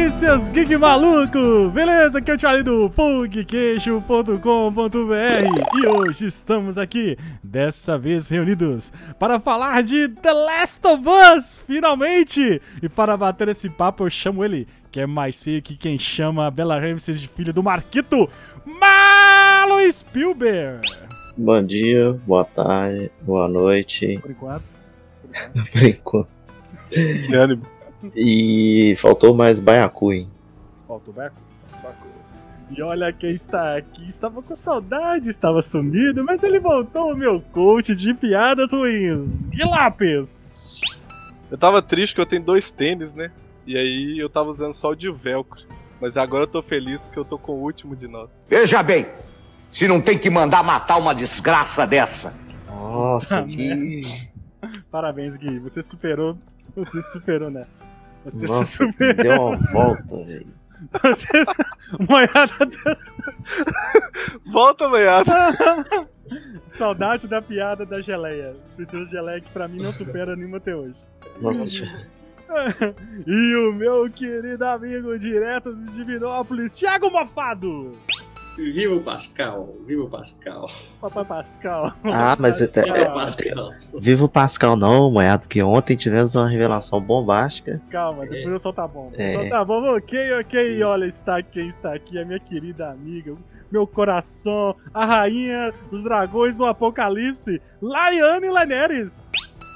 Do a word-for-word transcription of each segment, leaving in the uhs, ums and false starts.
seus geek maluco! Beleza? Aqui é o Charlie do Fogqueixo ponto com ponto b r e hoje estamos aqui, dessa vez reunidos, para falar de The Last of Us, finalmente! E para bater esse papo eu chamo ele, que é mais feio que quem chama a Bella Ramsey de filho do Marquito, Malo Spielberg! Bom dia, boa tarde, boa noite. Por enquanto. Por enquanto. Que ânimo. E faltou mais Baiacu, hein? Faltou Baiacu? E olha quem está aqui, estava com saudade, estava sumido, mas ele voltou, o meu coach de piadas ruins, Guilapes! Eu tava triste que eu tenho dois tênis, né? E aí eu tava usando só o de velcro. Mas agora eu tô feliz que eu tô com o último de nós. Veja bem, se não tem que mandar matar uma desgraça dessa. Nossa, que... Parabéns, Gui, você superou, você superou nessa. Você Nossa, se superou. deu uma volta, velho. Você... Moiada... Volta, moiada. Saudade da piada da geleia. Precisa de geleia que pra mim não supera nenhuma até hoje. Nossa, E o meu querido amigo direto de Divinópolis, Thiago Mofado! Viva o Pascal, viva o Pascal. Papai Pascal. Ah, mas até... Viva o Pascal. Viva o Pascal não, moiado, porque ontem tivemos uma revelação bombástica. Calma, depois eu soltar a bomba. É. Soltar a bomba, ok, ok. E olha, está quem está aqui, a minha querida amiga, meu coração, a rainha dos dragões do apocalipse, Laiane Laneres.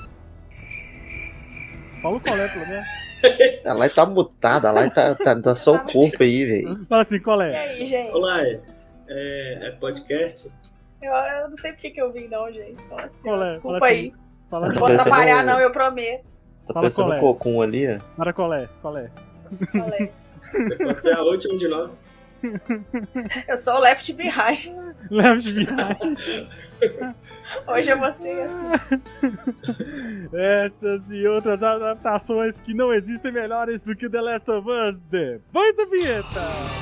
Fala o colé, pelo menos. A Lai tá mutada, a Lai tá, tá, tá só o corpo aí, velho. Fala assim, E colé. aí, gente? Olá, é, é, é podcast? Eu, eu não sei porque que eu vim, não, gente. Então, assim, Olé, desculpa fala aí. assim, Fala Não assim, vou parecendo atrapalhar, um- não, eu prometo. Tá Fala parecendo qual é. um cocum ali, ó. para colé, colé. Falei. Pode ser a última de nós. Eu sou o Left Behind. Leve viagem. Hoje eu vou ser assim. Essas e outras adaptações que não existem melhores do que The Last of Us depois da vinheta.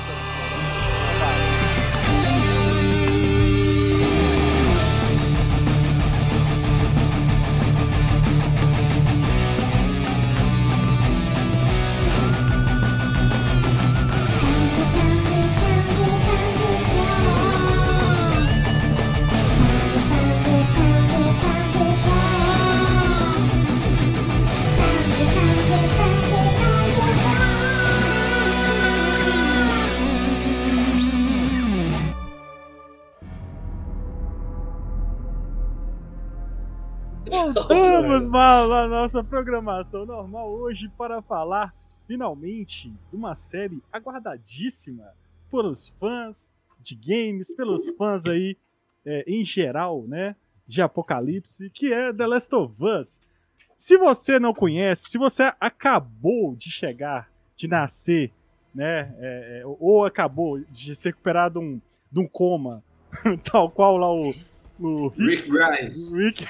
Voltamos mal à nossa programação normal hoje para falar finalmente de uma série aguardadíssima pelos fãs de games, pelos fãs aí é, em geral, né, de Apocalipse, que é The Last of Us. Se você não conhece, se você acabou de chegar, de nascer, né, é, é, ou acabou de se recuperar de um, de um coma, tal qual lá o o Rick Grimes. Rick.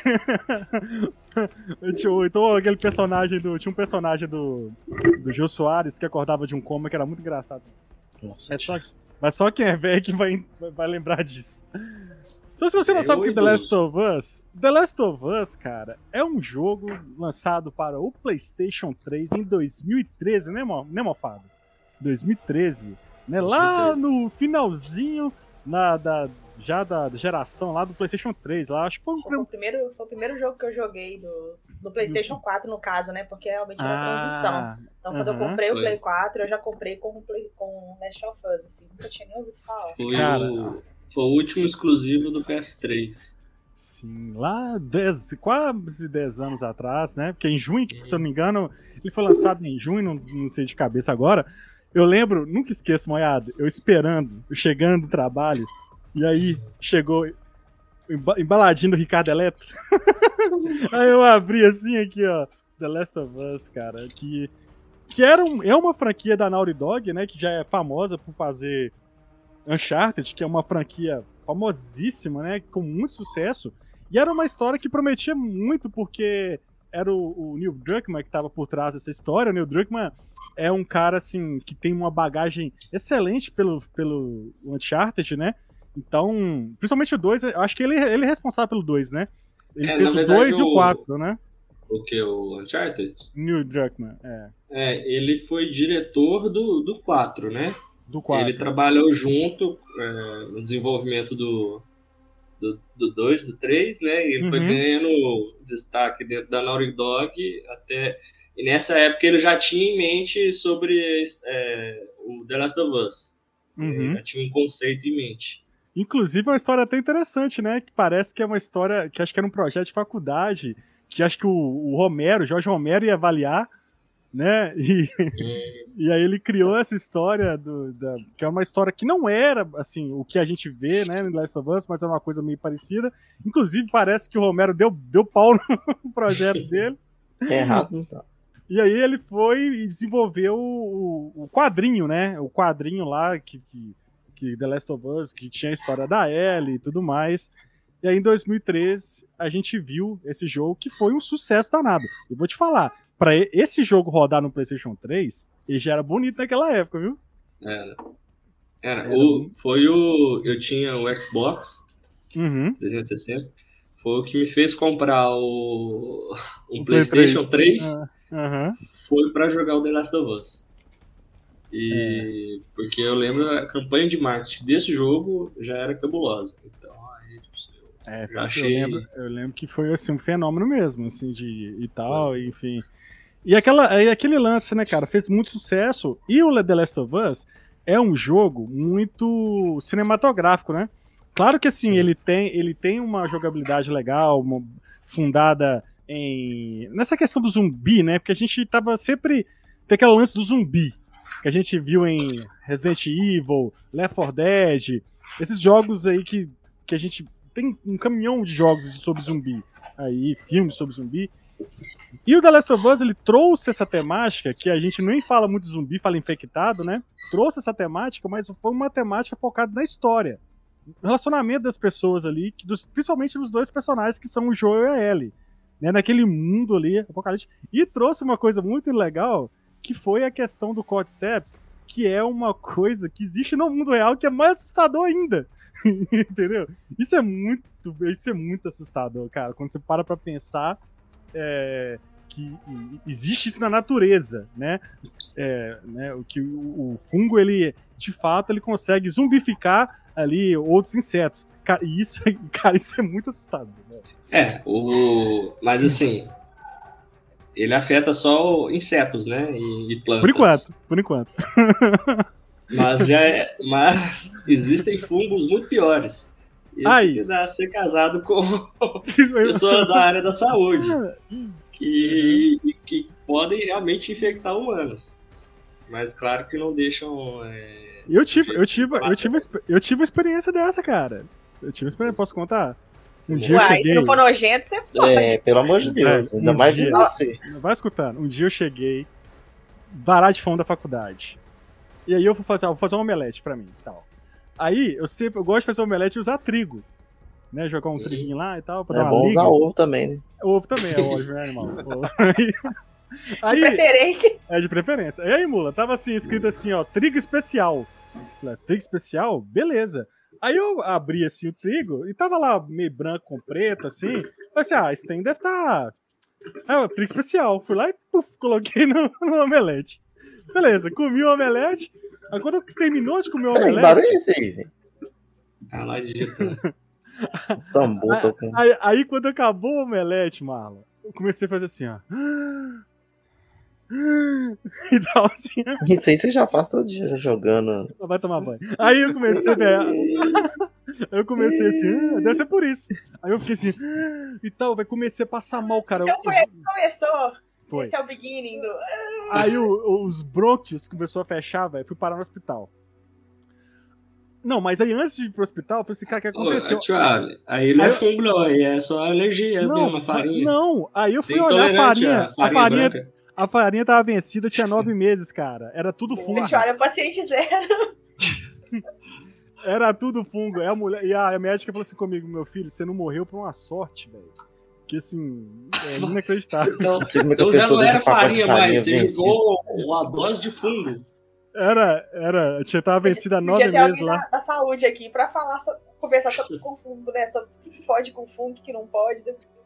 Tinha- então aquele personagem do. Tinha um personagem do. Do Jô Soares que acordava de um coma que era muito engraçado. Nossa, É só, mas só quem é velho que vai, vai lembrar disso. Então, se você não Eu sabe o que é The idoso. Last of Us, The Last of Us, cara, é um jogo lançado para o PlayStation três em dois mil e treze, né, mo- né Mofado? dois mil e treze. Né? Lá no finalzinho na, da, já da geração lá do PlayStation três. Lá, acho que foi um Foi o primeiro, foi o primeiro jogo que eu joguei do, do PlayStation quatro, no caso, né? Porque realmente era uma transição. Ah, Então, quando eu aham. comprei o Foi. Play quatro, eu já comprei com o Play, com Last of Us, assim. Nunca tinha nem ouvido falar. Foi, Cara. o, foi o último exclusivo do P S três. Sim, lá dez, quase dez anos atrás, né? Porque em junho, se eu não me engano, ele foi lançado em junho, não, não sei de cabeça agora. Eu lembro, nunca esqueço, Moiado, eu esperando, eu chegando do trabalho, e aí chegou emba- embaladinho do Ricardo Eletro. Aí eu abri assim aqui, ó, The Last of Us, cara, que, que era um, é uma franquia da Naughty Dog, né? Que já é famosa por fazer Uncharted, que é uma franquia famosíssima, né? Com muito sucesso. E era uma história que prometia muito, porque era o, o Neil Druckmann que estava por trás dessa história. O Neil Druckmann é um cara, assim, que tem uma bagagem excelente pelo, pelo Uncharted, né? Então, principalmente o dois, eu acho que ele, ele é responsável pelo dois, né? Ele É, fez na o verdade, dois e o o- quatro, né? O que? O Uncharted? Neil Druckmann, é. É, ele foi diretor do, do quatro, né? Do quatro. Ele trabalhou junto é, no desenvolvimento do do, do dois, do três, né? E ele uhum. foi ganhando destaque dentro da Naughty Dog até... E nessa época ele já tinha em mente sobre é, o The Last of Us. Uhum. Ele já tinha um conceito em mente. Inclusive é uma história até interessante, né? Que parece que é uma história que acho que era um projeto de faculdade, que acho que o, o Romero, o Jorge Romero ia avaliar, né? E, hum. e aí ele criou essa história, do, da, que é uma história que não era, assim, o que a gente vê, né, no The Last of Us, mas é uma coisa meio parecida. Inclusive parece que o Romero deu, deu pau no projeto dele. É errado, não tá. E aí ele foi e desenvolveu o, o quadrinho, né? O quadrinho lá que, que, que The Last of Us, que tinha a história da Ellie e tudo mais. E aí em dois mil e treze a gente viu esse jogo que foi um sucesso danado. E vou te falar, pra esse jogo rodar no PlayStation três, ele já era bonito naquela época, viu? Era. Era. era o, foi o... Eu tinha o Xbox uhum. trezentos e sessenta. Foi o que me fez comprar o, um o PlayStation três. Ah. Uhum. Foi pra jogar o The Last of Us. E é. Porque eu lembro a campanha de marketing desse jogo já era cabulosa. Então aí eu é, já achei. Eu lembro, eu lembro que foi assim, um fenômeno mesmo, assim, de e tal, é. enfim. E, aquela, e aquele lance, né, cara, fez muito sucesso. E o The Last of Us é um jogo muito cinematográfico, né? Claro que assim, ele tem, ele tem uma jogabilidade legal, uma, fundada em... nessa questão do zumbi, né? Porque a gente tava sempre... Tem aquele lance do zumbi, que a gente viu em Resident Evil, Left four Dead, esses jogos aí que, que a gente... Tem um caminhão de jogos sobre zumbi, aí, filmes sobre zumbi. E o The Last of Us, ele trouxe essa temática, que a gente nem fala muito de zumbi, fala infectado, né? Trouxe essa temática, mas foi uma temática focada na história. O relacionamento das pessoas ali, que dos, principalmente dos dois personagens, que são o Joel e a Ellie. Né, naquele mundo ali, apocalíptico. E trouxe uma coisa muito legal, que foi a questão do Cordyceps, que é uma coisa que existe no mundo real, que é mais assustador ainda. Entendeu? Isso é muito, isso é muito assustador, cara. Quando você para pra pensar é, que existe isso na natureza, né? É, né o que o, o fungo, ele, de fato, ele consegue zumbificar ali outros insetos. Cara, isso, cara, isso é muito assustador, né? É, o... mas assim, ele afeta só insetos, né, e, e plantas. Por enquanto, por enquanto. Mas já é... mas existem fungos muito piores. Isso Ai. que dá ser casado com pessoas da área da saúde, que, que podem realmente infectar humanos. Mas claro que não deixam... É, eu tive, eu tive, eu tive, eu tive uma experiência dessa, cara. Eu tive uma experiência, posso contar? Um dia Uai, eu cheguei... se não for nojento, você pode. É, pelo amor de Deus, é, ainda um mais dia... de você. Vai escutando. Um dia eu cheguei, barato de fome da faculdade. E aí eu vou fazer, vou fazer um omelete pra mim e tal. Aí eu sempre eu gosto de fazer omelete e usar trigo. Né? Jogar um triguinho lá e tal. Pra é dar uma bom liga. usar ovo também, né? Ovo também, é óbvio, né, animal? Aí, de preferência. É, de preferência. E aí, mula, tava assim, escrito assim, ó, trigo especial. Falei, trigo especial? Beleza. Aí eu abri assim o trigo e tava lá meio branco com preto, assim. Falei assim, ah, esse tem deve estar. Tá... É, trigo especial. Fui lá e puf, coloquei no, no omelete. Beleza, comi o omelete. Aí quando terminou de comer o Peraí, omelete. Que barulho é esse aí, velho? Ah, lá digitando. Tambor, aí, aí, aí quando acabou o omelete, Marlon, eu comecei a fazer assim, ó. E tal, assim. Isso aí você já faz todo dia jogando. Vai tomar banho. Aí eu comecei, velho. Eu comecei assim, ah, deve ser por isso. Aí eu fiquei assim, ah, e tal, vai comecei a passar mal, cara. Então foi aí que começou. Foi. Esse é o beginning do. Aí o, os brônquios começou a fechar, velho. Fui parar no hospital. Não, mas aí antes de ir pro hospital, eu falei assim, cara, o que aconteceu? Ô, Charlie, aí não aí é eu... fungo, não, aí é só alergia não, mesmo, a farinha. Não, aí eu fui Você olhar a farinha. A farinha, a farinha, branca. a farinha tava vencida, tinha nove meses, cara. Era tudo fungo. Olha, paciente zero. Era tudo fungo. E a, mulher, e a médica falou assim comigo, meu filho, você não morreu por uma sorte, velho. Que assim, é inacreditável. Então, então já não era farinha mais, você jogou uma dose de fungo. Era, era, tinha tava vencida há nove Podia meses ter lá. Da, da saúde aqui pra falar, sobre, conversar sobre com fungo, né? Sobre o que pode com fungo, o que não pode.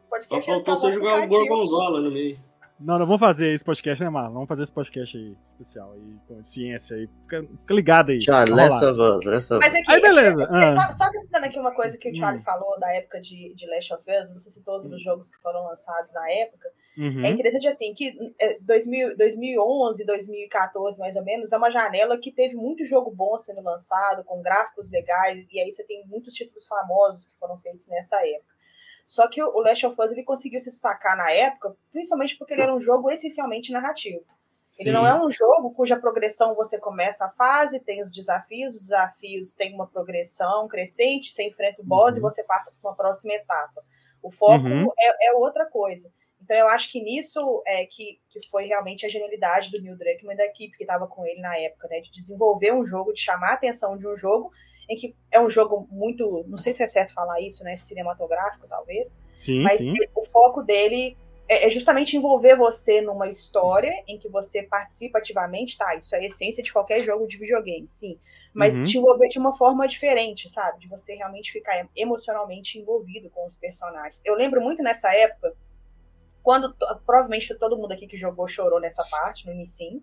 podcast Só ia faltou ficar você muito jogar o criativo. Gorgonzola no meio. Não, não vamos fazer esse podcast, né, Marlon? Vamos fazer esse podcast aí, especial, aí, com ciência aí. Fica, fica ligado aí. Charlie, Vai Last rolar. of Us, Last of Mas Us. aqui, Aí, beleza. é, Ah. só, só acrescentando aqui uma coisa que o Charlie Hum. falou da época de, de Last of Us, você citou outros jogos que foram lançados na época. Uhum. É interessante assim, que é, dois mil, dois mil e onze, dois mil e quatorze, mais ou menos, é uma janela que teve muito jogo bom sendo lançado, com gráficos legais, e aí você tem muitos títulos famosos que foram feitos nessa época. Só que o Last of Us ele conseguiu se destacar na época, principalmente porque ele era um jogo essencialmente narrativo. Ele Sim. não é um jogo cuja progressão você começa a fase, tem os desafios, os desafios têm uma progressão crescente, você enfrenta o boss Uhum. e você passa para uma próxima etapa. O foco Uhum. é, é outra coisa. Então eu acho que nisso é que, que foi realmente a genialidade do Neil Druckmann e da equipe que estava com ele na época, né, de desenvolver um jogo, de chamar a atenção de um jogo, em que é um jogo muito, não sei se é certo falar isso, né, cinematográfico talvez, Sim, mas sim. ele- o foco dele é, é justamente envolver você numa história em que você participa ativamente, tá, isso é a essência de qualquer jogo de videogame, sim, mas Uhum. te envolver de uma forma diferente, sabe, de você realmente ficar emocionalmente envolvido com os personagens. Eu lembro muito nessa época, quando, provavelmente todo mundo aqui que jogou chorou nessa parte, no inicinho,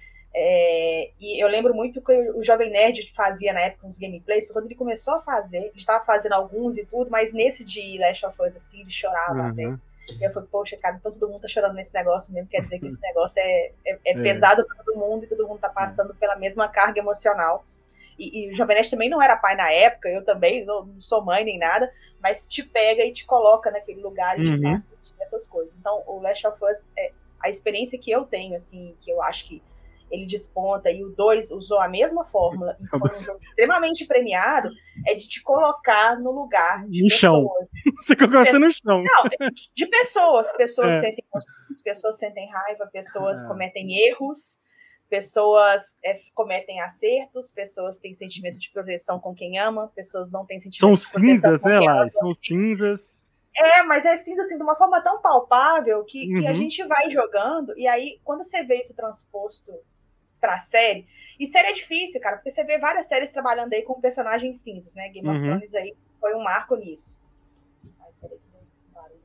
É, e eu lembro muito que o Jovem Nerd fazia na época uns gameplays, porque quando ele começou a fazer, ele estava fazendo alguns e tudo, mas nesse de Last of Us, assim, ele chorava Uhum. até. E eu falei, poxa, cara, então todo mundo tá chorando nesse negócio mesmo, quer dizer que esse negócio é, é, é É. pesado para todo mundo e todo mundo tá passando pela mesma carga emocional. E, e o Jovem Nerd também não era pai na época, eu também, não, não sou mãe nem nada, mas te pega e te coloca naquele lugar e te Uhum. faz sentir essas coisas. Então, o Last of Us, é, a experiência que eu tenho, assim, que eu acho que ele desponta, e o dois usou a mesma fórmula, e foi um jogo extremamente premiado, é de te colocar no lugar de No chão. pessoas. Você colocou você no chão. Não, de pessoas. Pessoas É. sentem emoções, pessoas sentem raiva, pessoas É. cometem erros, pessoas é, cometem acertos, pessoas têm sentimento de proteção com quem ama, pessoas não têm sentimento São de proteção cinzas, com né, quem ama. Lai? São cinzas. É, mas é cinza assim, de uma forma tão palpável que, que a Uhum. gente vai jogando, e aí, quando você vê isso transposto pra série, e série é difícil, cara, porque você vê várias séries trabalhando aí com personagens cinzas, né? Game of Uhum. Thrones aí foi um marco nisso. Ai, peraí, que deu um barulho.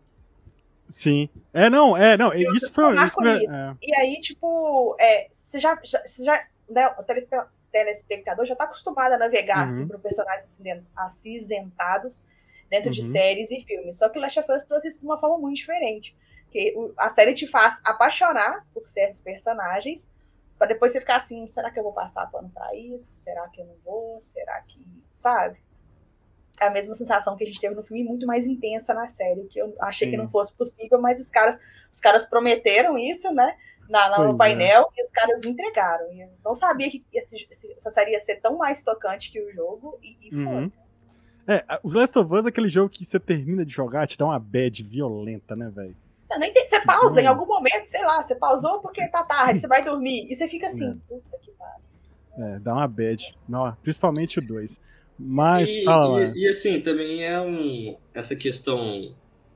Sim. É, não, é, não. Isso foi. Marco Isso foi nisso. é. E aí, tipo, é, você já, já, você já né, o telespe- telespectador já tá acostumado a navegar, Uhum. assim, por personagens aciden- acinzentados dentro de Uhum. séries e filmes. Só que o Last of Us trouxe isso de uma forma muito diferente. Porque o- a série te faz apaixonar por certos personagens, pra depois você ficar assim, será que eu vou passar pano pra isso? Será que eu não vou? Será que... Sabe? É a mesma sensação que a gente teve no filme, muito mais intensa na série, que eu achei Sim. que não fosse possível, mas os caras, os caras prometeram isso, né? Na, na- Pois no painel, e os caras entregaram. E eu não sabia que esse- esse- essa série ia ser tão mais tocante que o jogo, e, e foi. Uhum. É, o Last of Us é aquele jogo que você termina de jogar, te dá uma bad violenta, né, velho? Não, nem tem- você pausa em Bom. algum momento, sei lá, você pausou porque tá tarde, você vai dormir, e você fica assim, É. puta que pariu. É, dá uma bad. Não, principalmente o dois. Mas, E, fala lá. e, e, assim, também é um. Essa questão.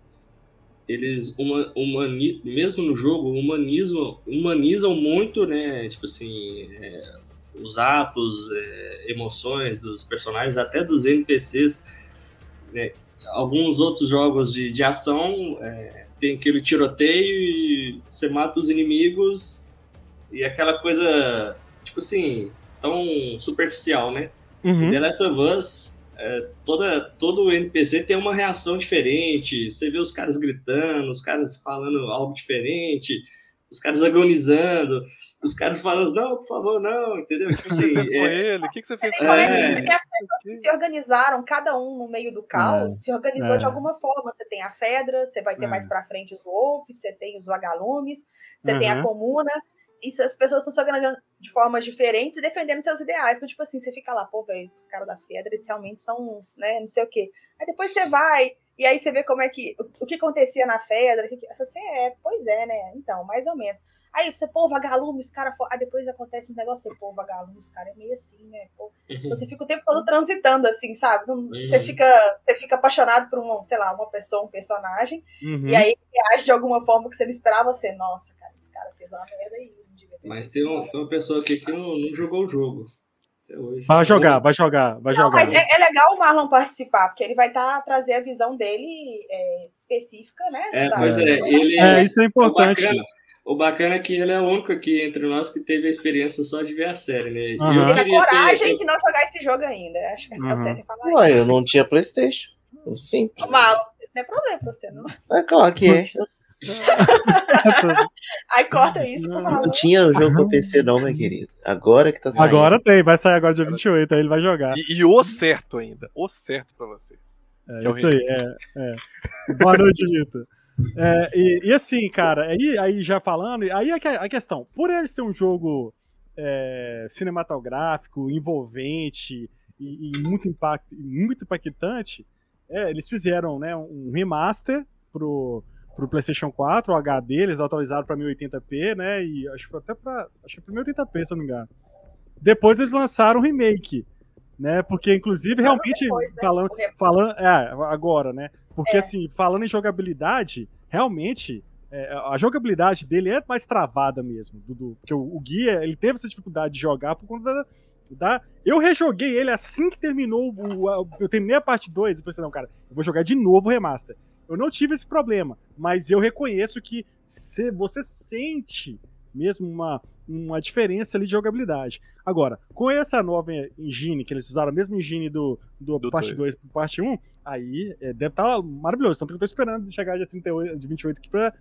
Eles, uma, humani, mesmo no jogo, humanismo, humanizam muito, né? Tipo assim, é, os atos, é, emoções dos personagens, até dos N P Cs. Né? Alguns outros jogos de, de ação é, tem aquele tiroteio e você mata os inimigos e aquela coisa, tipo assim, tão superficial, né? Uhum. The Last of Us, é, toda, todo N P C tem uma reação diferente. Você vê os caras gritando, os caras falando algo diferente, os caras agonizando, os caras falando, não, por favor, não, entendeu? Tipo O que você assim, fez com é, ele? O que você fez com Como é É. que- porque as pessoas que se organizaram, cada um no meio do caos, se organizou é. de alguma forma. Você tem a Fedra, você vai ter É. mais pra frente os Wolves, você tem os Vagalumes, você tem a Uhum. Comuna, e se- as pessoas estão se organizando de formas diferentes e defendendo seus ideais. Então, tipo assim, você fica lá, pô, velho, os caras da Fedra, eles realmente são uns, né, não sei o quê. Aí depois você vai, e aí você vê como é que, o, o que acontecia na Fedra, o que, que, você é, pois é, né, então, mais ou menos. Aí você, pô, vagalume, os caras. Aí depois acontece um negócio, você, pô, vagalume, os caras é meio assim, né? Pô. Então você fica o tempo todo transitando, assim, sabe? Não- Você, Uhum. fica, você fica apaixonado por, um, sei lá, uma pessoa, um personagem, Uhum. e aí ele age de alguma forma que você não esperava, você, nossa, cara, esse cara fez uma merda aí. Não devia ter mas feito tem, isso, um, não. tem uma pessoa aqui que não, não jogou o jogo. até hoje. Vai jogar, vai jogar, vai Não, jogar. mas é, é legal o Marlon participar, porque ele vai tá, trazer a visão dele é, específica, né? É, da- pois é, ele É, isso é o importante. bacana, o bacana é que ele é o único aqui entre nós que teve a experiência só de ver a série, né? E Aham. eu Teve a queria coragem ter, de não jogar esse jogo ainda. Acho que é Uhum. o certo é falar isso. Ué, eu não tinha PlayStation. Simples. Ô, Marlon, isso não é problema pra você, não. É claro que é. Eu Aí corta isso, por favor. não tinha o jogo pra P C, não, meu querido. Agora que tá saindo. Agora tem, vai sair agora dia vinte e oito, aí ele vai jogar. E, e o certo ainda. O certo pra você. É que é o isso aí, é, é. Boa noite, Vitor. É, e, e assim, cara, aí, aí já falando, aí a, que- a questão, por ele ser um jogo é, cinematográfico, envolvente e, e muito, impact, muito impactante, é, eles fizeram, né, um remaster pro, pro PlayStation quatro, o H D, eles atualizaram pra mil e oitenta p, né, e acho que até pra, acho que pra mil e oitenta p, se eu não me engano. Depois eles lançaram o remake, né, porque inclusive realmente depois, né, falando, o re- falando, é, agora, né, porque É. assim, falando em jogabilidade, realmente é, a jogabilidade dele é mais travada mesmo, Dudu, porque o, o Guia, ele teve essa dificuldade de jogar por conta da, da... Eu rejoguei ele assim que terminou o, a- eu terminei a parte dois e falei assim, não, cara, eu vou jogar de novo o remaster. Eu não tive esse problema, mas eu reconheço que se você sente mesmo uma, uma diferença ali de jogabilidade. Agora, com essa nova engine, que eles usaram a mesma engine do, do, Do parte dois. dois pro parte um, aí é, deve estar maravilhoso. Então eu tô esperando chegar dia trinta e oito, de vinte e oito aqui pra,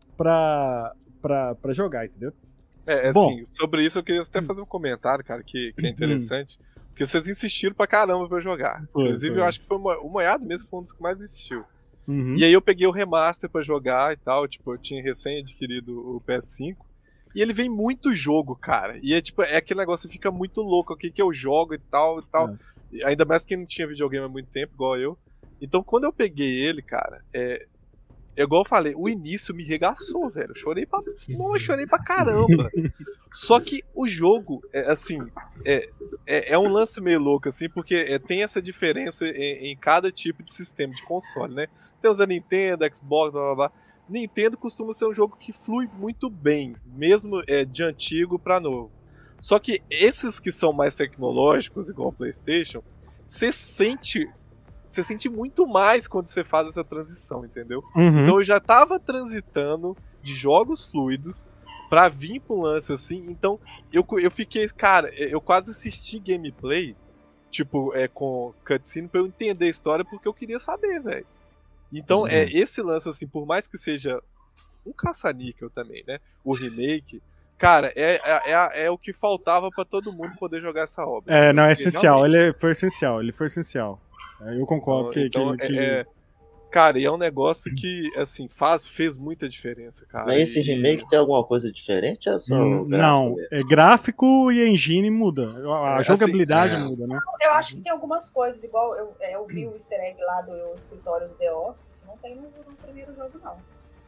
pra, pra, pra jogar, entendeu? É, Bom. assim, sobre isso eu queria até fazer um comentário, cara, que, que é interessante. Porque vocês insistiram pra caramba pra eu jogar. Foi, Inclusive, foi. eu acho que foi o Mo- o Moiado mesmo foi um dos que mais insistiu. Uhum. E aí eu peguei o remaster pra jogar e tal. Tipo, eu tinha recém adquirido o P S cinco. E ele vem muito jogo, cara. E é tipo, é aquele negócio que fica muito louco. O que, que eu jogo e tal e tal. É. E ainda mais quem não tinha videogame há muito tempo, igual eu. Então, quando eu peguei ele, cara, é. É igual eu falei, o início me regaçou, velho. Eu chorei pra. Não, eu chorei pra caramba. Só que o jogo, é, assim, é, é, é um lance meio louco, assim, porque é, tem essa diferença em, em cada tipo de sistema de console, né? Tem os da Nintendo, Xbox, blá blá blá. Nintendo costuma ser um jogo que flui muito bem, mesmo é, de antigo pra novo. Só que esses que são mais tecnológicos, igual o PlayStation, você sente. Você sente muito mais quando você faz essa transição, entendeu? Uhum. Então eu já tava transitando de jogos fluidos pra vir pro lance assim. Então eu, eu fiquei, cara, eu quase assisti gameplay, tipo, é, com cutscene pra eu entender a história porque eu queria saber, velho. Então Uhum. é esse lance, assim, por mais que seja um caça-níquel também, né? O remake, cara, é, é, é, é o que faltava pra todo mundo poder jogar essa obra. É, não, é Porque essencial. realmente- Ele foi essencial, ele foi essencial. É, Eu concordo que, então, que, que- é, é- cara, e é um negócio que, assim, faz, fez muita diferença, cara. Mas esse E- remake tem alguma coisa diferente ou é só Hum, o gráfico não, mesmo? é gráfico e a engine muda. A É, jogabilidade assim, é. muda, né? Eu acho que tem algumas coisas, igual eu, é, eu vi o easter egg lá do escritório do The Office, isso não tem no, no primeiro jogo, não.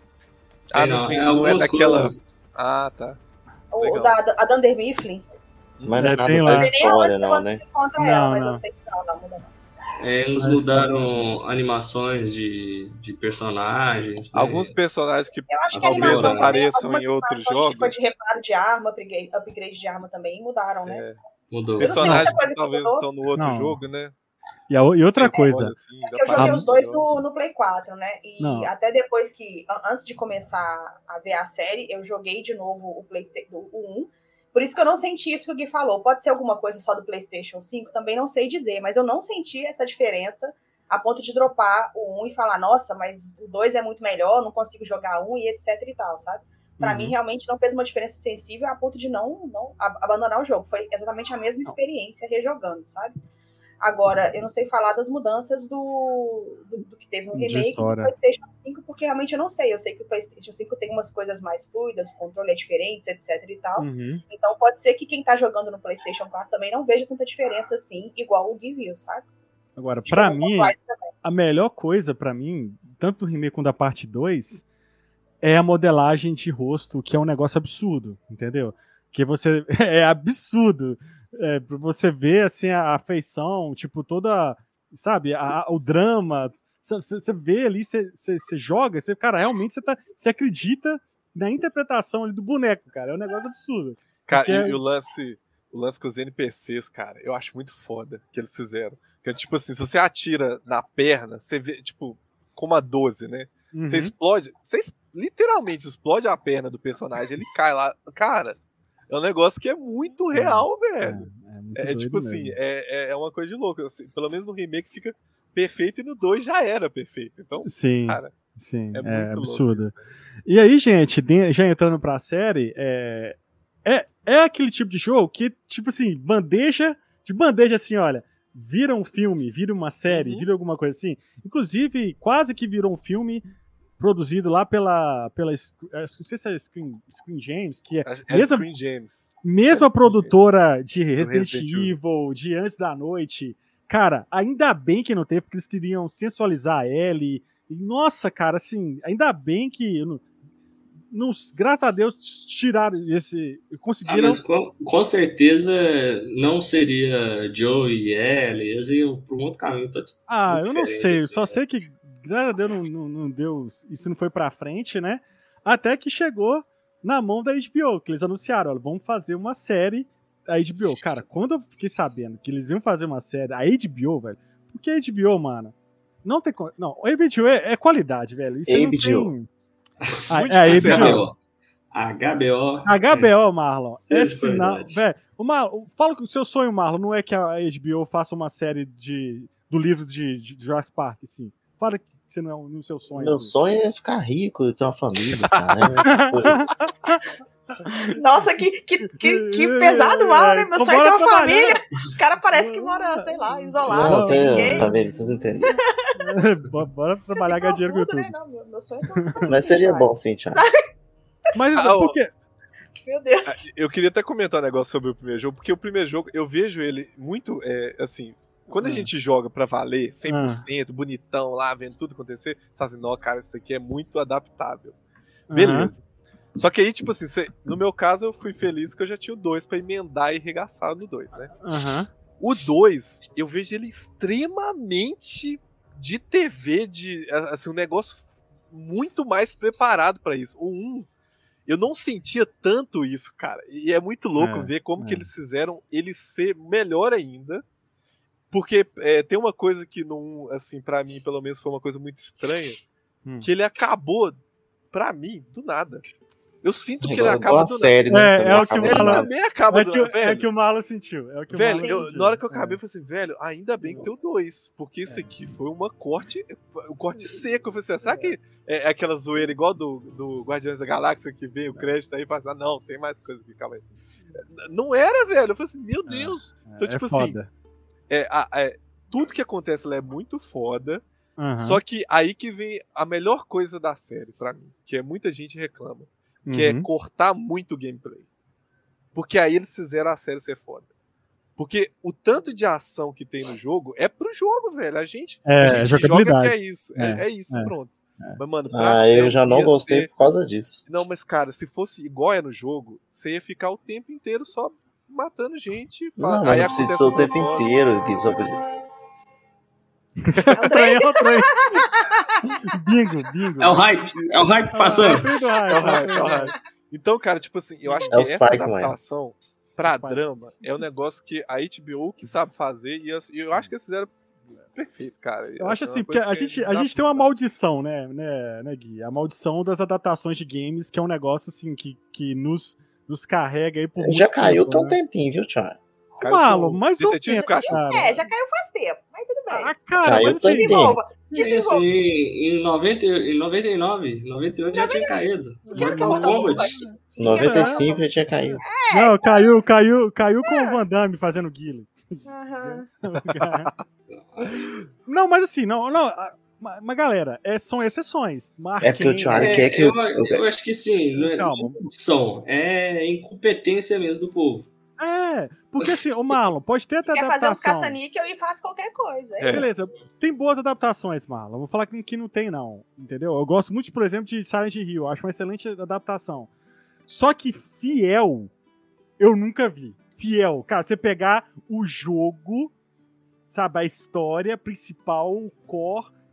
Ah, Tem, não, não, tem- é não é algumas daquela. coisas. Ah, tá. O, Legal. o da a Dunder Mifflin, Mas não é É, nada tem da lá. nem história, aonde não, você né? encontra Não, ela, mas não. eu sei que não, não muda não. É, eles Mas- mudaram animações de, de personagens. né? Alguns personagens que Eu acho que a Talvez animação também, apareçam algumas em outros animações, tipo jogos. de reparo de arma, upgrade, upgrade de arma também mudaram, né? é, Mudou. personagens muita coisa que que talvez mudou. estão no outro Não. jogo, né? E, a- e outra Sem coisa, spoiler, assim, já Porque eu joguei parece os dois melhor. no, no Play quatro, né? E Não. até depois que, an- antes de começar a ver a série, eu joguei de novo o PlayStation o um. Por isso que eu não senti isso que o Gui falou. Pode ser alguma coisa só do PlayStation cinco, também não sei dizer, mas eu não senti essa diferença a ponto de dropar o um e falar, nossa, mas o dois é muito melhor, não consigo jogar um e etc e tal, sabe? Pra Uhum. mim, realmente não fez uma diferença sensível a ponto de não, não ab- abandonar o jogo. Foi exatamente a mesma experiência rejogando, sabe? Agora, eu não sei falar das mudanças do, do, do que teve no De remake do história. PlayStation cinco, porque realmente eu não sei. Eu sei que o PlayStation cinco tem umas coisas mais fluidas, o controle é diferente, etc e tal. Uhum. Então pode ser que quem tá jogando no PlayStation quatro também não veja tanta diferença assim, igual o Gui viu, sabe? Agora, Acho pra que eu mim, concordo também. a melhor coisa pra mim, tanto do remake quanto da parte dois, é a modelagem de rosto, que é um negócio absurdo, entendeu? Que você é absurdo. É, pra você ver assim a afeição, tipo toda, sabe, a- a- o drama, você você vê ali, você você- você joga, você, cara, realmente você tá, você acredita na interpretação ali do boneco, cara. É um negócio absurdo. Cara, Porque- e, e o lance o lance com os N P Cs, cara, eu acho muito foda que eles fizeram. Que, tipo assim, se você atira na perna, você vê, tipo, com uma doze, né? Uhum. Você explode, você literalmente explode a perna do personagem, ele cai lá. Cara, é um negócio que é muito real, é, velho. É, é, é tipo mesmo. assim, é, é uma coisa de louco. Assim, pelo menos no remake fica perfeito e no dois já era perfeito. Então, sim, cara, sim, é, é absurdo. E aí, gente, já entrando pra série, é, é, é aquele tipo de jogo que, tipo assim, bandeja, de bandeja assim, olha, vira um filme, vira uma série, uhum. vira alguma coisa assim. Inclusive, quase que virou um filme produzido lá pela, pela não sei se é Screen, Screen Gems, que é, é mesma, Screen Gems. mesma é produtora Gems. de Resident, Resident Evil, de Antes da Noite. Cara, ainda bem que não teve, porque eles queriam sensualizar a Ellie. E, nossa, cara, assim, ainda bem que, não, não, graças a Deus, tiraram esse, conseguiram... Ah, mas com, com certeza não seria Joe e Ellie, eles iam para um outro caminho. Tá ah, eu não sei, assim, eu só né? sei que, graças a Deus, não, não, não deu, isso não foi pra frente, né? Até que chegou na mão da H B O, que eles anunciaram, olha, vamos fazer uma série da H B O. Cara, quando eu fiquei sabendo que eles iam fazer uma série, a H B O, velho, porque a H B O, mano, não tem... Não, a H B O é, é qualidade, velho. Isso não tem... Ah, é a H B O. H B O. H B O, Marlon. É sinal... Velho, o Marlon, fala que o seu sonho, Marlon, não é que a H B O faça uma série de, do livro de, de Jurassic Park, assim. Fala que você não é no seu sonho. Meu assim. sonho é ficar rico, ter uma família, cara. Nossa, que, que, que, que pesado, Marlon, né? Meu sonho é ter uma família. O cara parece que mora, sei lá, isolado. Não, sem ninguém. Tá vendo? Vocês entendem. Bora trabalhar, ganhar dinheiro com tudo. Né? Não, meu, meu sonho é ter uma família. Mas seria bom, sim, Thiago. Mas ah, por quê? Meu Deus. Eu queria até comentar um negócio sobre o primeiro jogo, porque o primeiro jogo, eu vejo ele muito, é, assim, quando a gente joga pra valer, cem por cento, bonitão lá, vendo tudo acontecer, você fala assim, não, cara, isso aqui é muito adaptável. Beleza. Só que aí, tipo assim, cê, no meu caso, eu fui feliz que eu já tinha o dois pra emendar e regaçar no dois, né? Uhum. O dois, eu vejo ele extremamente de T V, de, assim, um negócio muito mais preparado pra isso. O um, eu não sentia tanto isso, cara. E é muito louco é, ver como é. que eles fizeram ele ser melhor ainda. Porque é, tem uma coisa que, não, assim, pra mim, pelo menos, foi uma coisa muito estranha. Hum. Que ele acabou, pra mim, do nada. Eu sinto que ele acaba do série, nada. Né? É, é o que o Marlon também acaba é do que, nada, velho. É que o Marlon sentiu. É o que o velho, Marlon eu, sentiu. na hora que eu acabei, é. eu falei assim, velho, ainda bem que tem o dois. Porque isso aqui foi uma corte, um corte seco. Eu falei assim, será que é aquela zoeira igual do, do Guardiões da Galáxia que vem o crédito aí e fala assim, ah, não, tem mais coisa aqui, calma aí. Não era, velho. Eu falei assim, meu Deus. É, então, tipo é assim, foda. É, é, tudo que acontece lá é muito foda. Uhum. Só que aí que vem a melhor coisa da série, pra mim, que é muita gente reclama. Que uhum. é cortar muito o gameplay. Porque aí eles fizeram a série ser foda. Porque o tanto de ação que tem no jogo é pro jogo, velho. A gente, é, a gente joga que é isso. É, é, é isso, é, pronto. É. Mas, mano, pra ah, série, eu já não gostei ser... por causa disso. Não, mas, cara, se fosse igual é no jogo, você ia ficar o tempo inteiro só matando gente. Não, aí não precisa ser o tempo foda. inteiro. Que só podia... trem, é o trem. Bingo, bingo. É o hype, é o hype passando. É o hype, é o hype, é o hype. Então, cara, tipo assim, eu acho que é essa Spike, adaptação mano. pra drama é um negócio que a H B O que sabe fazer e eu acho que eles fizeram perfeito, cara. Eu acho assim, porque a gente, a gente tem uma maldição, né, né, né, Gui? A maldição das adaptações de games, que é um negócio assim que, que nos, nos carrega aí por muito Já caiu tempo, tem um né? tempinho, viu, Thiago? Malo, mais ou menos, cara. É, já caiu faz tempo, mas tudo bem. Ah, cara, caiu mas assim... Desenvolva. Isso, em, em, noventa, em noventa e nove, noventa e oito já tinha caído. Mortal Kombat. noventa e cinco já tinha caído. É, não, caiu, caiu, caiu com o Van Damme fazendo Guile. Uhum. Não, mas assim, não, não, mas galera, é, são exceções. É porque o Thiago é, quer que eu, eu... eu acho que sim, não é, Calma. São, é incompetência mesmo do povo. É, porque assim, o Marlon, pode ter até quer adaptação. fazer uns caça-níquel e faz qualquer coisa. É. Beleza, tem boas adaptações, Marlon. Vou falar que, que não tem, não. Entendeu? Eu gosto muito, por exemplo, de Silent Hill. Acho uma excelente adaptação. Só que fiel, eu nunca vi. Fiel. Cara, você pegar o jogo, sabe, a história principal, o core,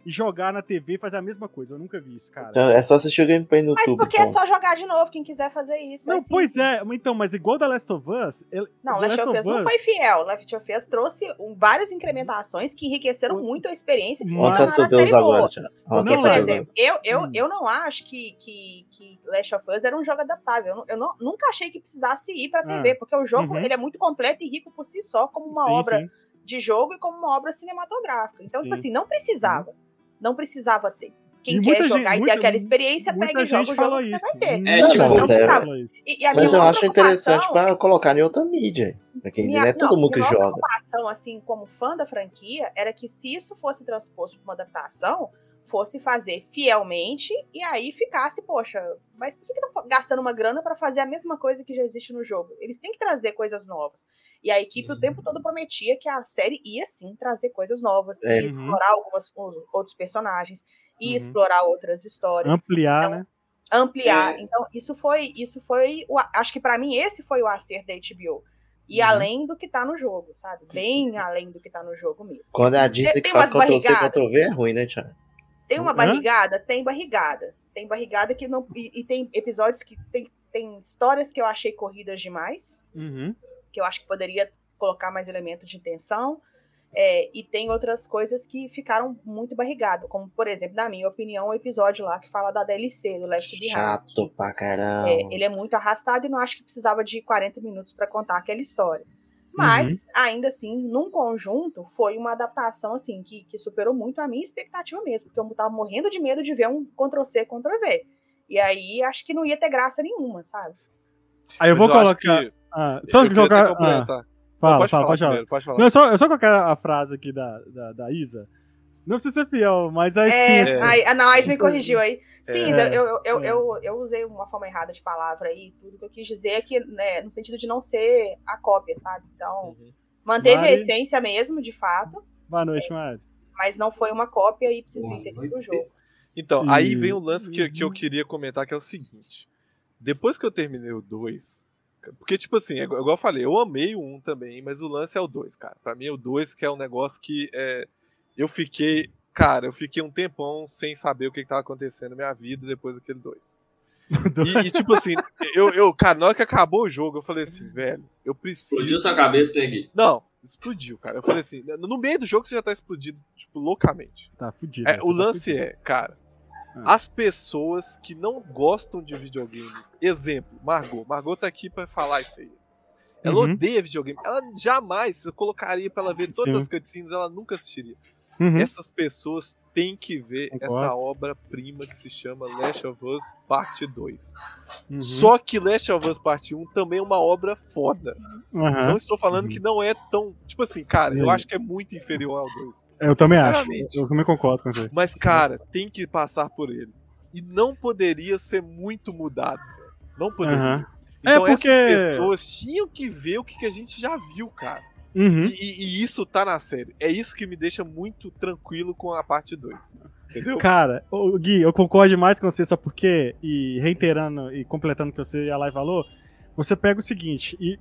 e jogar na T V e fazer a mesma coisa. Eu nunca vi isso, cara. Então, é só assistir o gameplay no Mas YouTube. porque então. é só jogar de novo, quem quiser fazer isso. Não, é pois simples. é, então, mas igual da Last of Us. Ele, Não, The Last of Us não foi fiel. Last of Us trouxe um, várias incrementações que enriqueceram muito a experiência e Vamos tornaram a testar série Deus boa. agora, Thiago. Vamos Porque, Não, por testar é. Deus exemplo, eu, eu, Hum. eu não acho que, que, que Last of Us era um jogo adaptável. Eu, não, eu não, nunca achei que precisasse ir pra T V, Ah. porque o jogo Uhum. ele é muito completo e rico por si só, como uma Sim, obra sim. de jogo e como uma obra cinematográfica. Então, tipo Sim. assim, não precisava. Não precisava ter. Quem E quer muita jogar gente- e ter muita- aquela experiência, muita pega e joga gente o jogo fala que você isso. vai ter. É, Não, tipo, não, não mas precisava. Fala isso. E, e a Mas minha eu outra acho interessante preocupação- pra colocar em outra mídia. Porque Minha, não é todo não, mundo que minha maior joga. preocupação, assim, como fã da franquia, era que se isso fosse transposto para uma adaptação, fosse fazer fielmente e aí ficasse, poxa, mas por que estão gastando uma grana para fazer a mesma coisa que já existe no jogo? Eles têm que trazer coisas novas. E a equipe Uhum. o tempo todo prometia que a série ia sim trazer coisas novas, É. ia Uhum. explorar alguns outros personagens, ia Uhum. explorar outras histórias. Ampliar, Então, né? ampliar. É. Então, isso foi, isso foi, o, acho que pra mim esse foi o acerto da H B O. E Uhum. além do que tá no jogo, sabe? Bem além do que tá no jogo mesmo. Quando é a Disney Tem que faz umas Ctrl C, barrigadas. Ctrl V é ruim, né, Thiago? Tem uma Hã? barrigada? Tem barrigada. Tem barrigada que não. E, e tem episódios que tem, tem histórias que eu achei corridas demais, Uhum. que eu acho que poderia colocar mais elemento de tensão. É, e tem outras coisas que ficaram muito barrigado, como, por exemplo, na minha opinião, o episódio lá que fala da D L C, do Left Behind. Chato que, pra caramba. é, ele é muito arrastado e não acho que precisava de quarenta minutos para contar aquela história. Mas, ainda assim, num conjunto, foi uma adaptação assim que, que superou muito a minha expectativa mesmo, porque eu tava morrendo de medo de ver um Ctrl C, Ctrl V. E aí, acho que não ia ter graça nenhuma, sabe? Aí eu Mas vou acho colocar. que- Ah, só eu queria até colocar. Ah, complementar. Não, fala, pode fala, falar pode falar. primeiro, pode falar. Não, é só, é só colocar a frase aqui da, da, da Isa. Não precisa ser fiel, mas aí É, sim. É. aí, a Naís me corrigiu aí. Sim, É. eu, eu, eu, É. eu, eu usei uma forma errada de palavra aí. Tudo que eu quis dizer é que, né, no sentido de não ser a cópia, sabe? Então, Uhum. manteve Mari- a essência mesmo, de fato, Boa noite, Mário. mas não foi uma cópia e precisei Boa ter noite. visto o jogo. Então, E- aí vem um lance que, que eu Uhum. queria comentar, que é o seguinte. Depois que eu terminei o dois... Porque, tipo assim, é igual igual eu falei, eu amei o um também, mas o lance é o dois, cara. Pra mim, o dois que é um negócio que é, eu fiquei... Cara, eu fiquei um tempão sem saber o que, que tava acontecendo na minha vida depois daquele dois. E, e, tipo assim, eu, eu, cara, na hora que acabou o jogo, eu falei assim, velho, eu preciso... Explodiu sua cabeça, né, Gui? Não, explodiu, cara. Eu falei assim, no meio do jogo você já tá explodido, tipo, loucamente. Tá fudido. É, né? o Você tá lance fudido. é, cara, Ah. as pessoas que não gostam de videogame, exemplo, Margot, Margot tá aqui pra falar isso aí. Ela Uhum. odeia videogame, ela jamais, eu colocaria pra ela ver todas Sim. as cutscenes, ela nunca assistiria. Uhum. Essas pessoas têm que ver Concordo. essa obra-prima que se chama Last of Us Parte dois. Uhum. Só que Last of Us Parte um também é uma obra foda. Aham. Não estou falando Uhum. que não é tão... Tipo assim, cara, eu Uhum. acho que é muito inferior ao dois. Eu também acho. Sinceramente. Eu também concordo com você. Mas, cara, tem que passar por ele. E não poderia ser muito mudado. Velho. Não poderia. Aham. Então É porque- essas pessoas tinham que ver o que, que a gente já viu, cara. Uhum. E, e- e isso tá na série. É isso que me deixa muito tranquilo com a parte dois. Entendeu? Cara, ô, Gui, eu concordo demais com você, só porque, e reiterando e completando o que você e a Lai falou, você pega o seguinte, e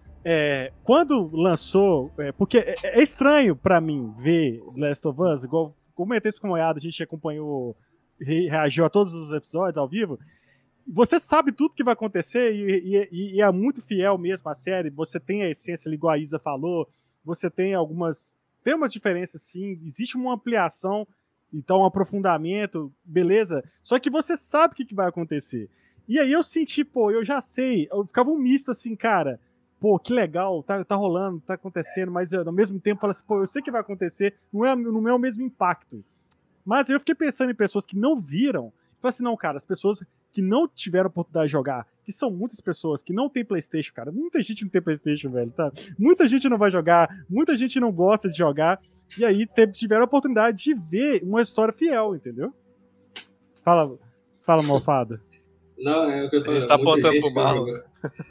é, quando lançou, é, porque é, é estranho pra mim ver Last of Us, igual comentei isso com o Moiado, a gente acompanhou, re- reagiu a todos os episódios ao vivo, você sabe tudo que vai acontecer e, e- e é muito fiel mesmo à série, você tem a essência ali, igual a Isa falou, você tem algumas, tem umas diferenças sim, existe uma ampliação, então um aprofundamento, beleza, só que você sabe o que, que vai acontecer. E aí eu senti, pô, eu já sei, eu ficava um misto assim, cara, pô, que legal, tá, tá rolando, tá acontecendo, mas eu, ao mesmo tempo falo assim, pô, eu sei que vai acontecer, não é, não é o mesmo impacto. Mas eu fiquei pensando em pessoas que não viram, falei assim, não, cara, as pessoas que não tiveram oportunidade de jogar, que são muitas pessoas que não tem PlayStation, cara, muita gente não tem PlayStation, velho, tá? Muita gente não vai jogar, muita gente não gosta de jogar, e aí teve, tiveram a oportunidade de ver uma história fiel, entendeu? Fala, fala, Malfada. Não, é o que eu tô A gente tá muita apontando gente pro que mal. joga.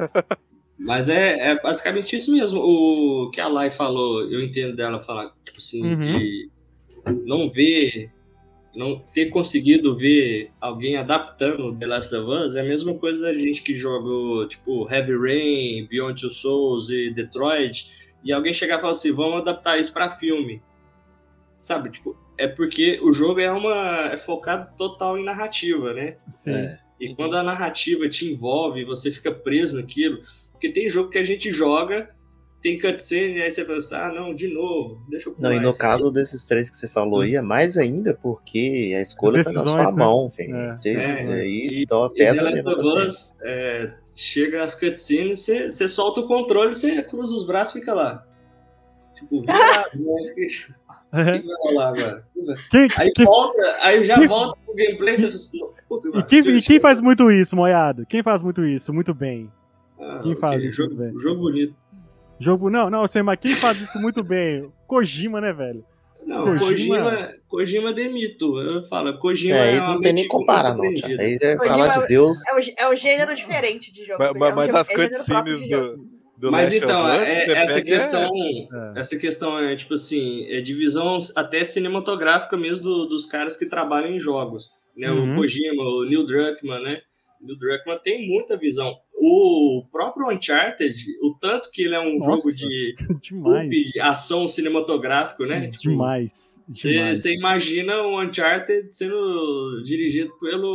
Mas é, é basicamente isso mesmo. O que a Lai falou, eu entendo dela falar, tipo assim, Uhum. de não ver, não ter conseguido ver alguém adaptando The Last of Us, é a mesma coisa da gente que jogou, tipo, Heavy Rain, Beyond Two Souls e Detroit, e alguém chegar e falar assim, vamos adaptar isso pra filme. Sabe, tipo, é porque o jogo é, uma, é focado total em narrativa, né? Sim. É. E quando a narrativa te envolve, você fica preso naquilo. Porque tem jogo que a gente joga, tem cutscene, e aí você pensa, ah, não, de novo, deixa eu pular. Não, e no isso caso aqui. desses três que você falou aí, é mais ainda porque a escolha tá na Decisões, sua né? mão, velho. É. Você- É, aí e, então, e pesa The Last mesmo of pra você. Us, é, chega as cutscenes, você, você solta o controle, você cruza os braços e fica lá. Tipo, ah, o que vai rolar agora? Quem, Aí quem- volta, aí já que- volta pro gameplay, você fala, puta, e quem, e quem faz muito isso, Moiado? Quem faz muito isso? Muito bem. ah, quem faz ok, isso jogo, muito bem? jogo bonito. Jogo. Não, não, eu sei, mas quem faz isso muito bem? Kojima, né, velho? Não, Kojima- Kojima, Kojima demito. Eu falo, Kojima É, aí é não uma tem nem mente comparar, muito não, Thiago. compreendida. Aí é Kojima falar de Deus. É um, é um gênero diferente de jogo. Mas, é um mas- mas gênero- as é gênero próprio cutscenes de jogo. do, do Mas Last então, of Us, é- você essa pega, questão, É. essa questão é tipo assim, é divisão até cinematográfica mesmo do- dos caras que trabalham em jogos, né? Uhum. O Kojima, o Neil Druckmann, né? O Neil Druckmann tem muita visão. O próprio Uncharted, o tanto que ele é um Nossa. jogo de Demais. de ação cinematográfico, né? Tipo, Demais. Demais. Você imagina o Uncharted sendo dirigido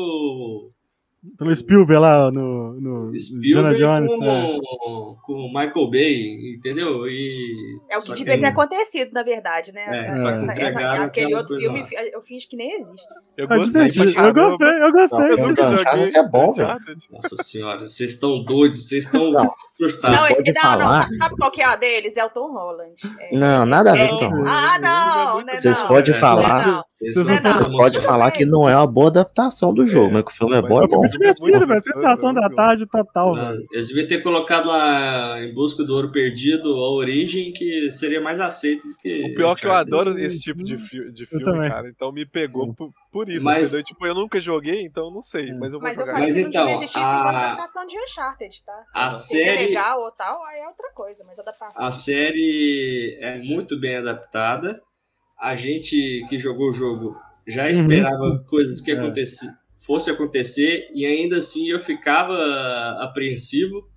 pelo Pelo Spielberg lá no, no Indiana Spielberg Jones. com, é. com o Michael Bay, entendeu? E, É o que só devia ter não- acontecido, na verdade, né? É, só que Essa- entregaram essa- aquele aquela outro coisa filme, lá. eu finge que nem existe. Eu É gostei divertido. pra Eu caramba. gostei, eu Não, gostei. Eu o nunca Uncharted joguei é bom, velho. Uncharted. Nossa senhora, vocês estão doidos, vocês estão Não. surtados. Não, Vocês esse, podem não, falar? não, sabe, sabe qual que é a deles? É o Tom Holland. É, Não, nada a ver é, com o Tom Holland. Ah, não, né? Vocês não, podem né, falar- não. Vocês Vocês não não- estão Vocês se podem Tudo falar bem. que não é uma boa adaptação do jogo, É. mas que o filme é Mas bom, é eu bom. fico Divertido, muito velho. Sensação da muito tarde total, Não, velho. eles deviam ter colocado lá Em Busca do Ouro Perdido, a origem, que seria mais aceito do que. O pior é que eu Uncharted. adoro esse tipo de, fi de filme, também. cara. Então me pegou por, por isso, Mas- entendeu? Tipo, eu nunca joguei, então eu não sei. É. Mas eu vou Mas eu jogar. falei Mas que não então, devia existir a- isso como adaptação de Uncharted, tá? A Se é série- legal ou tal, aí é outra coisa, mas adaptação. A série é muito bem adaptada. A gente que jogou o jogo já esperava coisas que É. aconteci, fosse acontecer, e ainda assim eu ficava apreensivo,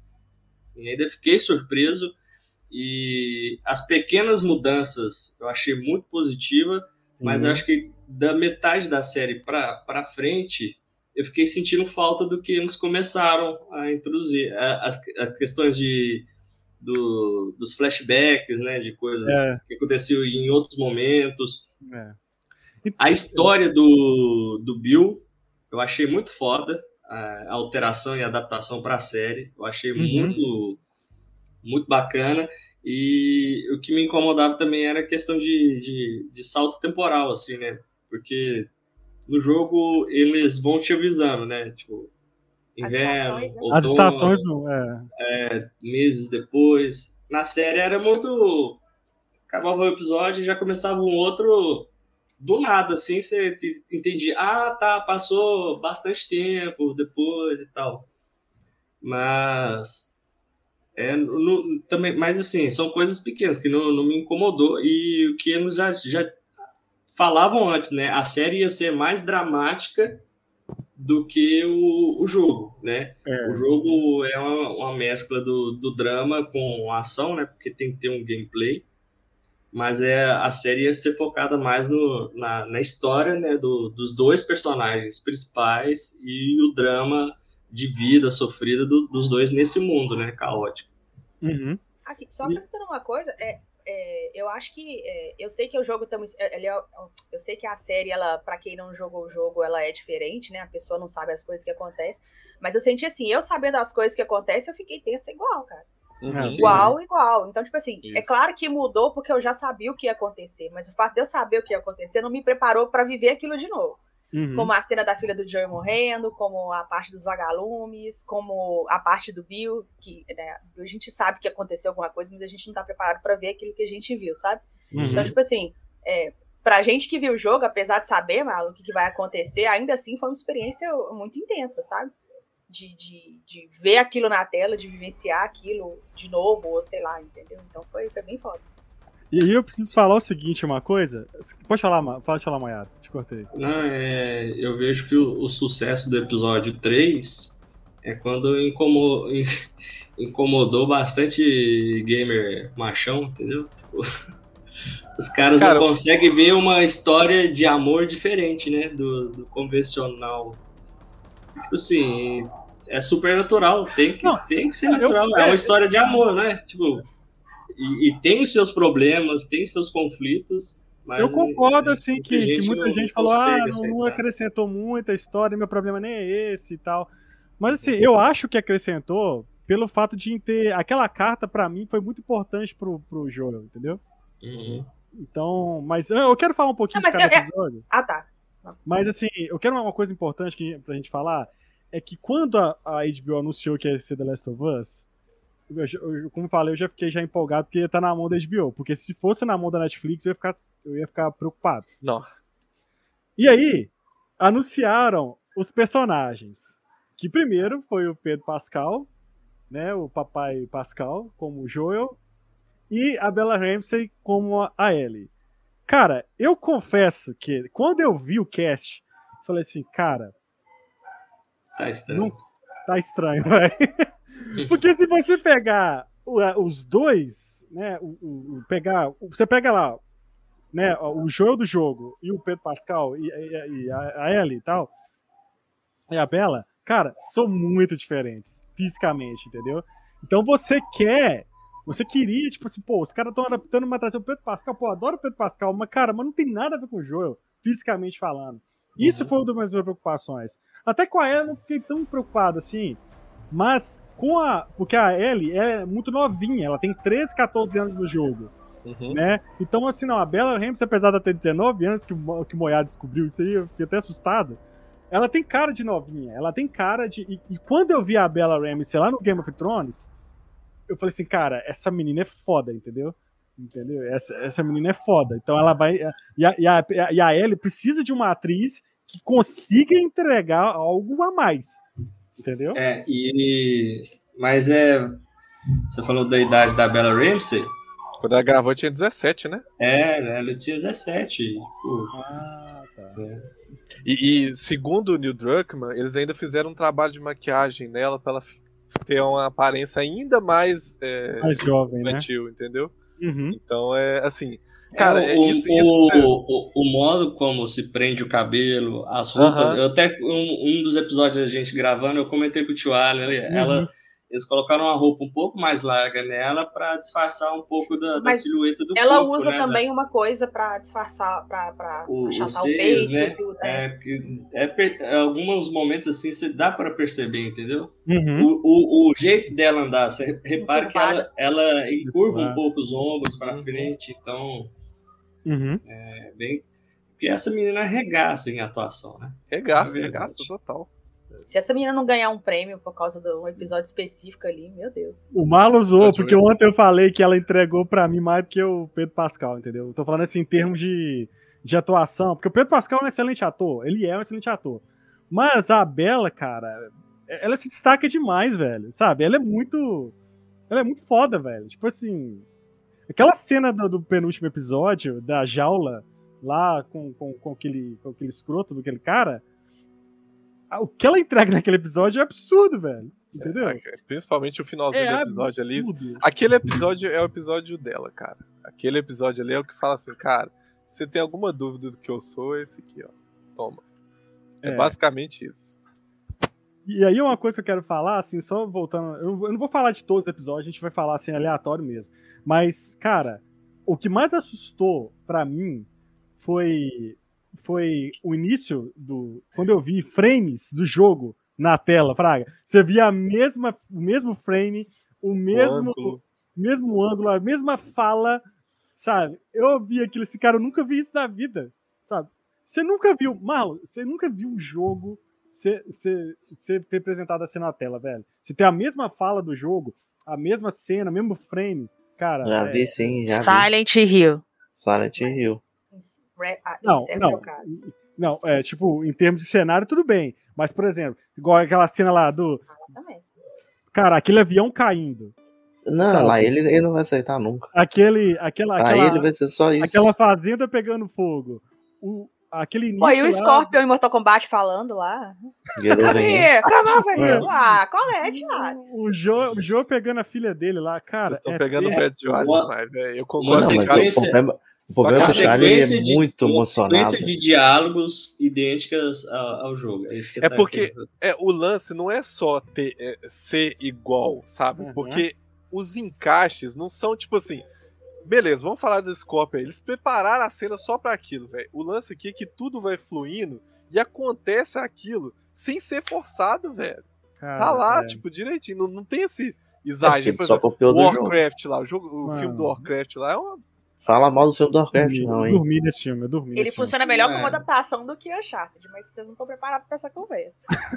e ainda fiquei surpreso. E as pequenas mudanças eu achei muito positiva, mas Sim. eu acho que da metade da série para frente eu fiquei sentindo falta do que eles começaram a introduzir. As questões de Do, dos flashbacks, né, de coisas É. que aconteceu em outros momentos. É. A história do, do Bill, eu achei muito foda, a alteração e adaptação para a série. Eu achei Uhum. muito, muito bacana. E o que me incomodava também era a questão de, de, de salto temporal, assim, né? Porque no jogo eles vão te avisando, né? Tipo, As inverno, estações, né? outono, As estações do. É. meses depois. Na série era muito. Acabava o episódio e já começava um outro do nada, assim, você entendia. Ah, tá, passou bastante tempo depois e tal. Mas. É, no, também, mas assim, são coisas pequenas que não, não me incomodou. E o que eles já, já falavam antes, né? A série ia ser mais dramática do que o, o jogo, né? É. O jogo é uma, uma mescla do, do drama com ação, né? Porque tem que ter um gameplay. Mas é, a série ia ser focada mais no, na, na história, né? Do, dos dois personagens principais e o drama de vida sofrida do, dos dois nesse mundo, né? Caótico. Uhum. Aqui, só acrescentando uma coisa, é, é, eu acho que é, eu sei que o jogo também, ele é, eu sei que a série, ela, para quem não jogou o jogo, ela é diferente, né? A pessoa não sabe as coisas que acontecem, mas eu senti assim, eu sabendo as coisas que acontecem, eu fiquei tensa igual, cara. Uhum. Igual, igual. Então, tipo assim, Isso. é claro que mudou porque eu já sabia o que ia acontecer, mas o fato de eu saber o que ia acontecer não me preparou para viver aquilo de novo. Uhum. Como a cena da filha do Joey morrendo, como a parte dos vagalumes, como a parte do Bill, que né, a gente sabe que aconteceu alguma coisa, mas a gente não tá preparado para ver aquilo que a gente viu, sabe? Uhum. Então, tipo assim, é, pra gente que viu o jogo, apesar de saber, Marlon, o que, que vai acontecer, ainda assim foi uma experiência muito intensa, sabe? De, de, de ver aquilo na tela, de vivenciar aquilo de novo, ou sei lá, entendeu? Então foi, foi bem foda. E aí eu preciso falar o seguinte, uma coisa. Pode falar, Ma- pode falar, Maiara, te cortei. Não, é, eu vejo que o, o sucesso do episódio três é quando incomo, incomodou bastante gamer machão, entendeu? Tipo, Os caras Cara, não conseguem ver uma história de amor diferente, né? Do, do convencional. Tipo assim, é super natural. Tem que, Não, tem que ser eu- natural. É é, uma história de amor, né? Tipo, e, e tem os seus problemas, tem os seus conflitos. Mas eu concordo, é, assim, muita que, que gente muita não- gente não falou, ah, consegue não, não aceitar. acrescentou muita história, meu problema nem é esse e tal. Mas, assim, eu acho que acrescentou pelo fato de ter... Aquela carta, pra mim, foi muito importante pro, pro jogo, entendeu? Uhum. Então, mas eu- eu quero falar um pouquinho Não, de mas cada eu- episódio. Ah, tá. Mas, assim, eu quero uma coisa importante que, pra gente falar, é que quando a, a H B O anunciou que ia ser The Last of Us, eu, eu- como eu falei, eu já fiquei já empolgado porque tá na mão da H B O. Porque se fosse na mão da Netflix, eu ia ficar, eu ia ficar preocupado. Não. E aí, anunciaram os personagens. Que primeiro foi o Pedro Pascal, né, o papai Pascal, como o Joel, e a Bella Ramsey como a Ellie. Cara, eu confesso que quando eu vi o cast, eu falei assim, cara, Tá estranho. não tá estranho, velho. Porque se você pegar o- a- os dois, né, o, o- o- pegar, o- você pega lá, né, o Joel do jogo e o Pedro Pascal e, e- e a, a Ellie e tal, e a Bella, cara, são muito diferentes fisicamente, entendeu? Então você quer, você queria, tipo assim, pô, os caras estão adaptando uma atração do Pedro Pascal, pô, eu adoro o Pedro Pascal, mas cara, mas não tem nada a ver com o Joel, fisicamente falando. Isso foi uma das minhas preocupações. Até com a Ellie eu não fiquei tão preocupado assim, mas com a, porque a Ellie é muito novinha, ela tem treze, catorze anos no jogo. Uhum. Né? Então, assim, não, a Bella Ramsey, apesar de ela ter dezenove anos, que, o- que o Moyá descobriu isso aí, eu fiquei até assustado. Ela tem cara de novinha, ela tem cara de. E, e quando eu vi a Bella Ramsey lá no Game of Thrones, eu falei assim, cara, essa menina é foda, entendeu? Entendeu? Essa, essa menina é foda. Então ela vai. E a, e, a, e a Ellie precisa de uma atriz que consiga entregar algo a mais. Entendeu? É, e. Mas é. Você falou da idade da Bella Ramsey? Quando ela gravou, tinha dezessete, né? É, ela tinha dezessete. Pô, Ah, tá. E, e, segundo o Neil Druckmann, eles ainda fizeram um trabalho de maquiagem nela pra ela fi- ter uma aparência ainda mais é, Mais jovem, né? infantil, entendeu? Uhum. Então é assim. Cara, é, é o, isso, o, isso que você- o, o modo como se prende o cabelo, as roupas. Aham. Eu até um, um dos episódios da gente gravando, eu comentei com o tio Alan, Uhum. ela, eles colocaram uma roupa um pouco mais larga nela para disfarçar um pouco da, da Mas silhueta do Ela corpo, usa né, também uma coisa pra disfarçar, pra, pra O- os achatar o seios, peito né? e tudo. É. É, que é, per- é, alguns momentos assim, você dá para perceber, entendeu? Uhum. O, o, o jeito dela andar, você repara que ela, Encurvada. ela encurva um Encurvada. pouco os ombros para Uhum. frente, então Uhum. é bem. Porque essa menina arregaça em atuação, né? regaça, É regaça verdade. total. Se essa menina não ganhar um prêmio por causa de um episódio específico ali, meu Deus. O Malo zoou, Pode porque ver. ontem eu falei que ela entregou pra mim mais do que o Pedro Pascal, entendeu? Eu tô falando assim em termos de, de atuação, porque o Pedro Pascal é um excelente ator, ele é um excelente ator. Mas a Bella, cara, ela se destaca demais, velho, sabe? Ela é muito. Ela é muito foda, velho. Tipo assim. Aquela cena do, do penúltimo episódio, da jaula, lá com, com, com, aquele, com aquele escroto daquele cara. O que ela entrega naquele episódio é absurdo, velho. Entendeu? É, principalmente o finalzinho É do episódio ali. absurdo. Aquele episódio é o episódio dela, cara. Aquele episódio ali é o que fala assim, cara, se você tem alguma dúvida do que eu sou, é esse aqui, ó. Toma. É, É. basicamente isso. E aí uma coisa que eu quero falar, assim, só voltando... Eu não- eu não vou falar de todos os episódios, a gente vai falar, assim, aleatório mesmo. Mas, cara, o que mais assustou pra mim foi, foi o início do... Quando eu vi frames do jogo na tela, Fraga. Você via a mesma, o mesmo frame, o mesmo, ângulo. mesmo ângulo, a mesma fala, sabe? Eu vi aquilo, esse cara, eu nunca vi isso na vida, sabe? Você nunca viu, Marlon, você nunca viu um jogo ser, ser, ser representado assim na tela, velho. Você tem a mesma fala do jogo, a mesma cena, o mesmo frame, cara. Já é- vi sim, já vi. Silent Hill. Silent Hill. Ah, Não, esse é o não. meu caso. Não, é tipo, em termos de cenário, tudo bem. Mas, por exemplo, igual aquela cena lá do. Também. Cara, aquele avião caindo. Não, Sabe? lá ele, ele não vai aceitar nunca. Aquele. Aquela, Pra aquela, ele vai ser só isso. aquela fazenda pegando fogo. O, aquele início. Pô, e o lá- Scorpion em Mortal Kombat falando lá. Guerreiro Come vem. here, come over É. here. Ah, colete, lá. O Joe, o Joe pegando a filha dele lá, cara. Vocês estão é pegando o per- pé de Jorge Uma- demais, velho. Eu uma concordo Não, com mas o cara. sequência- o problema, O problema é que o Charlie é sequência de- muito uma emocionado. sequência de diálogos idênticas ao, ao jogo. É, isso que É tá porque aqui. é, o lance não é só ter, é, ser igual, sabe? Uhum. Porque os encaixes não são tipo assim. Beleza, vamos falar do Scope aí. Eles prepararam a cena só pra aquilo, velho. O lance aqui é que tudo vai fluindo e acontece aquilo sem ser forçado, velho. Cara, Tá lá, é. tipo, direitinho. Não, não tem esse É porque exagero. ele Por só exemplo, copiou do jogo. Warcraft lá, o, jogo, o Mano. filme do Warcraft lá é uma. Fala mal do filme do Warcraft, Eu não, hein? dormi nesse filme, eu dormi Ele nesse filme. funciona melhor É. como adaptação do que Uncharted, mas vocês não estão preparados pra essa conversa.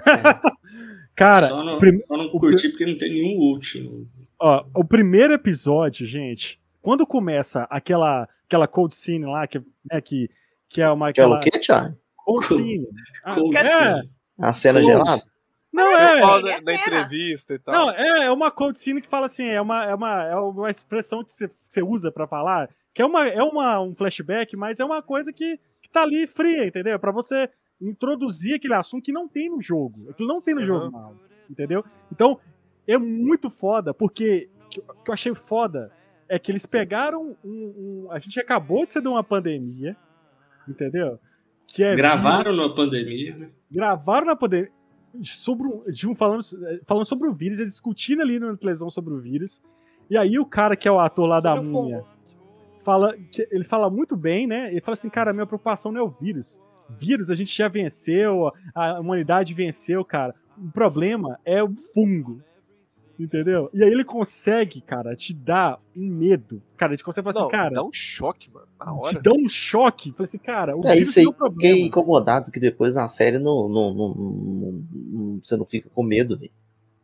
Cara, Só não, prim- só não o curti porque não tem nenhum ult. no- ó, o primeiro episódio, gente, quando começa aquela, aquela cold scene lá, que, né, que, que é uma Que é aquela o quê, Charlie? cold scene. Ah, Cold é, scene. A cena Cold. gelada? não Eu é, falo é da, da cena. entrevista e tal. não, é, é uma cold scene que fala assim, é uma, é uma, é uma expressão que você, você usa pra falar, que é, uma, é uma, um flashback, mas é uma coisa que, que tá ali fria, entendeu? Pra você introduzir aquele assunto que não tem no jogo. Aquilo não tem no Uhum. jogo, mal, entendeu? Então, é muito foda, porque o que eu achei foda é que eles pegaram um, um- a gente acabou de ser de uma pandemia, entendeu? Que é Gravaram na pandemia, né? gravaram na pandemia sobre um, de um falando, falando sobre o vírus, eles discutindo ali na televisão sobre o vírus. E aí o cara que é o ator lá da Sobre o Múmia fungo. fala que ele fala muito bem, né? Ele fala assim, cara, minha preocupação não é o vírus. Vírus a gente já venceu, a humanidade venceu, cara. O problema é o fungo. Entendeu? E aí ele consegue, cara, te dar um medo. Cara, ele consegue falar Não, assim, cara, dá um choque, mano, na te hora. dá um choque. Fala assim, cara, o É vírus isso aí, não é o fiquei problema. incomodado que depois na série não, não, não, não- não- você não fica com medo, velho.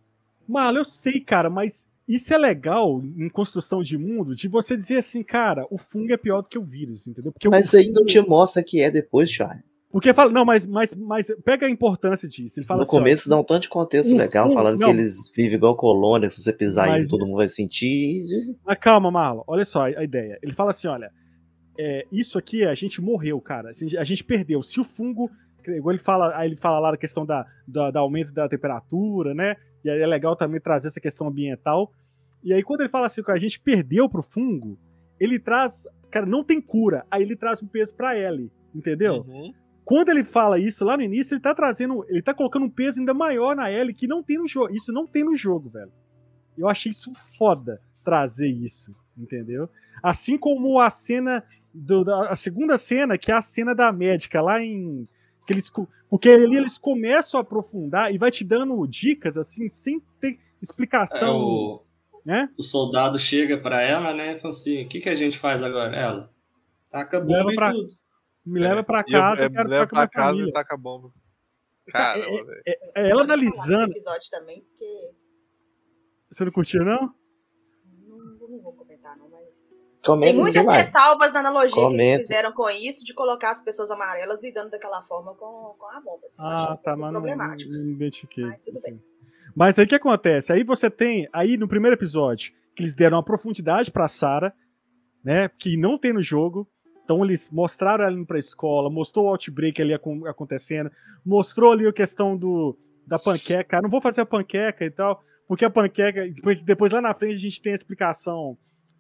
Mano, eu sei, cara, mas isso é legal em construção de mundo, de você dizer assim, cara, o fungo é pior do que o vírus, entendeu? Porque Mas o aí não fungo- te mostra que é depois, Charlie. Porque fala, não, mas, mas, mas pega a importância disso. Ele fala No assim, ó, começo dá um tanto de contexto o legal, fungo- falando não. que eles vivem igual colônia, que se você pisar aí Mas todo isso- mundo vai sentir. Mas calma, Marlon. Olha só a a ideia. Ele fala assim: olha, é, isso aqui a gente morreu, cara. Assim, a gente perdeu. Se o fungo. Igual ele fala, aí ele fala lá da questão da, da, da aumento da temperatura, né? E aí é legal também trazer essa questão ambiental. E aí, quando ele fala assim que a gente perdeu pro fungo, ele traz. Cara, não tem cura. Aí ele traz um peso pra Ellie, entendeu? Uhum. Quando ele fala isso lá no início, ele tá trazendo. Ele tá colocando um peso ainda maior na Ellie que não tem no jogo. Isso não tem no jogo, velho. Eu achei isso foda trazer isso, entendeu? Assim como a cena. Do, da, a segunda cena, que é a cena da médica lá em. Que eles, co- porque ali eles começam a aprofundar e vai te dando dicas assim, sem ter É, explicação, o, né? o soldado chega pra ela, né? E fala assim: o que, que a gente faz agora? Ela taca a bomba Leva e pra- tudo. Me leva pra E eu, casa, é, eu quero leva ficar com a pra minha casa família. e taca a bomba. Cara, Caramba, velho. É, é ela Pode falar desse analisando. episódio também, porque Você não curtiu, não? não, não vou comentar, não, mas. Tem Comenta, sei muitas lá. ressalvas na analogia que Comenta. eles fizeram com isso, de colocar as pessoas amarelas lidando daquela forma com, com a bomba. Assim, eu achei Ah, um tá, pouco mas não, não, problemático. não me identifiquei. Mas tudo bem. assim. Mas aí o que acontece? Aí você tem, aí no primeiro episódio, que eles deram uma profundidade pra Sarah, né? Que não tem no jogo. Então eles mostraram ela indo pra escola, mostrou o outbreak ali acon- acontecendo, mostrou ali a questão do, da panqueca. Eu não vou fazer a panqueca e tal, porque a panqueca. Porque depois lá na frente a gente tem a explicação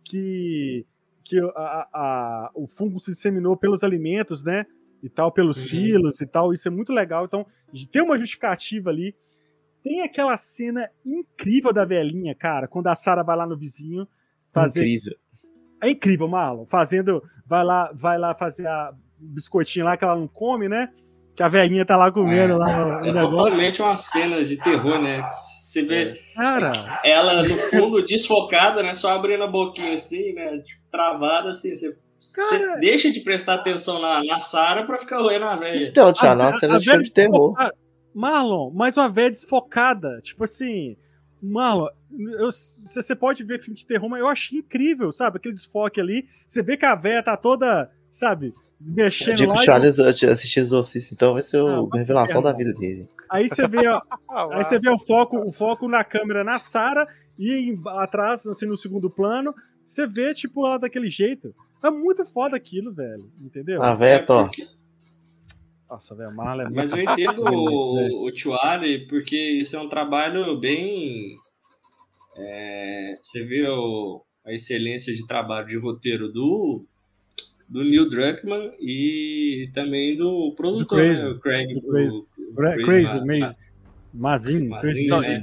que, que a- a- a- o fungo se disseminou pelos alimentos, né? E tal, pelos Uhum. silos e tal. Isso é muito legal. Então, tem uma justificativa ali. Tem aquela cena incrível da velhinha, cara, quando a Sarah vai lá no vizinho fazer. Incrível. É incrível, Marlon. Fazendo. Vai lá, vai lá fazer a o biscoitinho lá que ela não come, né? Que a velhinha tá lá comendo lá no, no É negócio. totalmente uma cena de terror, né? Você vê Cara, ela no fundo desfocada, né? Só abrindo a boquinha assim, né? Tipo, travada assim. Você, você Cara. deixa de prestar atenção na, na Sarah pra ficar olhando a velha. Então, Thiago, uma cena a de filme velha de terror. desfocada- Marlon, mas uma velha desfocada. Tipo assim, Marlon, eu- você você pode ver filme de terror, mas eu achei incrível, sabe? Aquele desfoque ali. Você vê que a velha tá toda, sabe, mexendo Tipo, lá. e- Charles assistir Exorcista, então vai ser Ah, a vai revelação pro da vida dele. Aí você vê, ó, Ah, aí você vê o foco, o foco na câmera na Sarah e em- atrás, assim, no segundo plano, você vê, tipo, ela daquele jeito. É muito foda aquilo, velho. Entendeu? A véia torta. porque- Nossa, velho, Marlon é muito. Mas eu entendo o, o Tiwari, porque isso é um trabalho bem. é, você vê o- a excelência de trabalho de roteiro do, do Neil Druckmann e também do produtor, do Crazy, né, o Craig. do Crazy, o, o Crazy, Crazy Maze, Mazinho, Crazy Mazinho, Maze. né?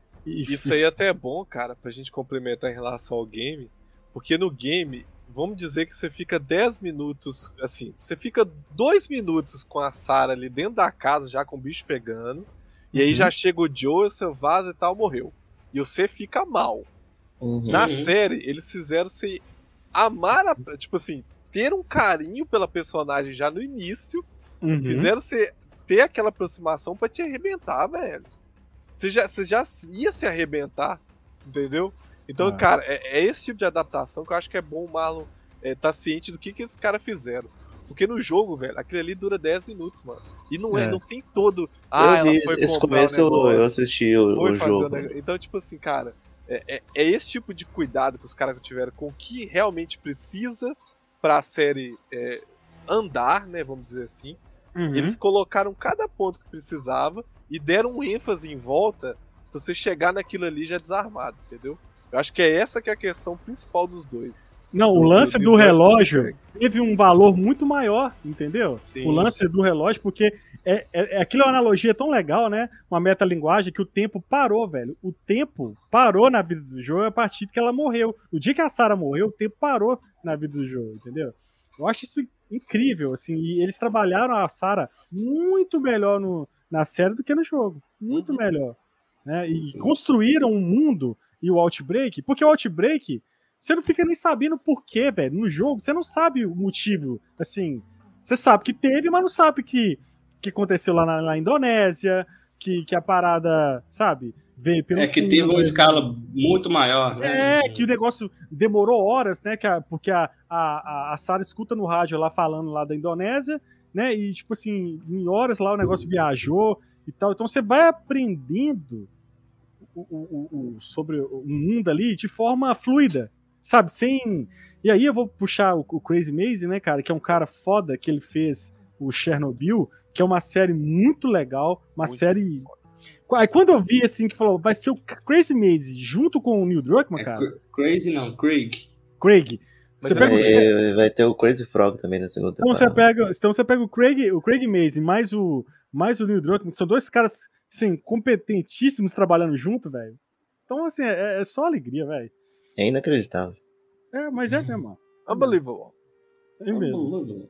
Isso aí até é bom, cara, pra gente complementar em relação ao game, porque no game, vamos dizer que você fica dez minutos, assim, você fica dois minutos com a Sarah ali dentro da casa, já com o bicho pegando, e aí Uhum. já chega o Joel, você vaza e tal, morreu. E você fica mal. Uhum. Na série, eles fizeram você amar, a, tipo assim, ter um carinho pela personagem já no início, Uhum. fizeram você ter aquela aproximação pra te arrebentar, velho. Você já, você já ia se arrebentar, entendeu? Então, Ah. cara, é, é esse tipo de adaptação que eu acho que é bom o Marlon é, tá ciente do que, que esses caras fizeram. Porque no jogo, velho, aquele ali dura dez minutos, mano. E não, é, É. não tem todo. Ah, eu vi ela foi esse comprar começo, o negócio, eu assisti o, foi o fazer o jogo. negócio. Então, tipo assim, cara, é, é, é esse tipo de cuidado que os caras tiveram com o que realmente precisa pra série é, andar, né? Vamos dizer assim. Uhum. Eles colocaram cada ponto que precisava e deram um ênfase em volta pra você chegar naquilo ali já desarmado, entendeu? Eu acho que é essa que é a questão principal dos dois. Não, o Do- lance do do Neil relógio Druckmann. teve um valor muito maior, entendeu? Sim. O lance do relógio, porque é, é, é- aquilo é uma analogia tão legal, né? Uma metalinguagem que o tempo parou, velho. O tempo parou na vida do Joe a partir que ela morreu. O dia que a Sarah morreu, o tempo parou na vida do Joe, entendeu? Eu acho isso incrível, assim. E eles trabalharam a Sarah muito melhor no, na série do que no jogo. Muito Uhum. melhor. Né? E construíram um mundo e o Outbreak, porque o Outbreak, você não fica nem sabendo por quê, velho. No jogo, você não sabe o motivo. Assim, você sabe que teve, mas não sabe que que aconteceu lá na, na Indonésia, que, que a parada, sabe, veio pelo É que fundo, teve uma né? escala muito maior, né? É, que o negócio demorou horas, né? Que a, porque a, a, a Sarah escuta no rádio lá falando lá da Indonésia, né? E, tipo assim, em horas lá o negócio viajou e tal. Então você vai aprendendo o, o, o, sobre o mundo ali de forma fluida, sabe? Sem. E aí eu vou puxar o, o Crazy Maze, né, cara? Que é um cara foda que ele fez o Chernobyl, que é uma série muito legal, uma Muito série. Aí quando eu vi assim que falou, vai ser o Crazy Maze junto com o Neil Druckmann, É cara. Cra- Crazy não, Craig. Craig. Mas Você é- pega, o- É, vai ter o Crazy Frog também na segunda então você temporada. pega, então você pega o Craig, o Craig Maze mais o mais o Neil Druckmann, que são dois caras assim, competentíssimos trabalhando junto, velho. Então assim, é, é só alegria, velho. É inacreditável. É, mas é mesmo. ó. Unbelievable. É mesmo.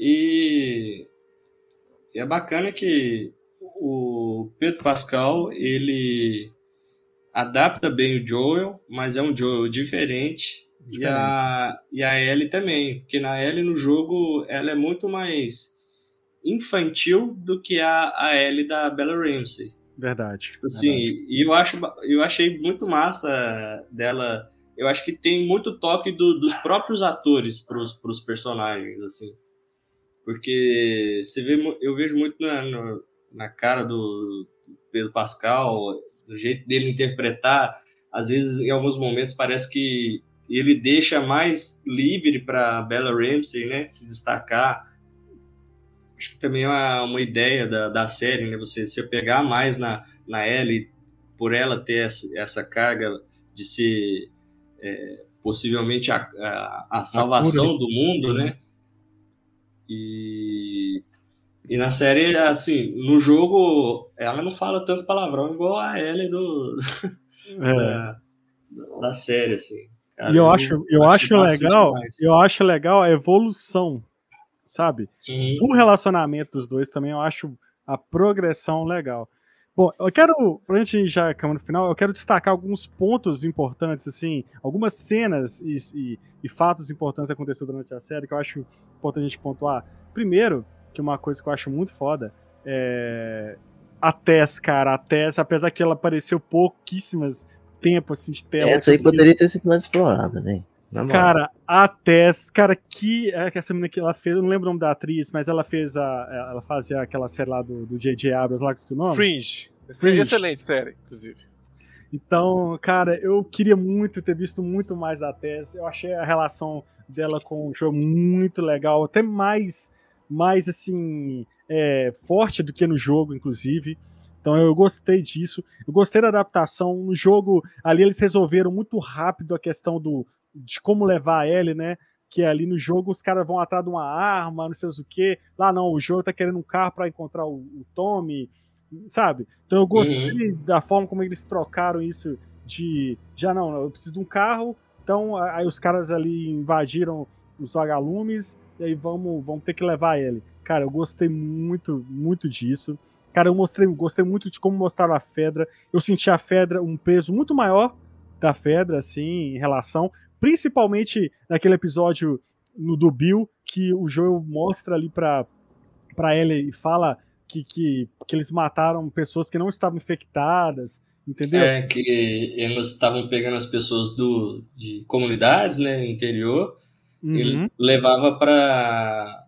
E, e é bacana que o Pedro Pascal, ele adapta bem o Joel, mas é um Joel diferente. E a, e a Ellie também, porque na Ellie no jogo ela é muito mais infantil do que a, a Ellie da Bella Ramsey. Verdade. Tipo assim, verdade. e eu, acho, eu achei muito massa dela. Eu acho que tem muito toque do- dos próprios atores pros, pros personagens, assim. Porque você vê, mu- eu vejo muito na, no- na cara do Pedro Pascal, do jeito dele interpretar. Às vezes, em alguns momentos, parece que ele deixa mais livre para Bella Ramsey, né, se destacar. Acho que também é uma, uma ideia da, da série, né? Você se pegar mais na, na Ellie, por ela ter essa, essa carga de ser é, possivelmente a, a, a salvação do mundo, né? E, e na série, assim, no jogo, ela não fala tanto palavrão igual a Ellie do, É. da, da série, assim. Cara, E eu acho, eu achei acho massa legal, demais. eu acho legal a evolução, sabe? Uhum. Do relacionamento dos dois também, eu acho a progressão legal. Bom, eu quero, pra gente já caminhar no final, eu quero destacar alguns pontos importantes, assim, algumas cenas e, e, e fatos importantes que aconteceram durante a série que eu acho importante a gente pontuar. Primeiro, que uma coisa que eu acho muito foda é a Tess, cara, a Tess, apesar que ela apareceu pouquíssimas tempo, assim, de tela. Essa aí poderia ter sido mais explorada, né? Na moral. Cara, a Tess, cara, que é que essa menina que ela fez, eu não lembro o nome da atriz, mas ela fez a. Ela fazia aquela série lá do J J Abrams, lá que esqueci o nome. Fringe. Fringe. Excelente série, inclusive. Então, cara, eu queria muito ter visto muito mais da Tess. Eu achei a relação dela com o jogo muito legal, até mais, mais assim, é, forte do que no jogo, inclusive. Então eu gostei disso. Eu gostei da adaptação. No jogo, ali eles resolveram muito rápido a questão do, de como levar a Ellie, né? que ali no jogo os caras vão atrás de uma arma, não sei o que. Lá não, o jogo tá querendo um carro para encontrar o, o Tommy, sabe? Então eu gostei uhum. da forma como eles trocaram isso de, já não, eu preciso de um carro, então aí os caras ali invadiram os vagalumes, e aí vamos, vamos ter que levar ele. Cara, eu gostei muito, muito disso. Cara, eu mostrei, gostei muito de como mostraram a Fedra. Eu senti a Fedra um peso muito maior da Fedra, assim, em relação, principalmente naquele episódio no do Bill, que o Joel mostra ali pra, pra ela e fala que, que, que eles mataram pessoas que não estavam infectadas, entendeu? É, que eles estavam pegando as pessoas do, de comunidades, né, no interior, uhum. e levava para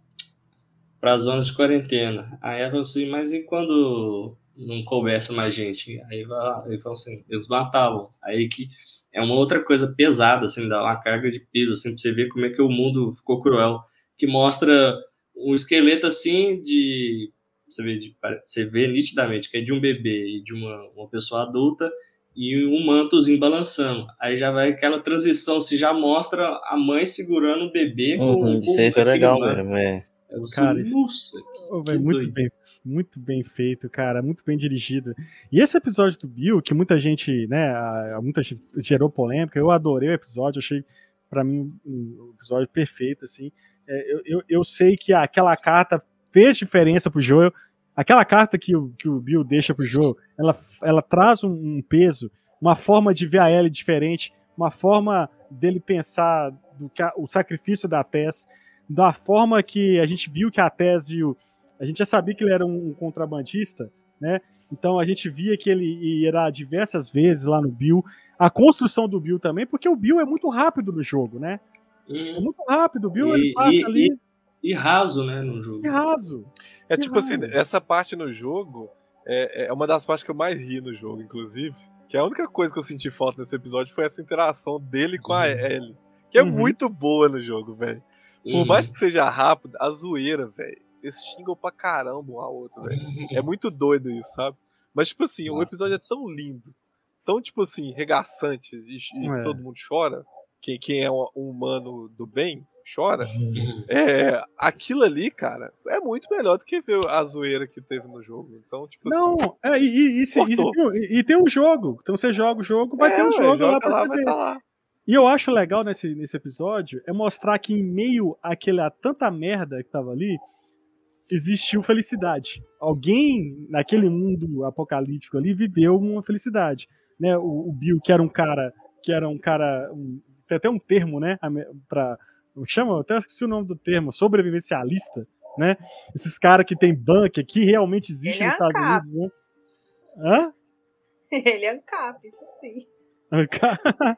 para as zonas de quarentena. Aí ela falou assim, mas e quando não conversa mais gente? Aí ele falou assim, eles matavam. Aí que é uma outra coisa pesada, assim, dá uma carga de peso, assim, pra você ver como é que o mundo ficou cruel. Que mostra um esqueleto, assim, de... Você vê, de, você vê nitidamente que é de um bebê e de uma, uma pessoa adulta e um mantozinho balançando. Aí já vai aquela transição, se já mostra a mãe segurando o bebê uhum, com, isso aí foi legal manto. mesmo, é. Eu sou, cara, nossa, isso, que muito bem, muito bem feito, cara, muito bem dirigido. E esse episódio do Bill, que muita gente, né, muita gente gerou polêmica, eu adorei o episódio, achei pra mim um episódio perfeito, assim. É, eu, eu, eu sei que aquela carta fez diferença pro Joel. Aquela carta que o, que o Bill deixa pro Joel, ela, ela traz um, um peso, uma forma de ver a Ellie diferente, uma forma dele pensar do que a, o sacrifício da Tess, da forma que a gente viu que a Tess e o, a gente já sabia que ele era um, um contrabandista, né? Então a gente via que ele irá diversas vezes lá no Bill. A construção do Bill também, porque o Bill é muito rápido no jogo, né? Hum. É muito rápido, o Bill e, ele passa e, ali... E, e raso, né, no jogo. E raso. É e tipo raso. assim, essa parte no jogo é, é uma das partes que eu mais ri no jogo, inclusive. Que a única coisa que eu senti falta nesse episódio foi essa interação dele com a Ellie. Que é uhum. muito boa no jogo, velho. Por uhum. mais que seja rápido, a zoeira, velho. Eles xingam pra caramba um ao outro, velho. É muito doido isso, sabe? Mas, tipo assim, Nossa, o episódio é tão lindo, tão, tipo assim, regaçante e, e é. todo mundo chora. Quem, quem é um humano do bem chora. É, aquilo ali, cara, é muito melhor do que ver a zoeira que teve no jogo. Então, tipo Não, assim. É, e, e, e, e tem um jogo. Então você joga o jogo, vai é, ter um jogo lá pra lá, você ver. Tá lá. E eu acho legal nesse, nesse episódio é mostrar que em meio àquela tanta merda que tava ali, existiu felicidade. Alguém naquele mundo apocalíptico ali viveu uma felicidade, né? O, o Bill, que era um cara, que era um cara, um, tem até um termo, né? Para chama, até esqueci o nome do termo, sobrevivencialista, né? Esses caras que tem bunker que realmente existe Ele nos é Estados ANCAP. Unidos, né? Hã? Ele é ANCAP, isso sim. ANCAP.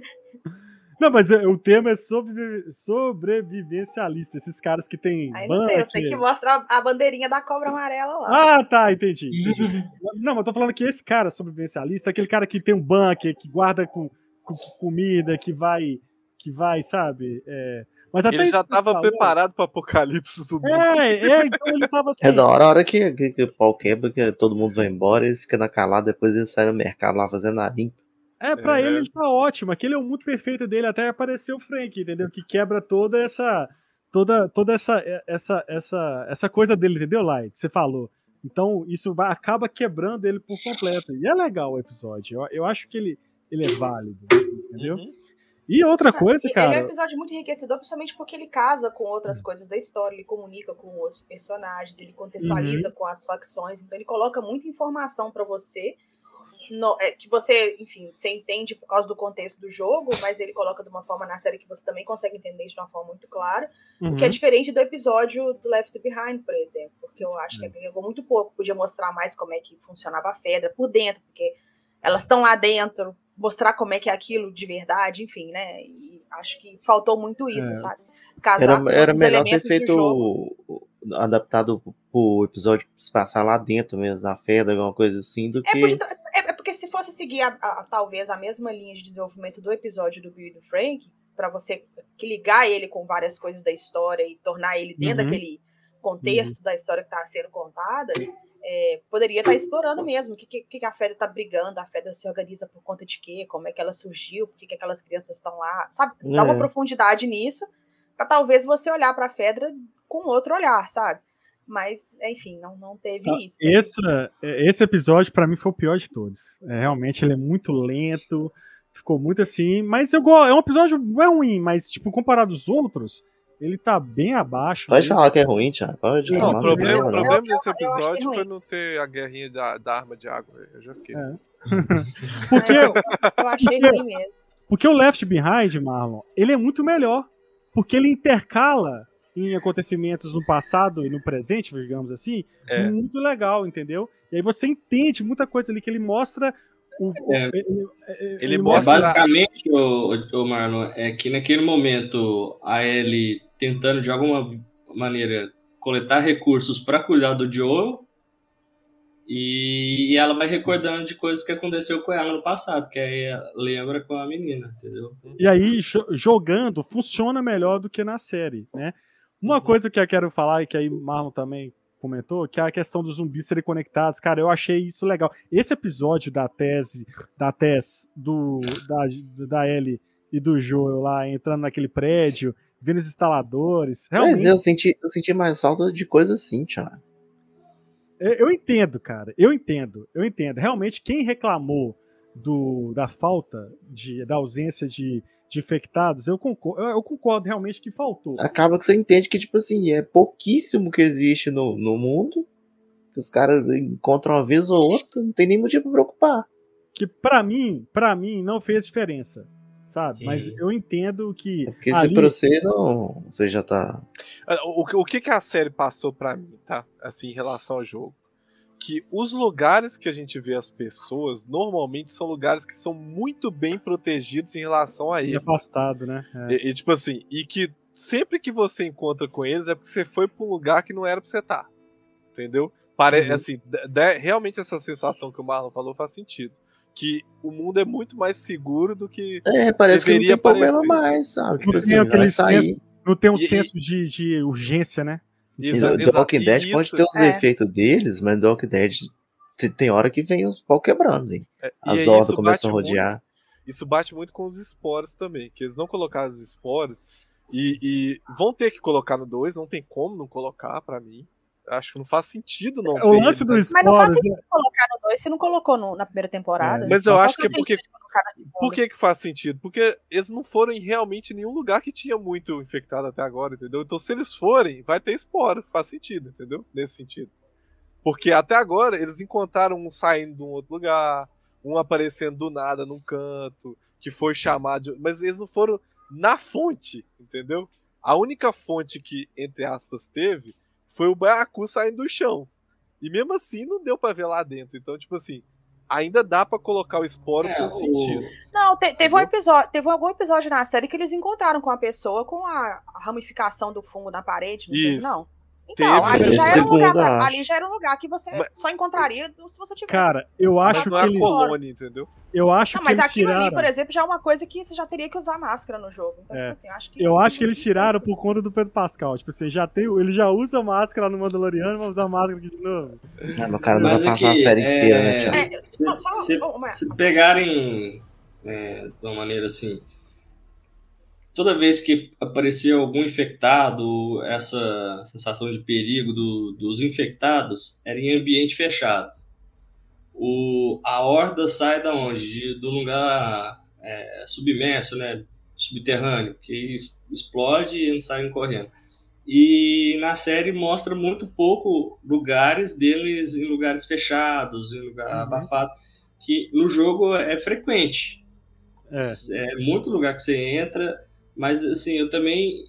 Não, mas o termo é sobre, sobrevivencialista. Esses caras que tem. Aí não sei, eu sei que mostra a bandeirinha da cobra amarela lá. Ah, tá, entendi. entendi. Não, mas eu tô falando que esse cara sobrevivencialista é aquele cara que tem um bunker, que guarda com, com comida, que vai. Que vai, sabe? É... Mas até ele já tava preparado pro apocalipse zumbi. É, é, então ele tava assim. É da hora a hora que, que, que o pau quebra, que todo mundo vai embora, ele fica na calada, depois ele sai no mercado lá fazendo a limpa. É, pra é. ele ele tá ótimo. Aquele é o mundo perfeito dele, até apareceu o Frank, entendeu? Que quebra toda essa. Toda, toda essa, essa, essa, essa coisa dele, entendeu, Lai? Que você falou. Então, isso vai, acaba quebrando ele por completo. E é legal o episódio. Eu, eu acho que ele, ele é válido, entendeu? Uhum. E outra coisa, ele cara... Ele é um episódio muito enriquecedor, principalmente porque ele casa com outras uhum. coisas da história, ele comunica com outros personagens, ele contextualiza uhum. com as facções, então ele coloca muita informação pra você, no, é, que você, enfim, você entende por causa do contexto do jogo, mas ele coloca de uma forma na série que você também consegue entender de uma forma muito clara, uhum. o que é diferente do episódio do Left Behind, por exemplo, porque eu acho uhum. que agregou muito pouco, podia mostrar mais como é que funcionava a Fedra por dentro, porque elas estão lá dentro, mostrar como é que é aquilo de verdade, enfim, né? E acho que faltou muito isso, é. sabe? Casar era com era os melhor elementos ter feito o, adaptado pro episódio se passar lá dentro mesmo, na Fedra, alguma coisa assim, do é que... Porque, é porque se fosse seguir, a, a, talvez, a mesma linha de desenvolvimento do episódio do Bill e do Frank, pra você ligar ele com várias coisas da história e tornar ele dentro uhum. daquele contexto uhum. da história que tá sendo contada... É, poderia estar explorando mesmo o que, que, que a Fedra está brigando, a Fedra se organiza por conta de quê, como é que ela surgiu, por que, que aquelas crianças estão lá, sabe? Dá é. uma profundidade nisso, pra talvez você olhar pra Fedra com outro olhar, sabe? Mas, enfim, não, não teve Ah, isso. Né? Esse, esse episódio, pra mim, foi o pior de todos. É, realmente, ele é muito lento, ficou muito assim, mas eu gosto, é um episódio, não é ruim, mas, tipo, comparado aos outros, ele tá bem abaixo. Pode mesmo. falar que é ruim, Thiago. Pode Não, Não, falar, o não tem problema, o problema, não. problema desse Eu- eu achei episódio ruim. foi não ter a guerrinha da, da arma de água. velho. Eu já fiquei. É. Porque eu, eu achei ruim mesmo. Porque o Left Behind, Marlon, ele é muito melhor. Porque ele intercala em acontecimentos no passado e no presente, digamos assim, É. muito legal, entendeu? E aí você entende muita coisa ali que ele mostra. O, É. ele, Ele É, mostra- basicamente, o, o Marlon, é que naquele momento a Ellie tentando de alguma maneira coletar recursos para cuidar do Joel e ela vai recordando de coisas que aconteceu com ela no passado, que aí lembra com a menina, entendeu? E aí, jo- jogando, funciona melhor do que na série, né? Uma Uhum. coisa que eu quero falar, e que aí Marlon também comentou, que é a questão dos zumbis serem conectados. Cara, eu achei isso legal. Esse episódio da tese, da Tess, do, da, da Ellie e do Joel lá, entrando naquele prédio, vendo os instaladores, Mas realmente... eu senti, eu senti mais falta de coisa assim, Thiago. Eu eu entendo, cara. Eu entendo. Eu entendo. Realmente, quem reclamou do, da falta, de, da ausência de, de infectados, eu concordo, eu, eu concordo realmente que faltou. Acaba que você entende que, tipo assim, é pouquíssimo que existe no, no mundo. Que os caras encontram uma vez ou outra, não tem nem motivo pra preocupar. Que pra mim, para mim, não fez diferença. Sabe? Hum. Mas eu entendo que. É porque ali, se pra você não. Você já tá. O, o que que a série passou pra mim, tá? Assim, em relação ao jogo. Que os lugares que a gente vê as pessoas, normalmente são lugares que são muito bem protegidos em relação a e eles. afastado, né? É. E, e, tipo assim, e que sempre que você encontra com eles é porque você foi pra um lugar que não era pra você estar. Entendeu? Pare Uhum. assim, de- de- realmente essa sensação que o Marlon falou faz sentido. Que o mundo é muito mais seguro do que. É, parece que não Deveria tem problema parecer. mais, sabe? Tipo Não assim, tem vai aquele sair. Não tem um E- e- senso de, de urgência, né? Exa- O The exa- Walking e Dead isso- pode ter os É. efeitos deles, mas The Walking Dead te- tem hora que vem os pau quebrando, hein? é, e As aí hordas isso começam a bate rodear. muito- Isso bate muito com os esporos também, que eles não colocaram os esporos e, e vão ter que colocar no dois, não tem como não colocar pra mim. Acho que não faz sentido não ter. O lance ele, do né? Mas não faz esporos. sentido colocar no dois, você não colocou no- na primeira temporada. É, Mas eu Qual acho que é o porque. sentido de colocar na segunda? Por que que faz sentido? Porque eles não foram em realmente nenhum lugar que tinha muito infectado até agora, entendeu? Então se eles forem, vai ter esporo, faz sentido, entendeu? Nesse sentido. Porque até agora eles encontraram um saindo de um outro lugar, um aparecendo do nada num canto, que foi chamado de... Mas eles não foram na fonte, entendeu? A única fonte que, entre aspas, teve foi o baiacu saindo do chão. E mesmo assim não deu pra ver lá dentro. Então, tipo assim, ainda dá pra colocar o esporo É, com o- sentido. Não, te- teve um Entendeu? episódio, teve algum episódio na série que eles encontraram com a pessoa com a, a ramificação do fungo na parede, não teve, Isso. não. Teve, Então, ali mas já, no era um lugar segundo, pra- acho. ali já era um lugar que você Mas- só encontraria se você tivesse. Cara, eu Mas acho não que é as eles, colônias, entendeu? eu acho não, que mas eles aquilo ali, tiraram. por exemplo, já é uma coisa que você já teria que usar máscara no jogo. Então, É. tipo assim, acho que. Eu acho que não eles precisa. tiraram por conta do Pedro Pascal. Tipo assim, já tem, ele já usa máscara no Mandaloriano, vai usar máscara aqui de novo. Ah, mas o cara não vai Mas passar aqui, a série é, inteira, né, Thiago? É, se, só- só- se- ô, mas- se pegarem é, de uma maneira assim, toda vez que aparecia algum infectado, essa sensação de perigo do- dos infectados era em ambiente fechado. O, a horda sai da onde? De, do lugar é, submerso, né? Subterrâneo, que es- explode e eles saem correndo. E na série mostra muito pouco lugares deles em lugares fechados, em lugar Uhum. abafado, que no jogo é frequente. É. É muito lugar que você entra, mas assim, eu também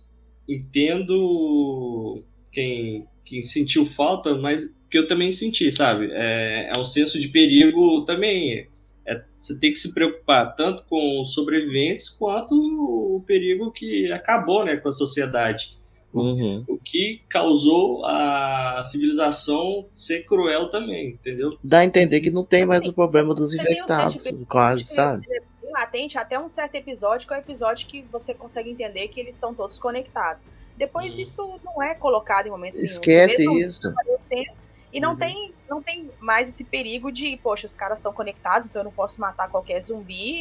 entendo quem, quem sentiu falta, mas que eu também senti, sabe? É, é um senso de perigo também. É, você tem que se preocupar tanto com os sobreviventes quanto o perigo que acabou, né, com a sociedade. Uhum. O que causou a civilização ser cruel também, entendeu? Dá a entender que não tem Mas, mais assim, o problema você- dos você tem um infectados, sentimento quase, de- sabe? de- bem latente até um certo episódio, que é o episódio que você consegue entender que eles estão todos conectados. Depois Uhum. isso não é colocado em momento nenhum. Você Esquece vê, não- isso. E não, Uhum. tem, não tem mais esse perigo de, poxa, os caras estão conectados, então eu não posso matar qualquer zumbi,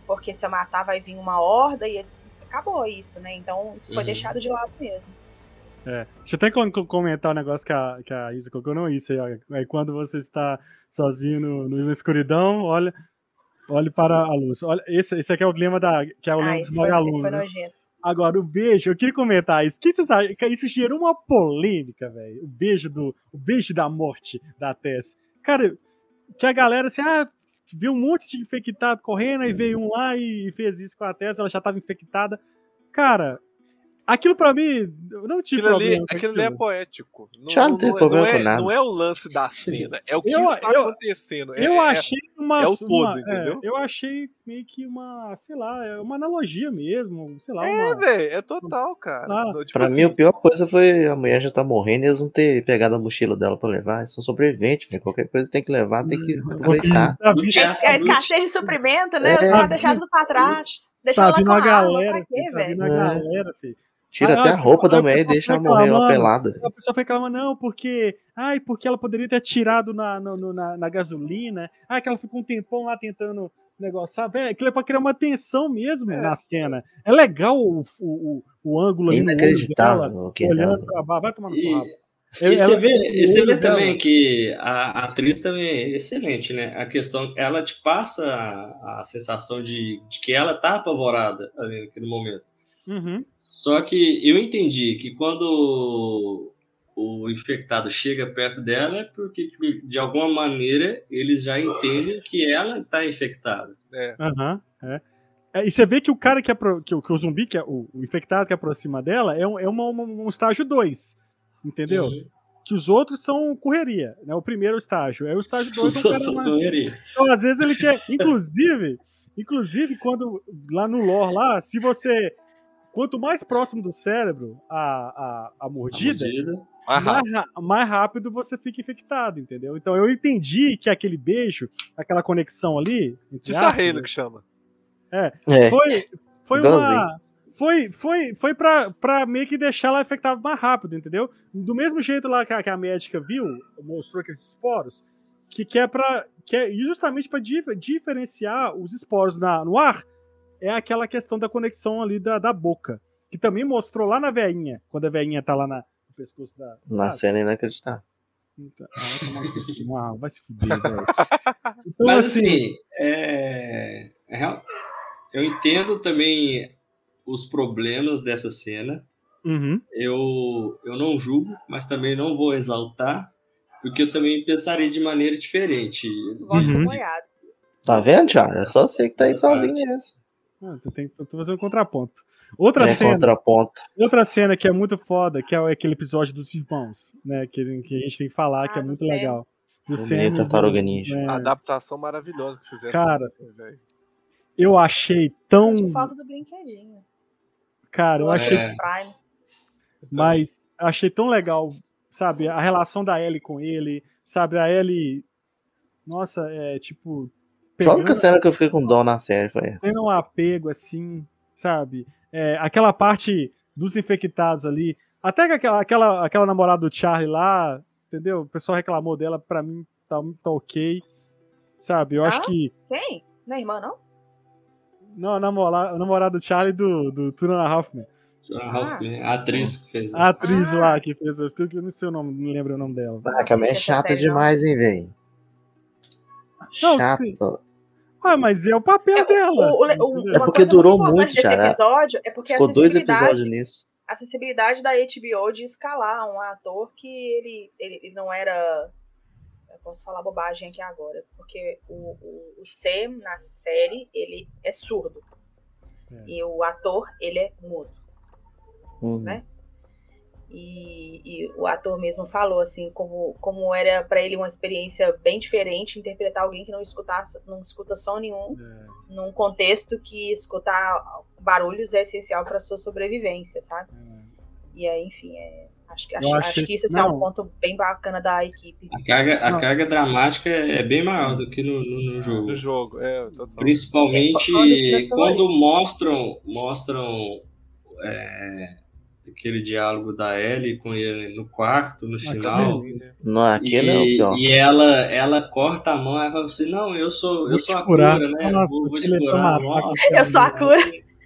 porque se eu matar vai vir uma horda e acabou isso, né? Então isso foi Uhum. deixado de lado mesmo. É. Deixa eu até com- comentar um negócio que a, que a Isa colocou, não isso aí, ó. Aí quando você está sozinho no, no- na escuridão, olha, olhe para a luz. Olha, esse, esse aqui é o lema da, que é o lema Ah, dos esse foi, esse vagalumes, foi né? nojento. Agora, o beijo, eu queria comentar isso. Que vocês acham? Que isso gerou uma polêmica, velho. O beijo do, o beijo da morte da Tess. Cara, que a galera assim, ah, viu um monte de infectado correndo, aí veio um lá e fez isso com a Tess, ela já estava infectada. Cara, aquilo pra mim, eu não tive Aquilo ali, problema com aquilo ali é aquilo. poético. Não, Já não não, tem é- problema não com é, nada. não é o lance da cena, é o que Eu- está eu- acontecendo. É, Eu é- achei uma. é o todo, uma- entendeu? é, eu achei meio que uma, sei lá, é uma analogia mesmo, sei lá. É, uma, velho, é total, cara. Ah, No- tipo Pra assim, mim, a pior coisa foi a mulher já tá morrendo e eles não ter pegado a mochila dela pra levar. Eles são sobreviventes, velho. Qualquer coisa tem que levar, tem que aproveitar. tá Do vindo, teatro É a bruto. escassez de suprimento, né? É. Os caras deixaram tudo pra trás. tá Deixaram lá vindo com uma a arma, galera, pra quê, filho, tá velho? vindo a É. galera, filho. Tira Aí, até aí a o roupa pessoal- da aí o mulher e pessoal deixa ela fica morrer lá reclamando. pelada. A pessoa reclama, não, porque. Ai, porque ela poderia ter atirado na, no- no- na, na gasolina. Ah, que ela ficou um tempão lá tentando negociar. Velho, aquilo é pra criar uma tensão mesmo É. na cena. É legal o, o, o, o ângulo É ali no olho inacreditável dela, o que olhando ela- pra baixo. Vai tomar no E, seu rabo. e você Ela- vê, e o você olho vê dela- também que a, a atriz também é excelente, né? A questão, ela te passa a, a sensação de, de que ela tá apavorada ali naquele momento. Uhum. Só que eu entendi que quando o infectado chega perto dela é porque, de alguma maneira, eles já entendem que ela está infectada. é. Aham, é. É, e você vê que o cara que, apro- que, o- que o zumbi, que é o, o infectado que aproxima dela, é um, é uma- uma- um estágio dois. Entendeu? Uhum. Que os outros são correria, né? O primeiro estágio. É o estágio dois, é um cara Só mais- correria. Então, às vezes, ele quer. Inclusive, inclusive, quando lá no lore, lá, se você. Quanto mais próximo do cérebro a, a, a A mordida, mordida. Mais mais, rápido. ra- mais rápido você fica infectado, entendeu? Então eu entendi que aquele beijo, aquela conexão ali. entre De aspas, Sarrelo que chama. É, foi, foi uma. Igualzinho. Foi, foi, foi pra, pra meio que deixar ela infectada mais rápido, entendeu? Do mesmo jeito lá que a, que a médica viu, mostrou aqueles esporos, que, que é pra. Que é justamente pra dif- diferenciar os esporos na, no ar, é aquela questão da conexão ali da, da boca. Que também mostrou lá na veinha, quando a veinha tá lá na, no pescoço da. na sabe? cena inacreditável. Então, ah, vai tomar no seu cu. Ah, vai se fuder, velho. Então, Mas assim. assim, é, é real- eu entendo também os problemas dessa cena. Uhum. Eu, eu não julgo, mas também não vou exaltar, porque eu também pensaria de maneira diferente. Voto Uhum. boiado. Tá vendo, Thiago? É só você que tá aí sozinho nessa. Ah, tu tem, tu fazendo um contraponto. Outra É cena. contraponto. Outra cena que é muito foda, que é aquele episódio dos irmãos, né? Que, que a gente tem que falar, Ah, que é do muito Sam. legal. Do O Sam menino e Tartaruga do- Ninja. é, A adaptação maravilhosa que fizeram. Cara, com você, velho. eu achei tão. Senti falta do brinquedinho. Cara, eu Do achei. É. Optimus Prime. Mas achei tão legal, sabe? A relação da Ellie com ele, sabe? A Ellie. Nossa, é tipo. Foi a única pegando- cena que eu fiquei com dó na série, foi essa. tendo um apego assim, sabe? É, aquela parte dos infectados ali, até que aquela, aquela, aquela namorada do Charlie lá, entendeu? O pessoal reclamou dela, pra mim tá, tá ok, sabe? Eu acho Ah? que. Quem? Não é irmã, não? Não, a namorada, a namorada do Charlie do, do Two and a Half Men. A Hoffman, a atriz que fez. A atriz Ah. lá que fez isso, que eu não sei o nome, não lembro o nome dela. Ah, que a mulher é Assiste essa chata série, não. demais, hein, velho. Não, Chata. sim. Ah, mas é o papel É, o- dela. o- o- entendeu? uma É porque coisa durou muito importante muito, desse Thiago. episódio é porque Ficou a dois acessibilidade, episódios nisso. a acessibilidade da H B O de escalar um ator que ele, ele, ele não era. Eu posso falar bobagem aqui agora, porque o, o, o Sam na série ele é surdo É. e o ator ele é mudo. Uhum. né? E, e o ator mesmo falou assim como, como era pra ele uma experiência bem diferente interpretar alguém que não escutasse, não escuta som nenhum É, num contexto que escutar barulhos é essencial para sua sobrevivência, sabe? é. E aí, enfim, é, acho, que, Eu acho, achei- acho que isso assim, é não. um ponto bem bacana da equipe. A carga, a Não. carga dramática é bem maior do que no, no, no jogo. No jogo, é, total. Principalmente É, foi um dos meus quando favoritos. mostram, mostram é, aquele diálogo da Ellie com ele no quarto, no final. Não, aquele é o E, pior. e ela, ela corta a mão e fala assim, não, eu sou, eu Vou sou te a curar. cura, né? Nossa, vou, vou te aquele é curar. tão Nossa, Eu sou a cura.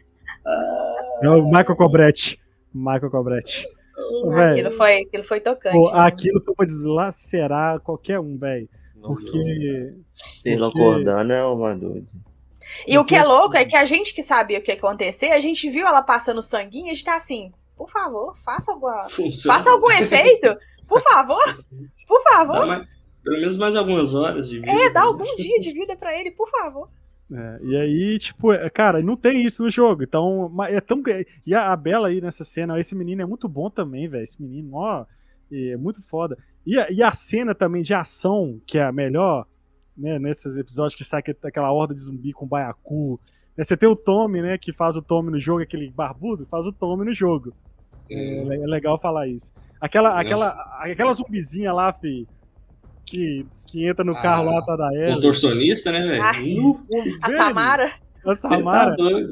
É o Michael Cobretti. Michael Cobretti. Véi, Aquilo foi, aquilo foi tocante. pô, né? aquilo foi pra deslacerar qualquer um, velho. Porque. Taylor porque- Cordano é uma doida. E o que é louco é que a gente que sabia o que ia acontecer, a gente viu ela passando sanguinho e a gente tá assim, por favor, faça, alguma, Funciona. faça algum efeito, por favor, por Dá favor. mais- pelo menos mais algumas horas de vida. É, dá algum dia de vida pra ele, por favor. É, e aí, tipo, é, cara, não tem isso no jogo. Então, ma- é tão. E a, a Bella aí nessa cena, esse menino é muito bom também, velho. Esse menino, ó, é muito foda. E a, e a cena também de ação, que é a melhor, né, nesses episódios que sai aquele- aquela horda de zumbi com baiacu. Né, você tem o Tommy, né, que faz o Tommy no jogo, aquele barbudo, faz o Tommy no jogo. É, É. é legal falar isso. Aquela, Nossa. aquela, aquela zumbizinha lá, fi, que, que entra no carro Ah, lá, tá da Ellie. Contorcionista, né, velho? Ah. Nu, A Velho, Samara. A Você tá Samara. doido.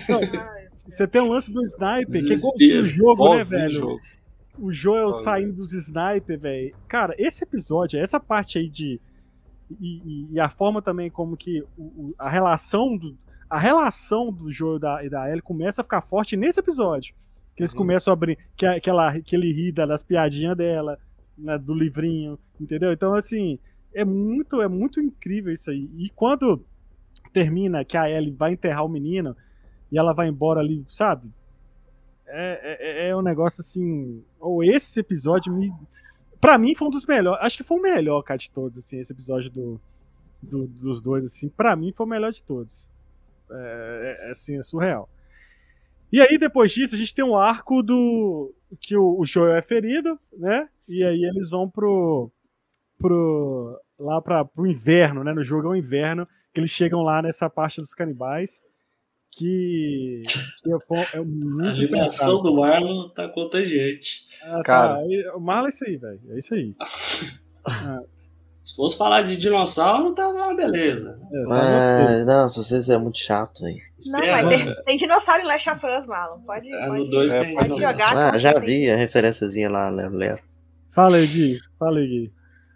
Você tem um lance do sniper, que é igual Desespero. no jogo, né, Igualzinho o velho? jogo. O Joel Igualzinho. saindo dos sniper, velho. Cara, esse episódio, essa parte aí de. E, e- e a forma também como que o- o- a relação do. A relação do Joel e da, e da Ellie começa a ficar forte nesse episódio. Que eles Uhum. começam a abrir. Que, a- que, ela, que ele ri da- das piadinhas dela, né, do livrinho, entendeu? Então, assim, é muito, é muito incrível isso aí. E quando termina que a Ellie vai enterrar o menino e ela vai embora ali, sabe? É, é, é um negócio assim. Ou esse episódio me. Pra mim foi um dos melhores. Acho que foi o melhor, cara, de todos, assim, esse episódio do, do- dos dois, assim. Pra mim foi o melhor de todos. É, é, assim, é surreal. E aí, depois disso, a gente tem um arco do. Que o, o Joel é ferido, né? E aí eles vão pro. pro lá pra, pro inverno, né? No jogo é o inverno. Que eles chegam lá nessa parte dos canibais. Que, que é, fo- é A muito animação do Marlon tá contagiante. Ah, tá. Cara. Aí, o Marlon é isso aí, velho. É isso aí. Se fosse falar de dinossauro, tava uma beleza. É, tá no- Mas, nossa, vocês é muito chato, hein? Não, Espera, mas tem, tem dinossauro em Last of Us, Marlon. Pode, É, no pode, dois é, tem pode dinossauro. jogar. Ah, que já tem- vi a referenciazinha lá, Lero Lero. Fala aí, Gui. Fala aí, Gui.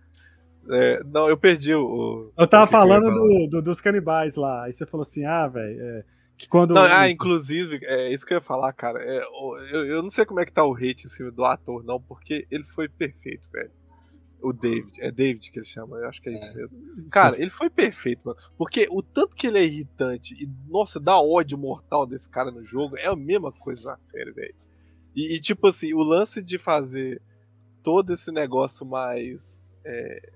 É, não, eu perdi o. o- Eu tava o que que eu ia falando falar. do, do- dos canibais lá. Aí você falou assim, ah, velho, é, que quando. Não, ah, inclusive, é isso que eu ia falar, cara. É, o- eu, eu não sei como é que tá o hate em cima do ator, não, porque ele foi perfeito, velho. O David, é David que ele chama, eu acho que é isso mesmo. Cara, ele foi perfeito, mano. Porque o tanto que ele é irritante e, nossa, dá ódio mortal desse cara no jogo é a mesma coisa na série, velho. E, e, tipo assim, o lance de fazer todo esse negócio mais é,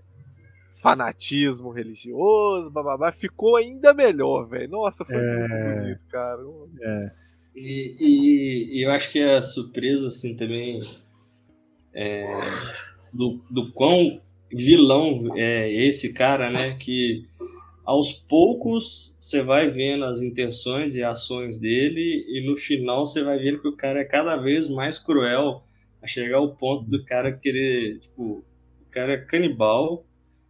fanatismo religioso, bababá, ficou ainda melhor, velho. Nossa, foi É. muito bonito, cara. Nossa. É, E, e- e eu acho que a surpresa, assim, também é, do, do quão vilão é esse cara, né? Que aos poucos você vai vendo as intenções e ações dele e no final você vai vendo que o cara é cada vez mais cruel a chegar ao ponto do cara querer, tipo, o cara é canibal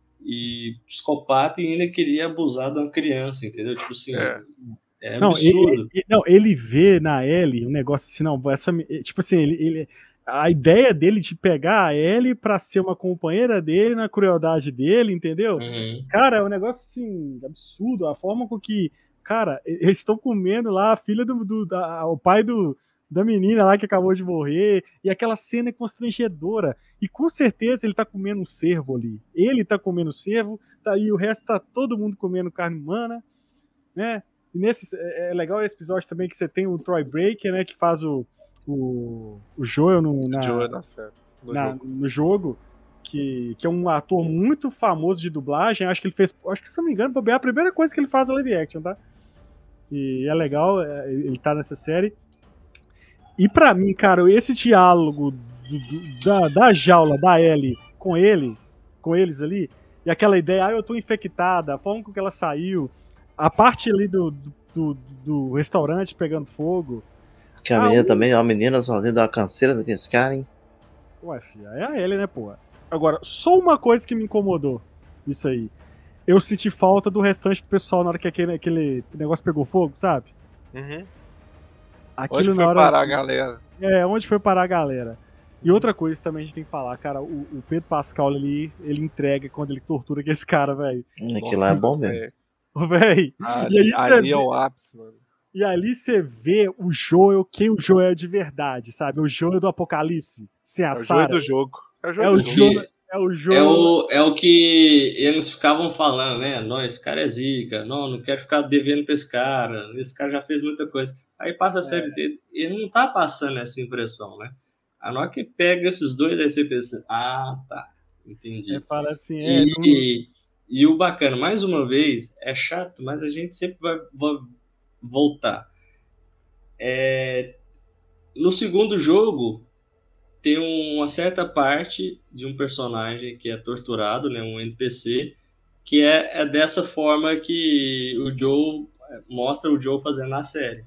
e psicopata e ainda queria abusar de uma criança, entendeu? Tipo assim, É. é, não, absurdo. ele, ele- não, ele vê na Ellie um negócio assim, não, essa, tipo assim, ele, ele- a ideia dele de pegar a Ellie pra ser uma companheira dele na crueldade dele, entendeu? Uhum. Cara, é um negócio assim, absurdo. A forma com que, cara, eles estão comendo lá a filha do. do da, o pai do, da menina lá que acabou de morrer. E aquela cena é constrangedora. E com certeza ele tá comendo um cervo ali. Ele tá comendo cervo, tá, e o resto tá todo mundo comendo carne humana, né? E nesse, é, é legal esse episódio também que você tem o Troy Baker, né? Que faz o, o, o Joel no, na, Joel na série, no na- jogo. no jogo, que, que é um ator muito famoso de dublagem. Acho que ele fez, acho que se não me engano, é a primeira coisa que ele faz é live action, tá? E é legal, é, ele tá nessa série. E pra mim, cara, esse diálogo do- do- da, da jaula da Ellie com ele, com eles ali, e aquela ideia, ah, eu tô infectada, a forma com que ela saiu, a parte ali do, do, do- do restaurante pegando fogo. Que a Ah, menina o- também, uma menina sozinha da canseira daqueles caras, hein? Ué, filha, é a Ellie, né, porra? Agora, só uma coisa que me incomodou, isso aí. Eu senti falta do restante do pessoal na hora que aquele, aquele negócio pegou fogo, sabe? Uhum. Aquilo Onde na foi hora... parar a galera? É, onde foi parar a galera. E outra coisa também a gente tem que falar, cara, o, o Pedro Pascal ali, ele entrega quando ele tortura aquele cara, velho. Aquilo lá é bom mesmo. velho. Velho. Ali, E aí você ali vê- é o ápice, mano. E ali você vê o Joel, quem o Joel é de verdade, sabe? O Joel do Apocalipse, sem a É o jogo Sarah. do jogo. É o jogo É o do jogo. Joel, é o É Joel. o, é o que eles ficavam falando, né? Não, esse cara é zica. Não, não quero ficar devendo pra esse cara. Esse cara já fez muita coisa. Aí passa a série dele. Ele não tá passando essa impressão, né? A hora que pega esses dois, aí você pensa, ah, tá. Entendi. É, fala assim, é, E, não- e, e o bacana, mais uma vez, é chato, mas a gente sempre vai, vai voltar. É, no segundo jogo, tem uma certa parte de um personagem que é torturado, né, um N P C, que é, é dessa forma que o Joe mostra o Joe fazendo na série.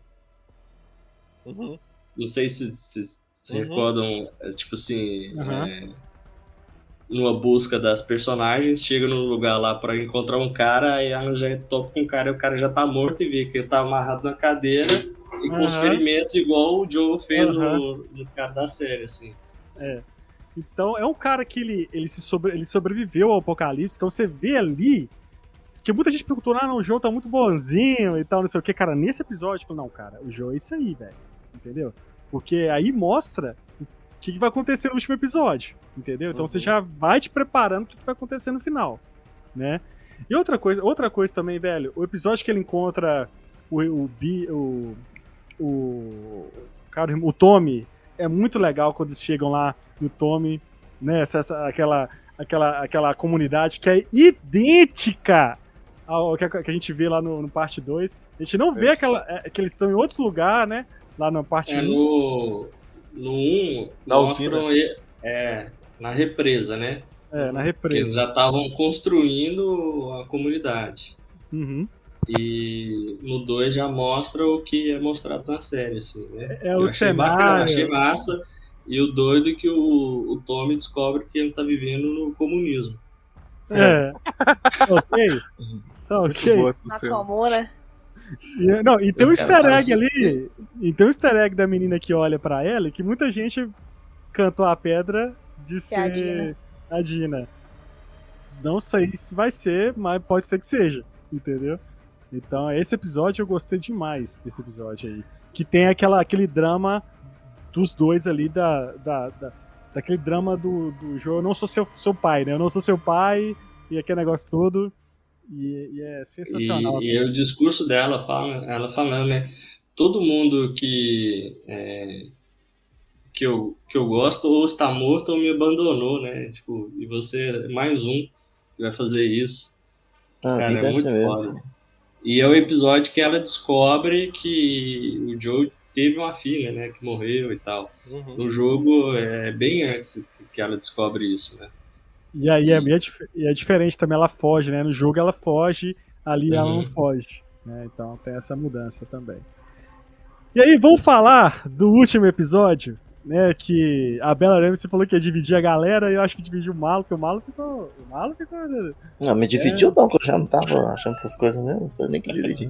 Uhum. Não sei se se, se Uhum. recordam, é, tipo assim, Uhum. é, numa busca das personagens, chega num lugar lá para encontrar um cara, aí ela já topa com o cara, e o cara já tá morto e vê que ele tá amarrado na cadeira e com os Uhum. ferimentos igual o Joe fez Uhum. no, no cara da série, assim. Então é um cara que ele, ele, se sobre, ele sobreviveu ao Apocalipse, então você vê ali que muita gente perguntou, ah, não, o Joe tá muito bonzinho e tal, não sei o que, cara, nesse episódio, falou, não, cara, o Joe é isso aí, velho, entendeu? Porque aí mostra o que, que vai acontecer no último episódio, entendeu? Então Uhum. você já vai te preparando o que, que vai acontecer no final, né? E outra coisa, outra coisa também, velho, o episódio que ele encontra o, o, Bi- o, o, cara, o Tommy, é muito legal quando eles chegam lá no Tommy, né? Essa, essa- aquela, aquela, aquela comunidade que é idêntica ao que a, que a gente vê lá no, no parte dois. A gente não vê aquela, é, que eles estão em outros lugares, né? Lá na parte É, um. no, no um, Na mostram ele- é, na represa, né? É, na Que eles represa. já estavam construindo a comunidade. Uhum. E no dois já mostra o que é mostrado na série, assim, né? É Eu o achei cenário. bacana, achei massa. E o doido é que o, o Tommy descobre que ele tá vivendo no comunismo. É. ok. Tá Muito ok. boa essa Na cena. comuna. E, não, e tem um Eu quero easter egg fazer ali. E tem um easter egg da menina que olha pra ela, que muita gente cantou a pedra de Que é a ser Dina. a Dina. Não sei se vai ser, mas pode ser que seja, entendeu? Então, esse episódio eu gostei demais desse episódio aí. Que tem aquela, aquele drama dos dois ali, da, da, da- daquele drama do, do jogo. Eu não sou seu, seu pai, né? Eu não sou seu pai, e aquele negócio todo. E, e é sensacional. E, e o discurso dela, fala, ela falando, né? Todo mundo que, é, que, eu, que eu gosto ou está morto ou me abandonou, né? Tipo, e você é mais um que vai fazer isso. A Cara, vida é é muito assim mesmo. foda. E é o episódio que ela descobre que o Joe teve uma filha, né? Que morreu e tal. Uhum. No jogo é bem antes que ela descobre isso, né? E aí é, e é, dif- e é diferente também, ela foge, né? No jogo ela foge, ali ela não Uhum. foge. Né? Então tem essa mudança também. E aí, vamos falar do último episódio, né? Que a Bella Ramsey falou que ia dividir a galera, e eu acho que dividiu o Malo, porque o Malo ficou. O Malo ficou. Não, me dividiu não, que eu já não tava achando essas coisas mesmo. Eu nem que dividir.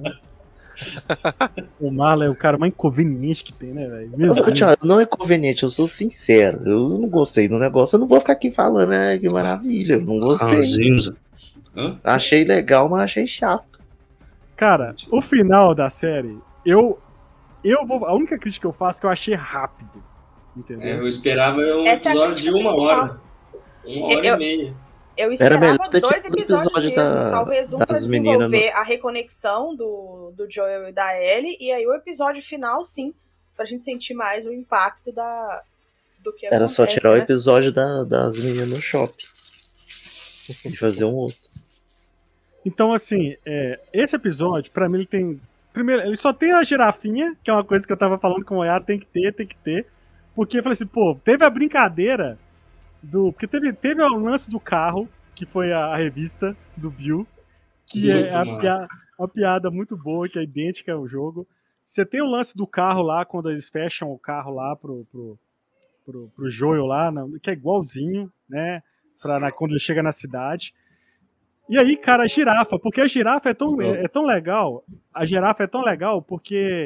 O Malo é o cara mais inconveniente que tem, né, velho? Meu Eu, Deus. Thiago, não é conveniente, eu sou sincero. Eu não gostei do negócio, eu não vou ficar aqui falando, né? Que maravilha. Eu não gostei. Ranzinza. Hã? Achei legal, mas achei chato. Cara, o final da série, eu. Eu vou. A única crítica que eu faço é que eu achei rápido. É, Entendeu? eu esperava um Essa é a episódio de crítica uma principal. hora. Uma hora Eu- e meia. Eu Era esperava melhor ter dois tido o episódios episódio mesmo. da- Talvez um pra das meninas desenvolver a reconexão do, do Joel e da Ellie. E aí o episódio final, sim, pra gente sentir mais o impacto da, do que Era acontece, só tirar o né? episódio da- das meninas no shopping. E fazer um outro. Então, assim, é, esse episódio, pra mim, ele tem. Primeiro, ele só tem a girafinha, que é uma coisa que eu tava falando com o Oiá, tem que ter, tem que ter. Porque eu falei assim, pô, teve a brincadeira do. Porque teve, teve o lance do carro, que foi a, a revista do Bill, que Muito é a massa. pia- uma piada muito boa, que é idêntica ao jogo. Você tem o lance do carro lá, quando eles fecham o carro lá pro, pro, pro, pro Joel lá, na- que é igualzinho, né? Pra, na- quando ele chega na cidade. E aí, cara, a girafa, porque a girafa é tão, é, é tão legal, a girafa é tão legal porque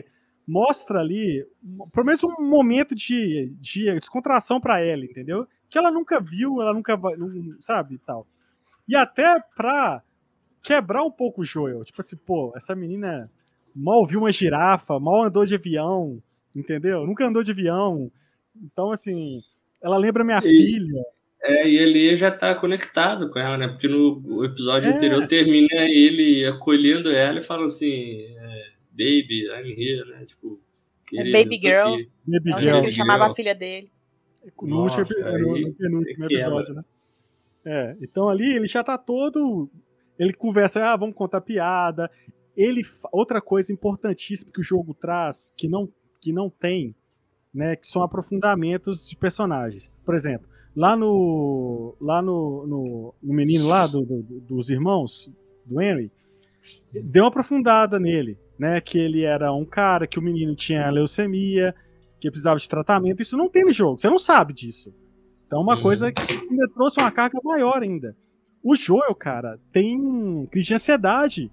mostra ali, pelo menos um momento de, de descontração pra ela, entendeu? Que ela nunca viu, ela nunca vai, não, sabe, e tal. E até pra quebrar um pouco o Joel. Tipo assim, pô, essa menina mal viu uma girafa, mal andou de avião, entendeu? Nunca andou de avião. Então, assim, ela lembra minha E- filha. É, e ele já tá conectado com ela, né? Porque no episódio É. anterior termina ele acolhendo ela e fala assim, é, baby, I'm here, né? Tipo, É querida, baby eu tô girl. aqui. Baby É o jeito Girl. que ele Baby chamava girl. a filha dele. No, último, Nossa, epi- no, aí no penúltimo quebra. episódio, né? É, então ali ele já tá todo. Ele conversa, ah, vamos contar piada. Ele, fa- outra coisa importantíssima que o jogo traz, que não, que não tem, né? Que são aprofundamentos de personagens. Por exemplo, lá no. Lá no, no, no menino lá do, do- dos irmãos, do Henry, deu uma aprofundada nele, né? Que ele era um cara, que o menino tinha leucemia, que precisava de tratamento. Isso não tem no jogo, você não sabe disso. Então, uma Uhum. coisa que ainda trouxe uma carga maior ainda. O Joel, cara, tem crise de ansiedade.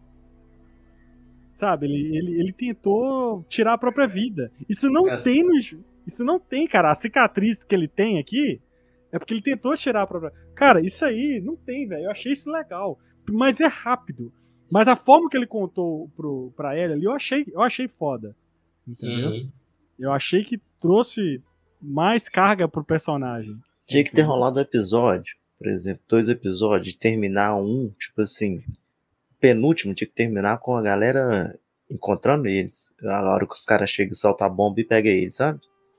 Sabe? Ele, ele, ele tentou tirar a própria vida. Isso não Essa- tem no jo- Isso não tem, cara. A cicatriz que ele tem aqui é porque ele tentou tirar a própria. Cara, isso aí não tem, velho. Eu achei isso legal. Mas é rápido. Mas a forma que ele contou pro, pra ela ali, eu achei, eu achei foda. Entendeu? Uhum. Eu achei que trouxe mais carga pro personagem. Tinha que ter rolado um episódio, por exemplo, dois episódios, de terminar um, tipo assim, penúltimo, tinha que terminar com a galera encontrando eles. A hora que os caras chegam, soltam a bomba e pegam eles, sabe?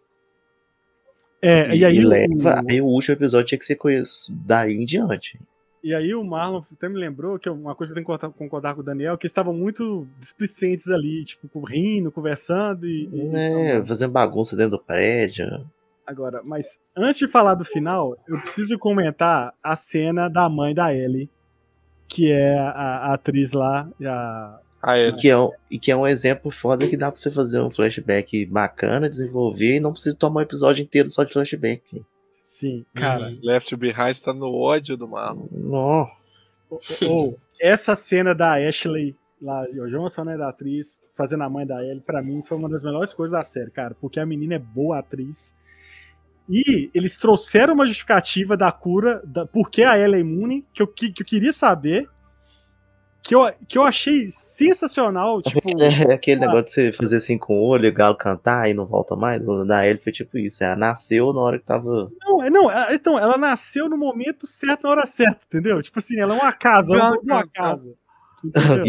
É, e, E, aí, e o- leva, aí o último episódio tinha que ser com isso, daí em diante. E aí o Marlon até me lembrou que uma coisa que eu tenho que concordar- concordar com o Daniel, que eles estavam muito displicentes ali, tipo, rindo, conversando e. e- É, fazendo bagunça dentro do prédio. Agora, mas antes de falar do final, eu preciso comentar a cena da mãe da Ellie, que é a, a atriz lá, a, Ah, é. E que, é um, e que é um exemplo foda que dá pra você fazer um flashback bacana, desenvolver, e não precisa tomar um episódio inteiro só de flashback. sim, cara. Uhum. Left Behind tá no ódio do Marlon. Não. Ou, ou, essa cena da Ashley, lá, o Johnson, né, da atriz, fazendo a mãe da Ellie, pra mim foi uma das melhores coisas da série, cara, porque a menina é boa atriz. E eles trouxeram uma justificativa da cura, da, por que a Ellie é imune, que eu, que, que eu queria saber, que eu, que eu achei sensacional, tipo... É aquele negócio de você fazer assim com o olho, o galo cantar e não volta mais. Da Ellie foi tipo isso. Ela nasceu na hora que tava. Não, é- não, ela- então, ela nasceu no momento certo, na hora certa, entendeu? Tipo assim, ela é uma casa, ela Galo é uma cantar. casa. Entendeu?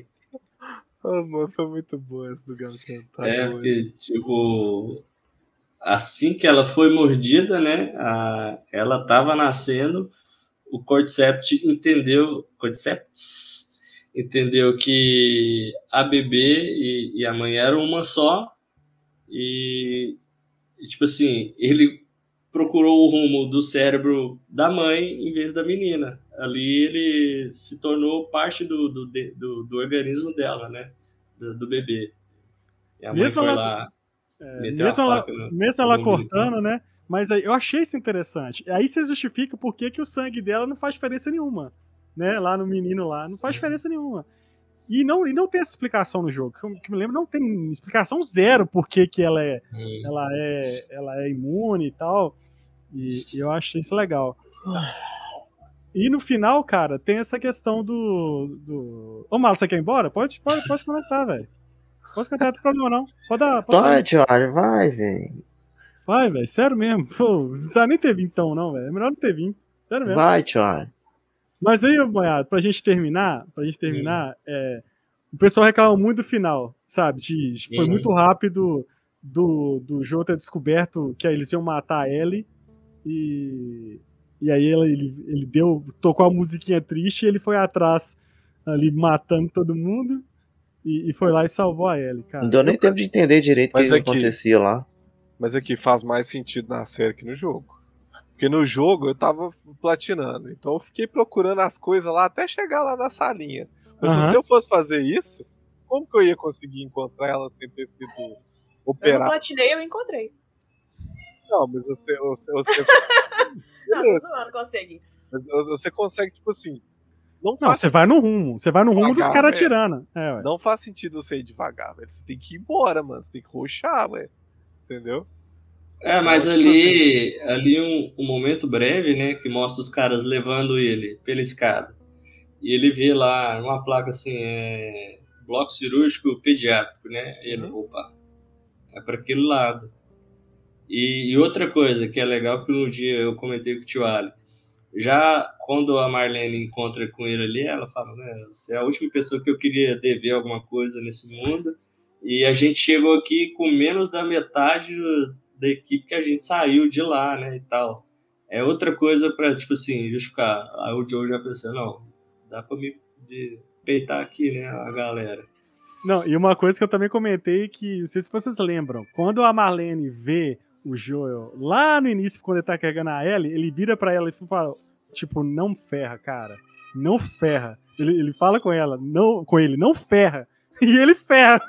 Ah, mano, foi muito boa essa do Galo cantar. É, boa. porque, tipo, assim que ela foi mordida, né, a, ela tava nascendo, o Cordyceps entendeu, Cordyceps entendeu que a bebê e, e a mãe eram uma só, e, e, tipo assim, ele procurou o rumo do cérebro da mãe em vez da menina. Ali ele se tornou parte do, do, do, do organismo dela, né, do, do bebê. E a mãe Mesmo foi ela- lá, É, meteu mesmo a ela, faca no- mesmo no ela umbilical. cortando, né? Mas aí, eu achei isso interessante. Aí você justifica por que, que o sangue dela não faz diferença nenhuma. Né? Lá no menino lá, não faz diferença nenhuma. E não, e não tem essa explicação no jogo. Que eu, que eu me lembro, não tem explicação zero por que, que ela, é, Hum. ela, é, ela é imune e tal. E, e eu achei isso legal. E no final, cara, tem essa questão do. do... Ô, Malo, você quer ir embora? Pode, pode, pode conectar, velho. Pode conectar, não tem problema não. Pode dar. Pode Vai, Jorge, vai, velho. Vai, velho, sério mesmo. Pô, não precisa nem ter vindo então, não, velho. É melhor não ter vindo. Sério mesmo. Vai, Jorge. Mas aí, Boiado, pra gente terminar, pra gente terminar, é, o pessoal reclama muito do final, sabe? De, de- foi Uhum. muito rápido do, do Joe ter descoberto que eles iam matar a Ellie e, e aí ele, ele, ele deu, tocou a musiquinha triste e ele foi atrás ali matando todo mundo e, e foi lá e salvou a Ellie, cara. Não deu nem tempo de entender direito o que Mas que aqui- acontecia lá. Mas aqui faz mais sentido na série que no jogo. Porque no jogo eu tava platinando. Então eu fiquei procurando as coisas lá até chegar lá na salinha. Mas Aham. se eu fosse fazer isso, como que eu ia conseguir encontrar ela sem ter sido Eu não operado? platinei, eu encontrei. Não, mas você. você, você Não, tô beleza, zoando, consegui. mas você consegue, tipo assim. Não, Não, faz, você vai no rumo. Você vai no rumo dos Devagar, caras velho. atirando. É, ué. não faz sentido você ir devagar, velho. Você tem que ir embora, mano. Você tem que roxar, velho. Entendeu? É, mas Então, tipo ali, ali um, um momento breve, né, que mostra os caras levando ele pela escada. E ele vê lá uma placa assim, é, bloco cirúrgico pediátrico, né? Ele, Uhum. opa, é para aquele lado. E, e outra coisa que é legal que no dia eu comentei com o tio Ali, já quando a Marlene encontra com ele ali, ela fala, né, você é a última pessoa que eu queria dever alguma coisa nesse mundo, e a gente chegou aqui com menos da metade do, da equipe que a gente saiu de lá, né, e tal. É outra coisa para, tipo assim, justificar. Aí o Joe já pensou, não, dá pra me de, peitar aqui, né, a galera. Não, e uma coisa que eu também comentei que, não sei se vocês lembram, quando a Marlene vê o Joel lá no início, quando ele tá carregando a Ellie, ele vira pra ela e fala, tipo, não ferra, cara, não ferra. Ele, ele fala com ela, não, com ele, não ferra. E ele ferra.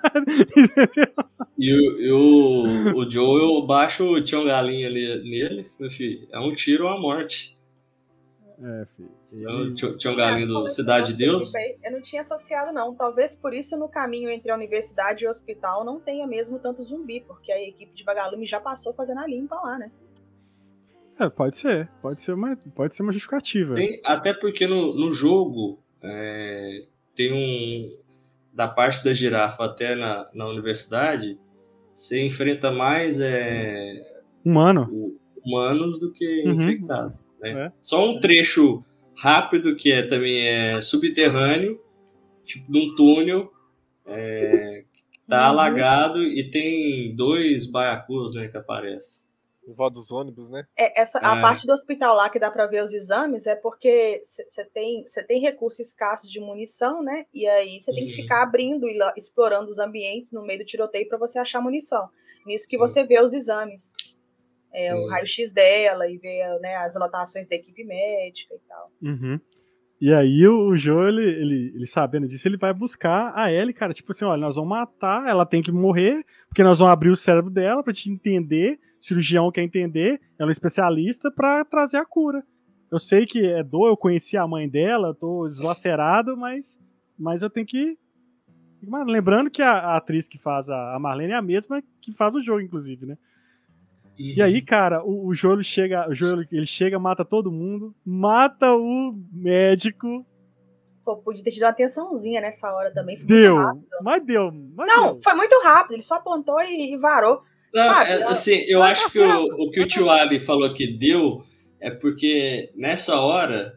E o, e o, o Joel baixa o Tião Galinha ali, nele, meu filho, é um tiro ou a morte. É, filho. Então, Ele... Tião Tião Galinho do Cidade de Deus. Eu não tinha associado, não. Talvez por isso no caminho entre a universidade e o hospital não tenha mesmo tanto zumbi, porque a equipe de Vagalume já passou fazendo a limpa lá, né? É, pode ser. Pode ser uma, pode ser uma justificativa. Tem, até porque no, no jogo é, tem um... Da parte da girafa até na, na universidade, você enfrenta mais é, Humano. humanos do que Uhum. infectados. Né? É. Só um trecho rápido que é também é subterrâneo, tipo num túnel, é, tá Uhum. alagado e tem dois baiacus, né, que aparecem. O vó dos ônibus, né? É, essa, a É. parte do hospital lá que dá pra ver os exames é porque você tem, cê tem recurso escasso de munição, né? E aí você tem que Uhum. ficar abrindo e lá, explorando os ambientes no meio do tiroteio pra você achar munição. Nisso que Sim. você vê os exames. É, Sim. o raio-x dela e vê, né, as anotações da equipe médica e tal. Uhum. E aí o Joe, ele, ele, ele sabendo disso, ele vai buscar a Ellie, cara, tipo assim, olha, nós vamos matar, ela tem que morrer, porque nós vamos abrir o cérebro dela pra te entender, cirurgião quer entender, ela é um especialista pra trazer a cura. Eu sei que é dor, eu conheci a mãe dela, eu tô deslacerado, mas, mas eu tenho que... Mas lembrando que a, a atriz que faz a, a Marlene é a mesma que faz o jogo, inclusive, né? Uhum. E aí, cara, o, o Joel chega, o Joel, ele chega, mata todo mundo, mata o médico. Pô, podia ter tido uma atençãozinha nessa hora também. Foi Deu, muito rápido. mas deu. Mas Não, deu. foi muito rápido. Ele só apontou e, e varou. Não, Sabe? é, assim, eu Vai acho tá que o, certo, o que vai o tá tio Ali falou que deu é porque nessa hora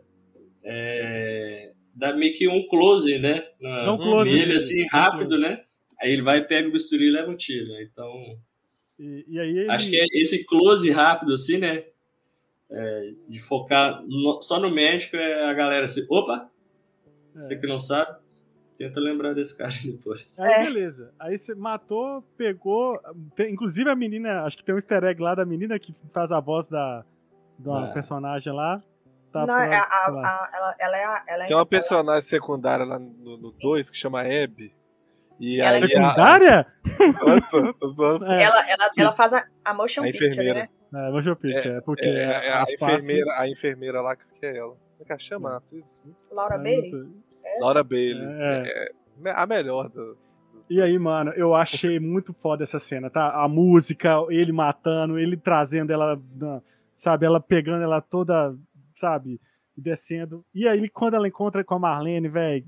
é, dá meio que um close, né? Na, Dá um close nele, nele, assim, dá um rápido, close. né? Aí ele vai, pega o bisturi e leva um tiro. Né? Então, E, e aí ele... acho que é esse close rápido, assim, né? É, de focar no- só no médico, é a galera assim, opa, É. você que não sabe, tenta lembrar desse cara depois. Aí, É. beleza. Aí você matou, pegou. Tem- inclusive a menina, acho que tem um easter egg lá da menina que faz a voz da, da Ah. personagem lá. Tá Não, é a, pra- a- lá. a- ela, ela é a. Ela é Tem uma ela- personagem secundária lá no dois que chama Abby. E Ela é aí a- Secundária? Tô zoando, tô zoando. É, ela, ela, ela faz a, a motion A picture, enfermeira. né? é, motion picture, é, porque É, é a, a, a face- enfermeira, a enfermeira lá que é ela. Como é que ela chama? A atriz? Laura eu não Bailey. sei. Essa? Laura Bailey. É. É, a melhor do. dos E aí, dois. mano, eu achei muito foda essa cena, tá? A música, ele matando, ele trazendo ela, na- sabe, ela pegando ela toda, sabe, e descendo. E aí, quando ela encontra com a Marlene, velho.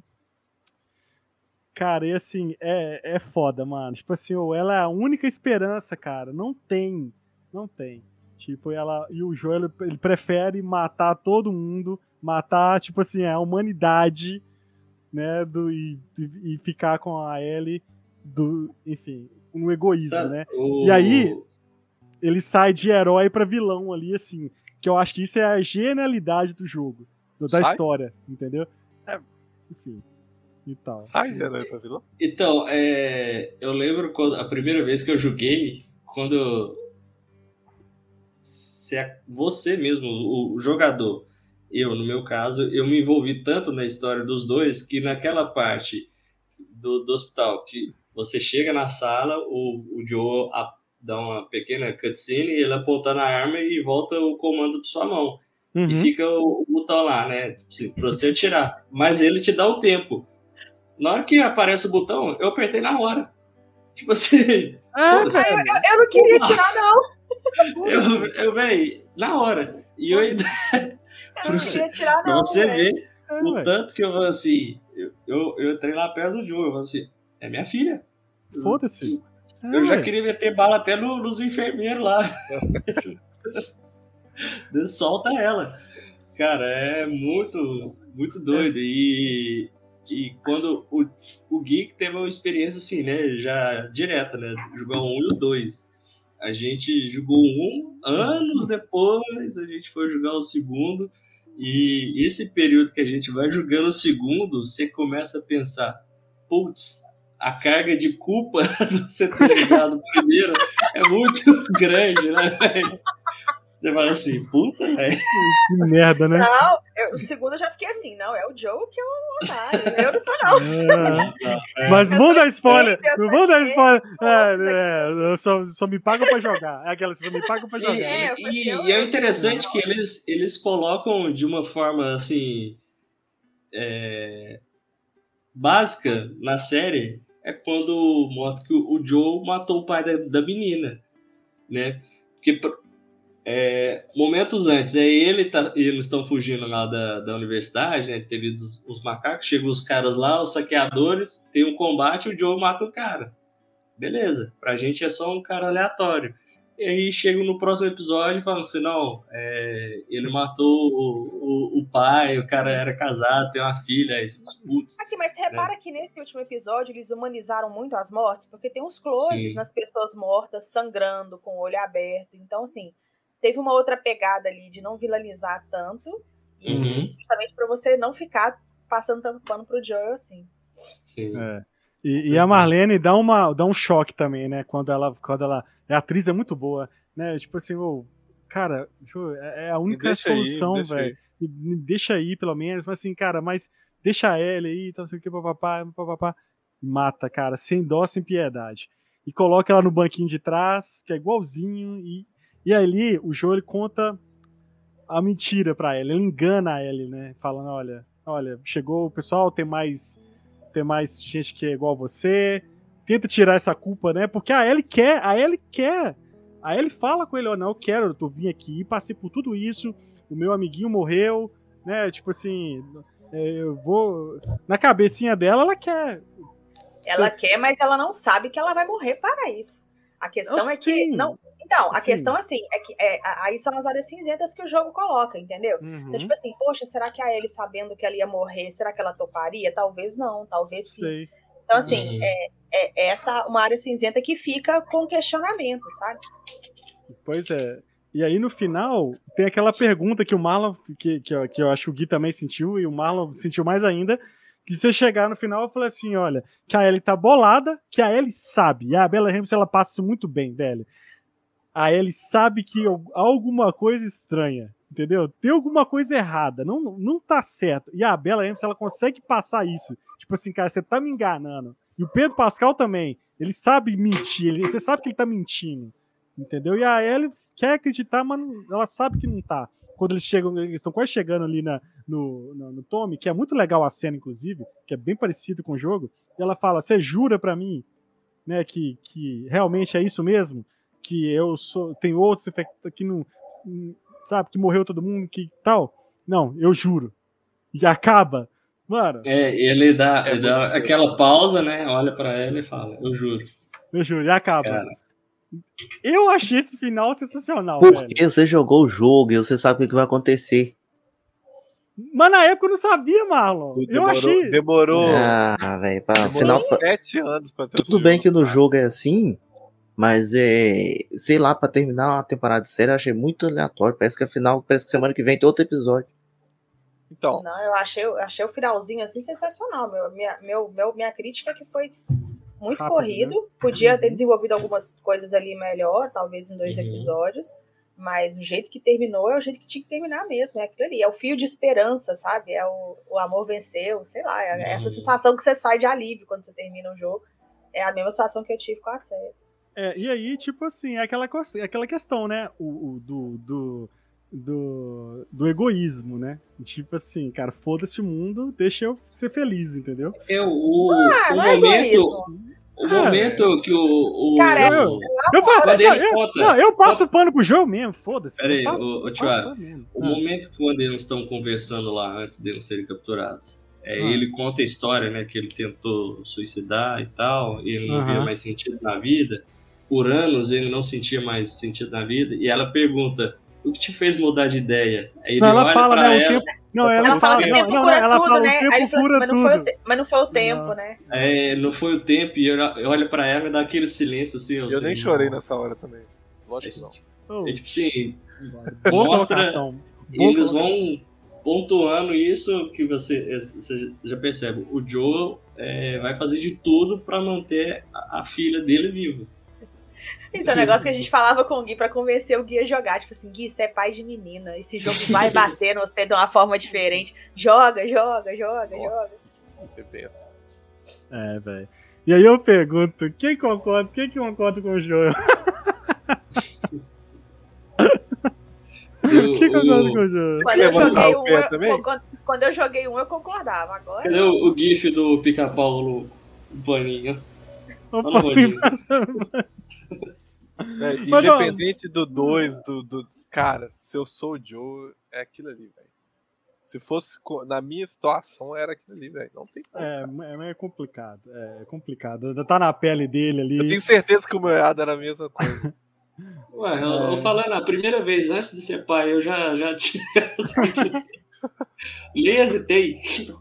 Cara, e assim, é, é foda, mano. Tipo assim, ô, ela é a única esperança, cara. Não tem. Não tem. Tipo, ela. E o Joel, ele, ele prefere matar todo mundo, matar, tipo assim, a humanidade, né? Do, e, e e ficar com a Ellie, do, enfim, um egoísmo, Sabe, né? o- E aí- Ele sai de herói pra vilão ali, assim. Que eu acho que isso é a genialidade do jogo, do- da Sai? história, entendeu? É, enfim. E tal. Sai de herói pra vilão? Então, é, eu lembro quando, a primeira vez que eu joguei, quando se é você mesmo, o, o jogador, eu, no meu caso, eu me envolvi tanto na história dos dois que naquela parte do, do hospital, que você chega na sala, o, o Joe a- dá uma pequena cutscene, ele aponta na arma e volta o comando para sua mão. Uhum. e fica o, o botão lá, né? Assim, pra você atirar. Mas ele te dá o tempo. Na hora que aparece o botão, eu apertei na hora. Tipo assim. Ah, foda-se. velho. Eu, eu não queria tirar, não. Eu, eu véi, na hora. E eu ainda. Eu não queria tirar, Pra não. você velho. ver É, o velho. tanto que eu vou assim. Eu, eu, eu entrei lá perto do Joe. Eu falei assim: é minha filha. Foda-se. É, Eu já velho. queria meter bala até no- nos enfermeiros lá. Solta ela. Cara, é muito, muito doido. E, e quando o, o Geek teve uma experiência assim, né? Já direta, né? Jogar o um e o dois. A gente jogou um, anos depois a gente foi jogar o segundo. E esse período que a gente vai jogando o segundo, você começa a pensar: putz, a carga de culpa de você ter jogado o primeiro é muito grande, né, velho? Você fala assim, puta, velho. Que merda, né? Não, eu, o segundo eu já fiquei assim, não, é o Joe que é o otário. Eu não sou, não. É. Mas Eu vamos sou dar spoiler. gay, eu Não sou vamos dar gay, spoiler. eu É, sou é, eu só, só me pagam pra jogar. É aquela, só me pagam pra E, jogar. É, eu e- falei, e- eu- e é eu- interessante que eles, eles colocam de uma forma assim é, básica na série é quando mostra que o, o Joe matou o pai da, da menina, né? Porque é, momentos antes, é ele tá, eles estão fugindo lá da, da universidade, né? Teve os, os macacos, chegam os caras lá, os saqueadores, tem um combate, o Joe mata o cara. Beleza, pra gente é só um cara aleatório. E aí chega no próximo episódio falando assim, não, é, ele matou o, o, o pai, o cara era casado, tem uma filha, aí, putz. Aqui, mas você repara que nesse último episódio eles humanizaram muito as mortes, porque tem uns closes Sim. nas pessoas mortas, sangrando, com o olho aberto. Então, assim, teve uma outra pegada ali de não vilanizar tanto, e Uhum. justamente pra você não ficar passando tanto pano pro Joe assim. Sim. É. E, e a Marlene dá, uma, dá um choque também, né? Quando ela, quando ela. A atriz é muito boa, né? Tipo assim, ô, cara, é a única deixa aí, solução, deixa aí. velho. Me, me deixa aí, pelo menos. Mas assim, cara, mas deixa ela aí, então sei o que, papapá, papapá. Mata, cara, sem dó, sem piedade. E coloca ela no banquinho de trás, que é igualzinho. E, e ali o Joe ele conta a mentira pra ela. Ele engana a Ellie, né? Falando, olha, olha, chegou o pessoal, tem mais. Tem mais gente que é igual a você, tenta tirar essa culpa, né? Porque a Ellie quer, a Ellie quer. A Ellie fala com ele, ó, oh, não, eu quero, eu tô vim aqui, passei por tudo isso, o meu amiguinho morreu, né? Tipo assim, eu vou. Na cabecinha dela, ela quer. Ela quer, mas ela não sabe que ela vai morrer para isso. A questão Eu é que. sim. Não, então, a Sim. questão assim, é que é, aí são as áreas cinzentas que o jogo coloca, entendeu? Uhum. Então, tipo assim, poxa, será que a Ellie, sabendo que ela ia morrer, será que ela toparia? Talvez não, talvez sim. Sei. Então, assim, Uhum. é, é, é essa uma área cinzenta que fica com questionamento, sabe? Pois é. E aí no final, tem aquela pergunta que o Marlon, que, que, eu, que eu acho que o Gui também sentiu, e o Marlon sentiu mais ainda, que você chegar no final e falar assim, olha, que a Ellie tá bolada, que a Ellie sabe, e a Bella Ramsey, ela passa isso muito bem, velho. A Ellie sabe que há alguma coisa estranha, entendeu? Tem alguma coisa errada, não, não tá certo. E a Bella Ramsey, ela consegue passar isso. Tipo assim, cara, você tá me enganando. E o Pedro Pascal também, ele sabe mentir, ele, você sabe que ele tá mentindo, entendeu? E a Ellie quer acreditar, mas não, ela sabe que não tá. Quando eles chegam, eles estão quase chegando ali na, no, no, no Tommy, que é muito legal a cena, inclusive, que é bem parecido com o jogo, e ela fala, você jura pra mim, né, que, que realmente é isso mesmo? Que eu sou, tem outros que não, sabe, que morreu todo mundo, que tal? Não, eu juro. E acaba. Mano. É, ele dá, É ele dá muito cedo. aquela pausa, né? Olha pra ela e fala, eu juro. Eu juro, e acaba. Cara. Eu achei esse final sensacional, Porque velho. você jogou o jogo e você sabe o que vai acontecer. Mas na época eu não sabia, Marlon. Eu Demorou, achei. demorou, Ah, velho, pra demorou final. sete anos pra ter Tudo esse bem jogo, que no cara. jogo é assim, mas é. Sei lá, pra terminar uma temporada de série, eu achei muito aleatório. Parece que a final, parece que semana que vem tem outro episódio. Então, Não, eu achei, eu achei o finalzinho assim sensacional. Meu, minha, meu, meu, minha crítica é que foi muito Rápido, corrido. né? Podia ter Uhum. desenvolvido algumas coisas ali melhor, talvez em dois Uhum. episódios. Mas o jeito que terminou é o jeito que tinha que terminar mesmo. É aquilo ali. É o fio de esperança, sabe? É o, o amor venceu, sei lá. É Uhum. essa sensação que você sai de alívio quando você termina um jogo. É a mesma sensação que eu tive com a série. É, e aí, tipo assim, é aquela, co- é aquela questão, né? O, o- do, do, do, do egoísmo, né? Tipo assim, cara, foda-se o mundo, deixa eu ser feliz, entendeu? É o, Ah, o não é momento, egoísmo. o Ah, momento que o, o, Cara, é- Eu, eu, faço, Quando não, ele eu, conta- não, eu passo pano pro jogo mesmo, foda-se. Pera Eu aí, passo, ô, ô, eu Tio passo Ara, pano mesmo. o Ah, momento que quando eles estão conversando lá antes de eles serem capturados, é, Ah. ele conta a história, né, que ele tentou suicidar e tal, e ele não via Aham. mais sentido na vida. Por anos ele não sentia mais sentido na vida, e ela pergunta: o que te fez mudar de ideia? Aí ele Não, ela olha fala, pra né? O ela, tempo. Não, ela, Ela fala que o não, tempo não, cura ela tudo, fala, né? o Aí tempo ele falou assim, cura mas não, foi o tudo. te- mas não foi o tempo, né? é, não foi o tempo, e ela olha pra ela e dá aquele silêncio assim. Eu assim, nem chorei não. nessa hora também. Lógico que não. Oh, É tipo assim, boa mostra- colocação. Boa eles colocação. vão pontuando isso que você, você já percebe. O Joe é, vai fazer de tudo pra manter a, a filha dele viva. Isso é um negócio que a gente falava com o Gui pra convencer o Gui a jogar. Tipo assim, Gui, você é pai de menina. Esse jogo vai bater no você de uma forma diferente. Joga, joga, joga, joga. Nossa, que bebê. É, velho. E aí eu pergunto, quem concorda, quem que concorda com o Joel? Eu- Quem concorda o- com o Joel? Quando eu levantar joguei o um, pé eu- também? quando, quando eu joguei um, eu concordava. Agora. Cadê o, o gif do Pica-Pau no paninho? Ô, Só no pô, rodinho. passando- É, Mas, ó, independente do dois, do, do. Cara, se eu sou o Joe, é aquilo ali, velho. Se fosse co- na minha situação, era aquilo ali, velho. Não tem como. É, cara. é, é complicado, é complicado. Ainda tá na pele dele ali. Eu tenho certeza que o meu errado era a mesma coisa. Ué, eu, É. eu falando, a primeira vez antes de ser pai, eu já, já tinha sentido. Nem hesitei.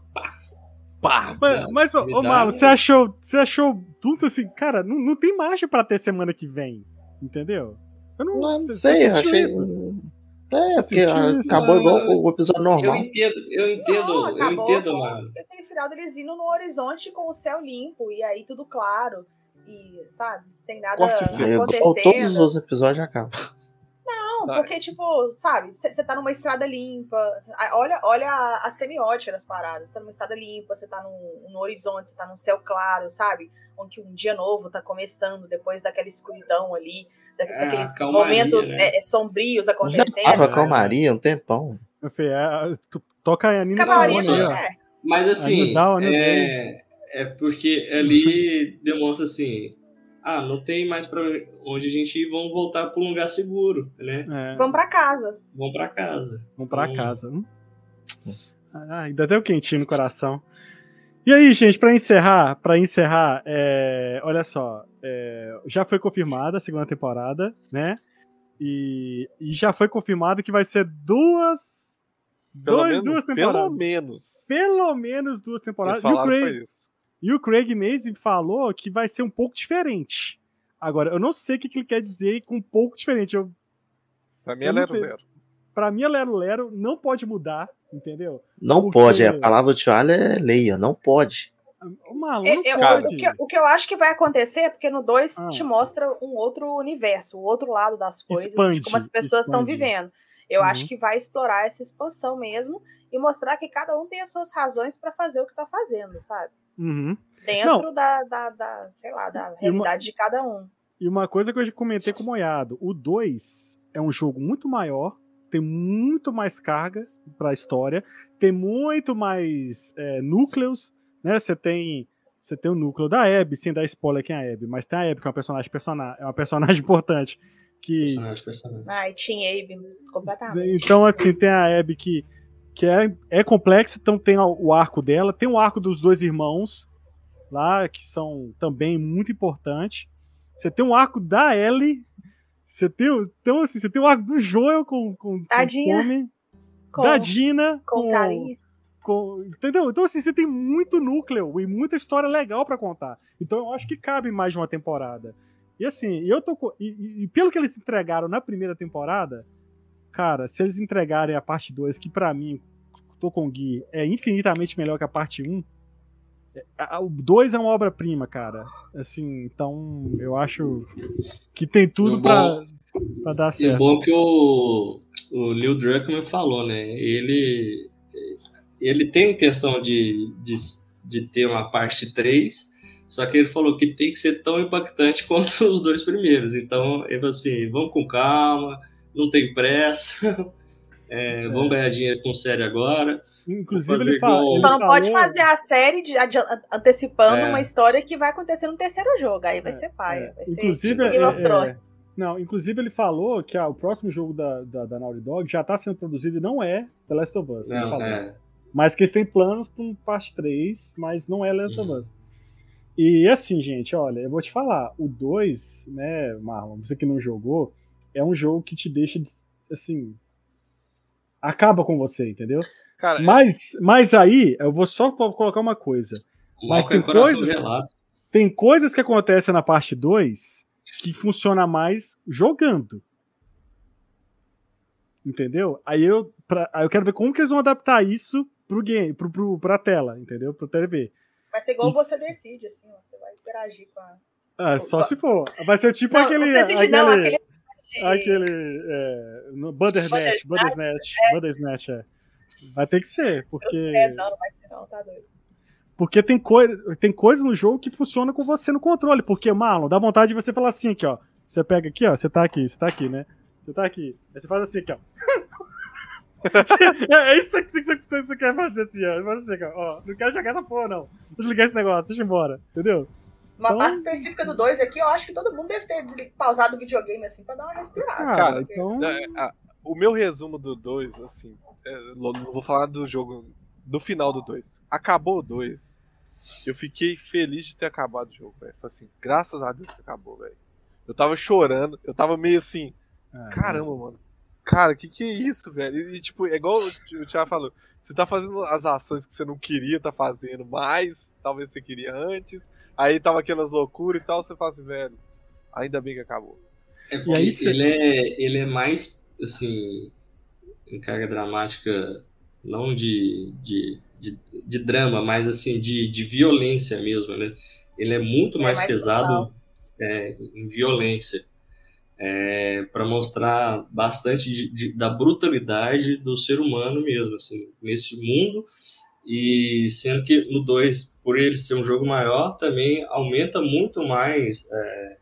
Pá! Mas, Não, mas ô, me ô dá- Malo, você achou, você achou tudo assim, cara, não, não tem margem pra ter semana que vem, entendeu? Eu não, Não, não você- sei, você eu sentiu achei. isso? É, Você porque sentiu isso? acabou Não, igual eu- o episódio Eu normal. entendo, eu entendo, Não, eu acabou entendo, com mano. aquele final deles indo no horizonte com o céu limpo e aí tudo claro e, sabe, sem nada Corte seco. Ou todos os acontecendo. outros episódios acabam. Não, Tá. porque, tipo, sabe, você tá numa estrada limpa, a- olha, olha a, a semiótica das paradas, você tá numa estrada limpa, você tá no, no horizonte, você tá num céu claro, sabe? Onde um dia novo tá começando, depois daquela escuridão ali, da, É, daqueles a calmaria, momentos né? é, é, sombrios Já acontecendo. tava sabe? calmaria um tempão. Meu filho, é, tu- toca a Nina Calmaria Simone aí, não ó. é. Mas assim, Aí não dá, né, é, é porque ali demonstra assim, ah, não tem mais pra onde a gente ir, vamos voltar para um lugar seguro, né? É, Vamos pra casa. Vamos pra casa. vamos pra Hum. casa. Hum? Ah, ainda deu quentinho no coração. E aí, gente, pra encerrar, para encerrar, é, olha só, é, já foi confirmada a segunda temporada, né? E, e já foi confirmado que vai ser duas, Pelo dois, menos, duas pelo temporadas. menos. Pelo menos duas temporadas. Eles E o, falaram Craig, foi isso. e o Craig Mazin falou que vai ser um pouco diferente. Agora, eu não sei o que, que ele quer dizer com um pouco diferente. Eu, Pra mim é eu não Lero sei. Lero. pra mim, a Lero Lero não pode mudar, entendeu? Não Porque- pode, a palavra de Alha é leia, não pode. O maluco Eu- não eu- pode. o, que, o que eu acho que vai acontecer é porque no dois Ah. te mostra um outro universo, o outro lado das coisas, Expande, de como as pessoas estão expande. vivendo. Eu Uhum. acho que vai explorar essa expansão mesmo e mostrar que cada um tem as suas razões pra fazer o que tá fazendo, sabe? Uhum. Dentro da, da, da, sei lá, da realidade de cada um. E uma coisa que eu já comentei com o Moiado, o dois é um jogo muito maior, tem muito mais carga pra história, tem muito mais é, núcleos, né? Você tem, você tem o núcleo da Abby, sem dar spoiler quem é a Abby, mas tem a Abby que é uma personagem, persona- é uma personagem importante. Que, Personagem, personagem. Ai, Team Abe, completamente. então, assim, tem a Abby que, que é, é complexa, então tem o arco dela, tem o arco dos dois irmãos lá, que são também muito importantes. Você tem o arco da Ellie, você tem, o- então, assim, você tem o arco do Joel com, com, com Da Dina. fome, Com, da Dina com com, carinho. com- entendeu? Então, assim, você tem muito núcleo e muita história legal pra contar. Então, eu acho que cabe mais de uma temporada. E assim, eu tô co- e, e- e pelo que eles entregaram na primeira temporada, cara, se eles entregarem a parte dois, que pra mim, tô com o Gui, é infinitamente melhor que a parte um, é- a- o dois é uma obra-prima, cara. Assim, então eu acho que tem tudo E o pra, bom- pra dar E o certo. bom que o, o Neil Druckmann falou, né? Ele, ele tem a intenção de, de, de ter uma parte três, só que ele falou que tem que ser tão impactante quanto os dois primeiros. Então, ele falou assim, vamos com calma, não tem pressa. É, vamos ganhar dinheiro com série agora. Inclusive, fazer ele fala. igual- Ele Só não falou- pode fazer a série de, adi- antecipando É. uma história que vai acontecer no terceiro jogo. Aí vai ser paia. é. Vai ser Inclusive, tipo Game of é- Thrones. Não, inclusive ele falou que ah, o próximo jogo da, da, da Naughty Dog já tá sendo produzido e não é The Last of Us. ele Não, falou. é. Mas que eles têm planos para um parte três, mas não é Last of Uhum. Us. E assim, gente, olha, eu vou te falar, o dois, né, Marlon, você que não jogou, é um jogo que te deixa, assim, acaba com você, entendeu? Cara, Mas, mas aí, eu vou só co- colocar uma coisa. O Mas álcool tem é coração coisas- gelado. Tem coisas que acontecem na parte dois que funciona mais jogando. Entendeu? Aí eu, pra, aí eu quero ver como que eles vão adaptar isso pro game, pro, pro, pra tela, entendeu? Pro T V. Vai ser igual Isso. você decide, assim, ó, você vai interagir com a. Ah, só se for. Vai ser tipo Não, aquele. você decide, aquele, não, aquele. aquele é, no Bandersnatch, Bandersnatch, Bandersnatch, Bandersnatch, é. Vai ter que ser, porque É, não, não vai ser, não, tá doido. porque tem coisa, tem coisa no jogo que funciona com você no controle, porque Marlon, dá vontade de você falar assim aqui, ó. Você pega aqui, ó, você tá aqui, você tá aqui, né? Você tá aqui. Aí você faz assim aqui, ó. é, é isso que você, que você quer fazer assim, ó. Você faz assim, ó. Ó, não quero jogar essa porra, não. Vou desligar esse negócio, deixa eu ir embora, entendeu? Uma Então- parte específica do dois aqui, eu acho que todo mundo deve ter desli- pausado o videogame assim pra dar uma respirada. Cara, Cara, então. é, a- o meu resumo do dois, assim, é, não não vou falar do jogo, do final do dois. Acabou o dois. Eu fiquei feliz de ter acabado o jogo, velho. Falei assim, graças a Deus que acabou, velho. Eu tava chorando, eu tava meio assim, Ah, caramba, mano. Cara, que que é isso, velho? E, tipo, é igual o Thiago falou, você tá fazendo as ações que você não queria tá fazendo mais, talvez você queria antes, aí tava aquelas loucuras e tal, você fala assim, velho, ainda bem que acabou. É E porque aí cê- ele, é, ele é mais, assim, em carga dramática, não de, de, de, de drama, mas, assim, de, de violência mesmo, né? Ele é muito É mais, mais pesado brutal. é, em violência, é, para mostrar bastante de- de- da brutalidade do ser humano mesmo, assim, nesse mundo. E sendo que no dois, por ele ser um jogo maior, também aumenta muito mais é,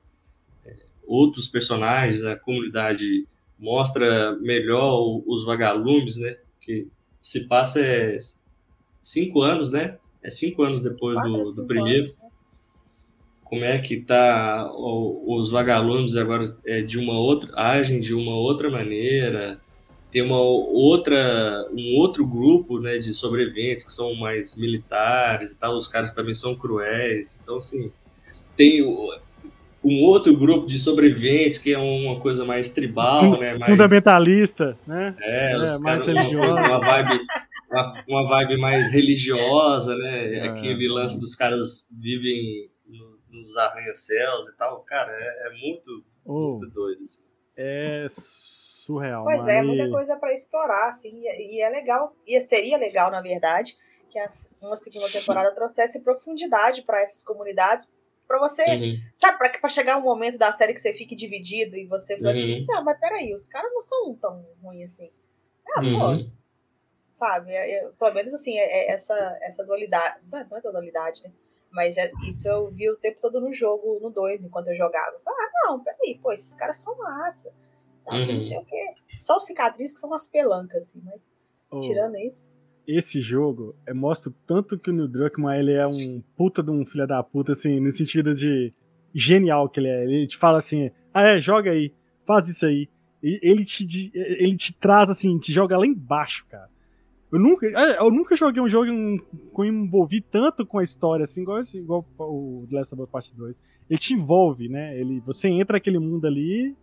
outros personagens, a comunidade mostra melhor o- os vagalumes, né? Que se passa é cinco anos, né? É cinco anos depois Quatro, do, do cinco primeiro. anos, né? Como é que tá o- os vagalumes agora é, de uma outra agem de uma outra maneira, tem uma outra um outro grupo, né, de sobreviventes que são mais militares e tal, os caras também são cruéis, então assim tem o- um outro grupo de sobreviventes que é uma coisa mais tribal, Funda- né, mais Fundamentalista, né? é, É, os mais caras uma, religiosa. uma vibe uma, uma vibe mais religiosa, né? É, Aquele lance é. dos caras vivem no- nos arranha-céus e tal, cara, é, é muito, Oh, muito doido. Assim. é surreal, Pois mano. é, E- muita coisa pra explorar, assim, e, e é legal, e seria legal, na verdade, que as- uma segunda temporada trouxesse profundidade pra essas comunidades, pra você, Uhum, sabe, pra, pra chegar um momento da série que você fique dividido e você fala assim, Uhum. não, mas peraí, os caras não são tão ruins assim. Ah, pô, uhum, sabe, é- é- pelo menos assim, é, é essa, essa dualidade, não é, não é dualidade, né? Mas é- isso eu vi o tempo todo no jogo, no dois, enquanto eu jogava. Ah, não, peraí, pô, esses caras são massa. Não, que Uhum. não sei o quê. Só os cicatrizes que são umas pelancas, assim, mas oh, tirando isso. esse jogo é, mostra o tanto que o Neil Druckmann ele é um puta de um filho da puta, assim, no sentido de genial que ele é. Ele te fala assim, ah é, joga aí, faz isso aí. E ele te, de- ele te traz assim, te joga lá embaixo, cara. Eu nunca, eu nunca joguei um jogo em- que eu envolvi tanto com a história, assim, igual, esse- igual o The Last of Us Part dois. Ele te envolve, né? Ele, você entra naquele mundo ali,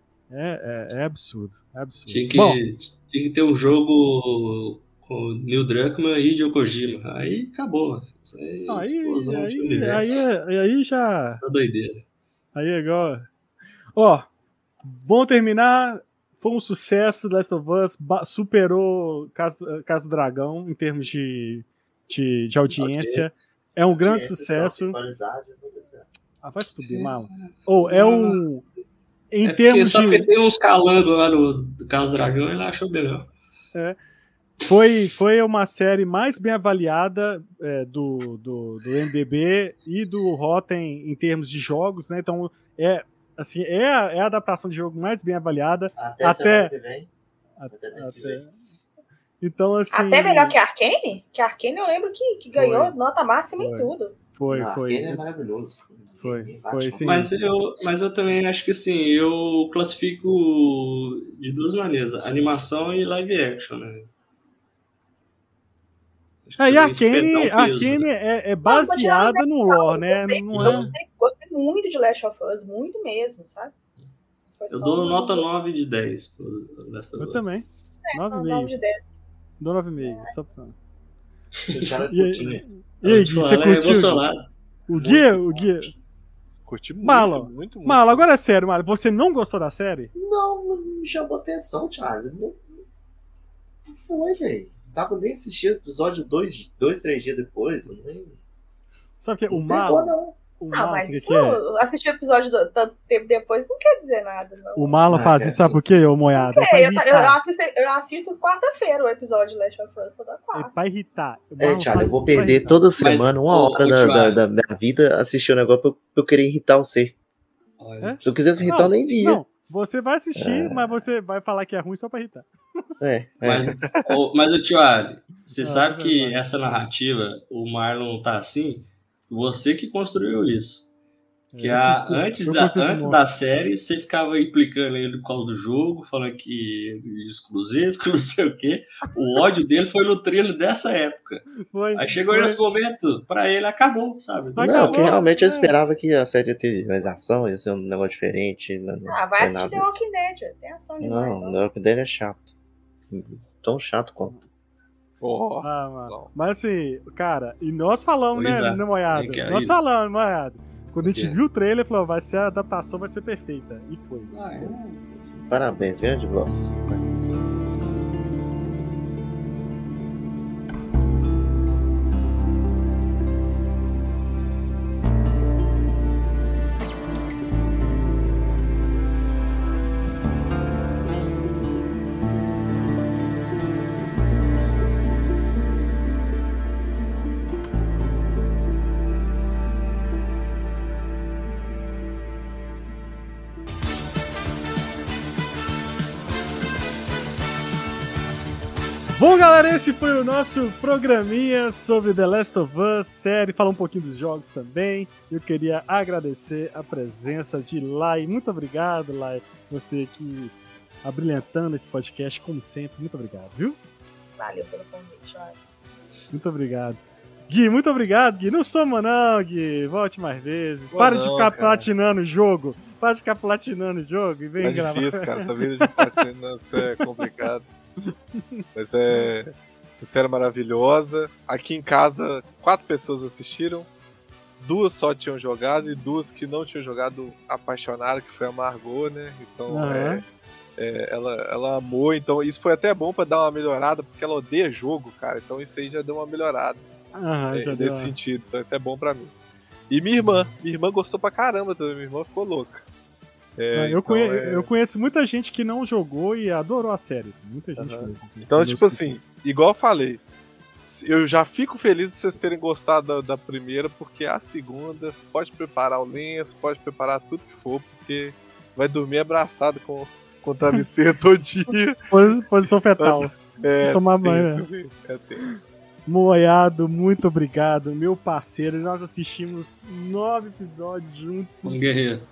é, é, é absurdo, é absurdo. Tinha que, Bom, tinha que ter um jogo com o Neil Druckmann e Hideo Kojima. Aí acabou. Isso aí é aí, explosão de aí, universo. aí, aí já... Tá doideira. Aí agora. Ó, bom terminar. Foi um sucesso. The Last of Us ba- superou Casa, Casa do Dragão em termos de, de, de audiência. É um grande Audiência, sucesso. só, qualidade, tudo certo. Ah, vai se fuder, Marlon. Ou é um. Em É porque termos só de. porque tem uns calangos lá no Carlos Dragão, ele achou melhor. Foi, foi uma série mais bem avaliada é, do, do, do M D B e do Rotten em termos de jogos, né? Então, é, assim, é, a, é a adaptação de jogo mais bem avaliada. Até, Até- semana que vem. Até, até... Então, assim... Até melhor que a Arcane? Que a Arcane eu lembro que, que ganhou Foi. nota máxima Foi. em tudo. Foi, Não, foi. Arcane é maravilhoso. Foi, foi sim. Mas eu, mas eu também acho que sim, eu classifico de duas maneiras, animação e live action, né? Aí a a Arcane, a Arcane é, é baseada no lore, né? Gostei, Não eu é... gostei, gostei muito de Last of Us, muito mesmo, sabe? Foi Eu só dou um- nota nove de dez. pro Last of Eu Us. também. É, nove um e nove meio. de dez. Dou nove e meio. Só pra... O cara E aí, curtinha. e aí, Gui, você Ela é curtiu? emocionada. O Gui, Muito o Gui... Curti muito, Malo, muito, muito. Malo, agora é sério, Malo. Você não gostou da série? Não, não me chamou atenção, Thiago. Não, não foi, velho. Tava nem assistindo o episódio dois, dois, três dias depois. Eu nem. Sabe o que? O Não Malo... pegou, não. O Ah, Malo, mas sabe o isso, que é? assistir o episódio do, tanto tempo depois não quer dizer nada, não. O Malo Ah, faz é isso, sabe assim. por quê, ô moiada? É pra É, eu, eu, irritar. assisto, eu assisto quarta-feira o episódio de Last of Us, toda É quarta. pra irritar. O É, Malo Thiago, faz eu vou isso pra perder irritar. toda Mas, semana uma ô, hora ô, da, da, Thiago. da minha vida assistir um negócio pra eu, pra eu querer irritar você. Olha. Se eu quisesse irritar, eu nem via. Não, você vai assistir, É. mas você vai falar que é ruim só pra irritar. É, é. Mas, ô, mas o Tio Ali, você Ah, sabe vai, que vai. essa narrativa, o Marlon tá assim, você que construiu isso. Que É, a, eu- antes, eu da, construí esse antes monstro. da série, você ficava implicando ele por causa do jogo, falando que exclusivo, que não sei o quê. O ódio dele foi nutrindo dessa época. Foi, Aí chegou foi. nesse momento, pra ele acabou, sabe? Vai. Não, acabou, porque realmente eu é. esperava que a série ia ter mais ação, ia ser um negócio diferente. Não, não Ah, vai tem assistir nada. The Walking Dead, tem ação demais. Não, Não, The Walking Dead é chato. Tão chato quanto. Ó, Ah, mano. Não. Mas assim, cara, e nós falamos, Pois né, é. né, moiado? É que é Nós isso. falamos, moiado. Quando a gente O quê? viu o trailer, falou, vai ser a adaptação, vai ser perfeita. E foi. Ah, é. Parabéns, grande voz. Bom, galera, esse foi o nosso programinha sobre The Last of Us, série, falar um pouquinho dos jogos também. Eu queria agradecer a presença de Lai. Muito obrigado, Lai, você aqui abrilhantando esse podcast, como sempre. Muito obrigado, viu? valeu pelo convite, olha. Muito obrigado. Gui, muito obrigado, Gui. Não soma não, Gui. Volte mais vezes. Pô, Para de não, ficar cara. platinando o jogo. Para de ficar platinando o jogo e vem Tá gravar. difícil, cara. Essa vida de patinância é complicado. Mas é. Essa série é maravilhosa. Aqui em casa, quatro pessoas assistiram. Duas só tinham jogado e duas que não tinham jogado apaixonaram, que foi a Margot, né? Então, Aham. é, é, ela, ela amou. Então, isso foi até bom pra dar uma melhorada, porque ela odeia jogo, cara. Então, isso aí já deu uma melhorada Aham, é, já deu nesse uma- sentido. Então, isso é bom pra mim. E minha irmã. Minha irmã gostou pra caramba também. Minha irmã ficou louca. É, Ah, eu, então, conhe- é- eu conheço muita gente que não jogou e adorou a série. assim, muita gente Aham. mesmo. assim, Então, meus tipo que- assim, igual eu falei, eu já fico feliz de vocês terem gostado da, da primeira, porque a segunda pode preparar o lenço, pode preparar tudo que for, porque vai dormir abraçado com, com o travesseiro todo dia. Posi- Posição fetal. É, Tomar banho, tenso, viu? É tenso. Moiado, muito obrigado, meu parceiro. Nós assistimos nove episódios juntos. Um guerreiro.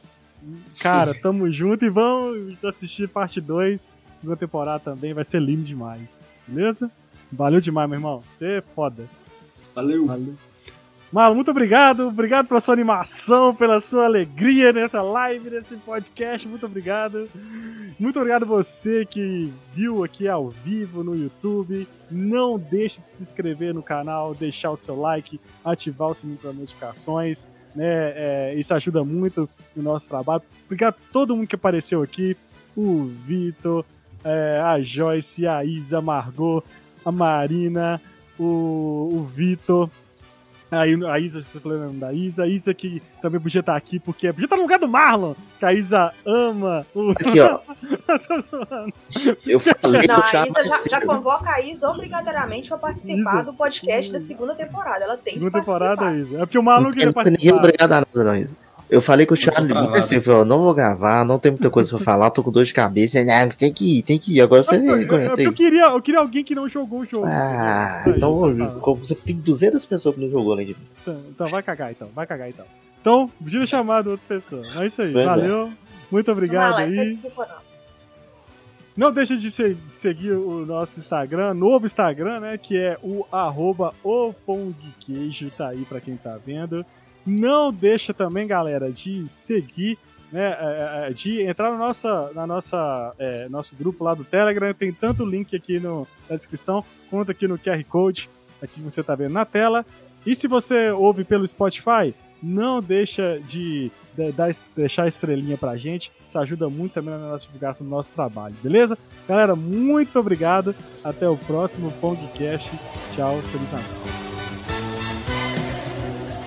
Cara, tamo junto e vamos assistir parte dois. Segunda temporada também, vai ser lindo demais. Beleza? Valeu demais, meu irmão. Você é foda. Valeu. Valeu. Malo, muito obrigado. Obrigado pela sua animação, pela sua alegria nessa live, nesse podcast. Muito obrigado. Muito obrigado você que viu aqui ao vivo no YouTube. Não deixe de se inscrever no canal, deixar o seu like, ativar o sininho para notificações. Né? É, isso ajuda muito no nosso trabalho. Obrigado a todo mundo que apareceu aqui. O Vitor, é, a Joyce, a Isa, a Margot, a Marina, o, o Vitor. Aí a Isa, você falou o nome da Isa, a Isa que também podia estar aqui, porque podia estar no lugar do Marlon, que a Isa ama o. Aqui, ó. Tô zoando. Eu falei Não, que eu a tinha Isa já, já aparecido. convoca a Isa obrigatoriamente pra participar Isa. do podcast da segunda temporada. Ela tem Segunda que participar. temporada, Isa. É porque o Marlon Não queria tem ninguém participar. obrigado a nada, não, Isa. Eu falei com o Charlie muito assim, eu falei, ó, não vou gravar, não tem muita coisa pra falar, tô com dor de cabeça. Não, você tem que ir, tem que ir. Agora você eu, aguenta eu, aí. eu, queria, eu queria alguém que não jogou o jogo. Ah, aí, então tá. você tem duzentas pessoas que não jogou além de mim. Então, então vai cagar então, vai cagar então. Então, gira chamada outra pessoa. É isso aí, Pois é. valeu. Muito obrigado Vai lá, aí. esquece de não. Não deixe de se- de seguir o nosso Instagram, novo Instagram, né? Que é o arroba o pão de queijo, tá aí pra quem tá vendo. Não deixa também, galera, de seguir, né? é, é, De entrar no nossa, na nossa, é, nosso grupo lá do Telegram. Tem tanto link aqui no, na descrição, quanto aqui no Q R Code, aqui que você tá vendo na tela. E se você ouve pelo Spotify, não deixa de, de- dar- deixar a estrelinha pra gente. Isso ajuda muito também na nossa divulgação do nosso trabalho, beleza? Galera, muito obrigado. Até o próximo Pongcast. Tchau, feliz Natal.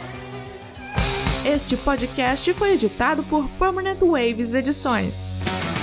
Este podcast foi editado por Permanent Waves Edições.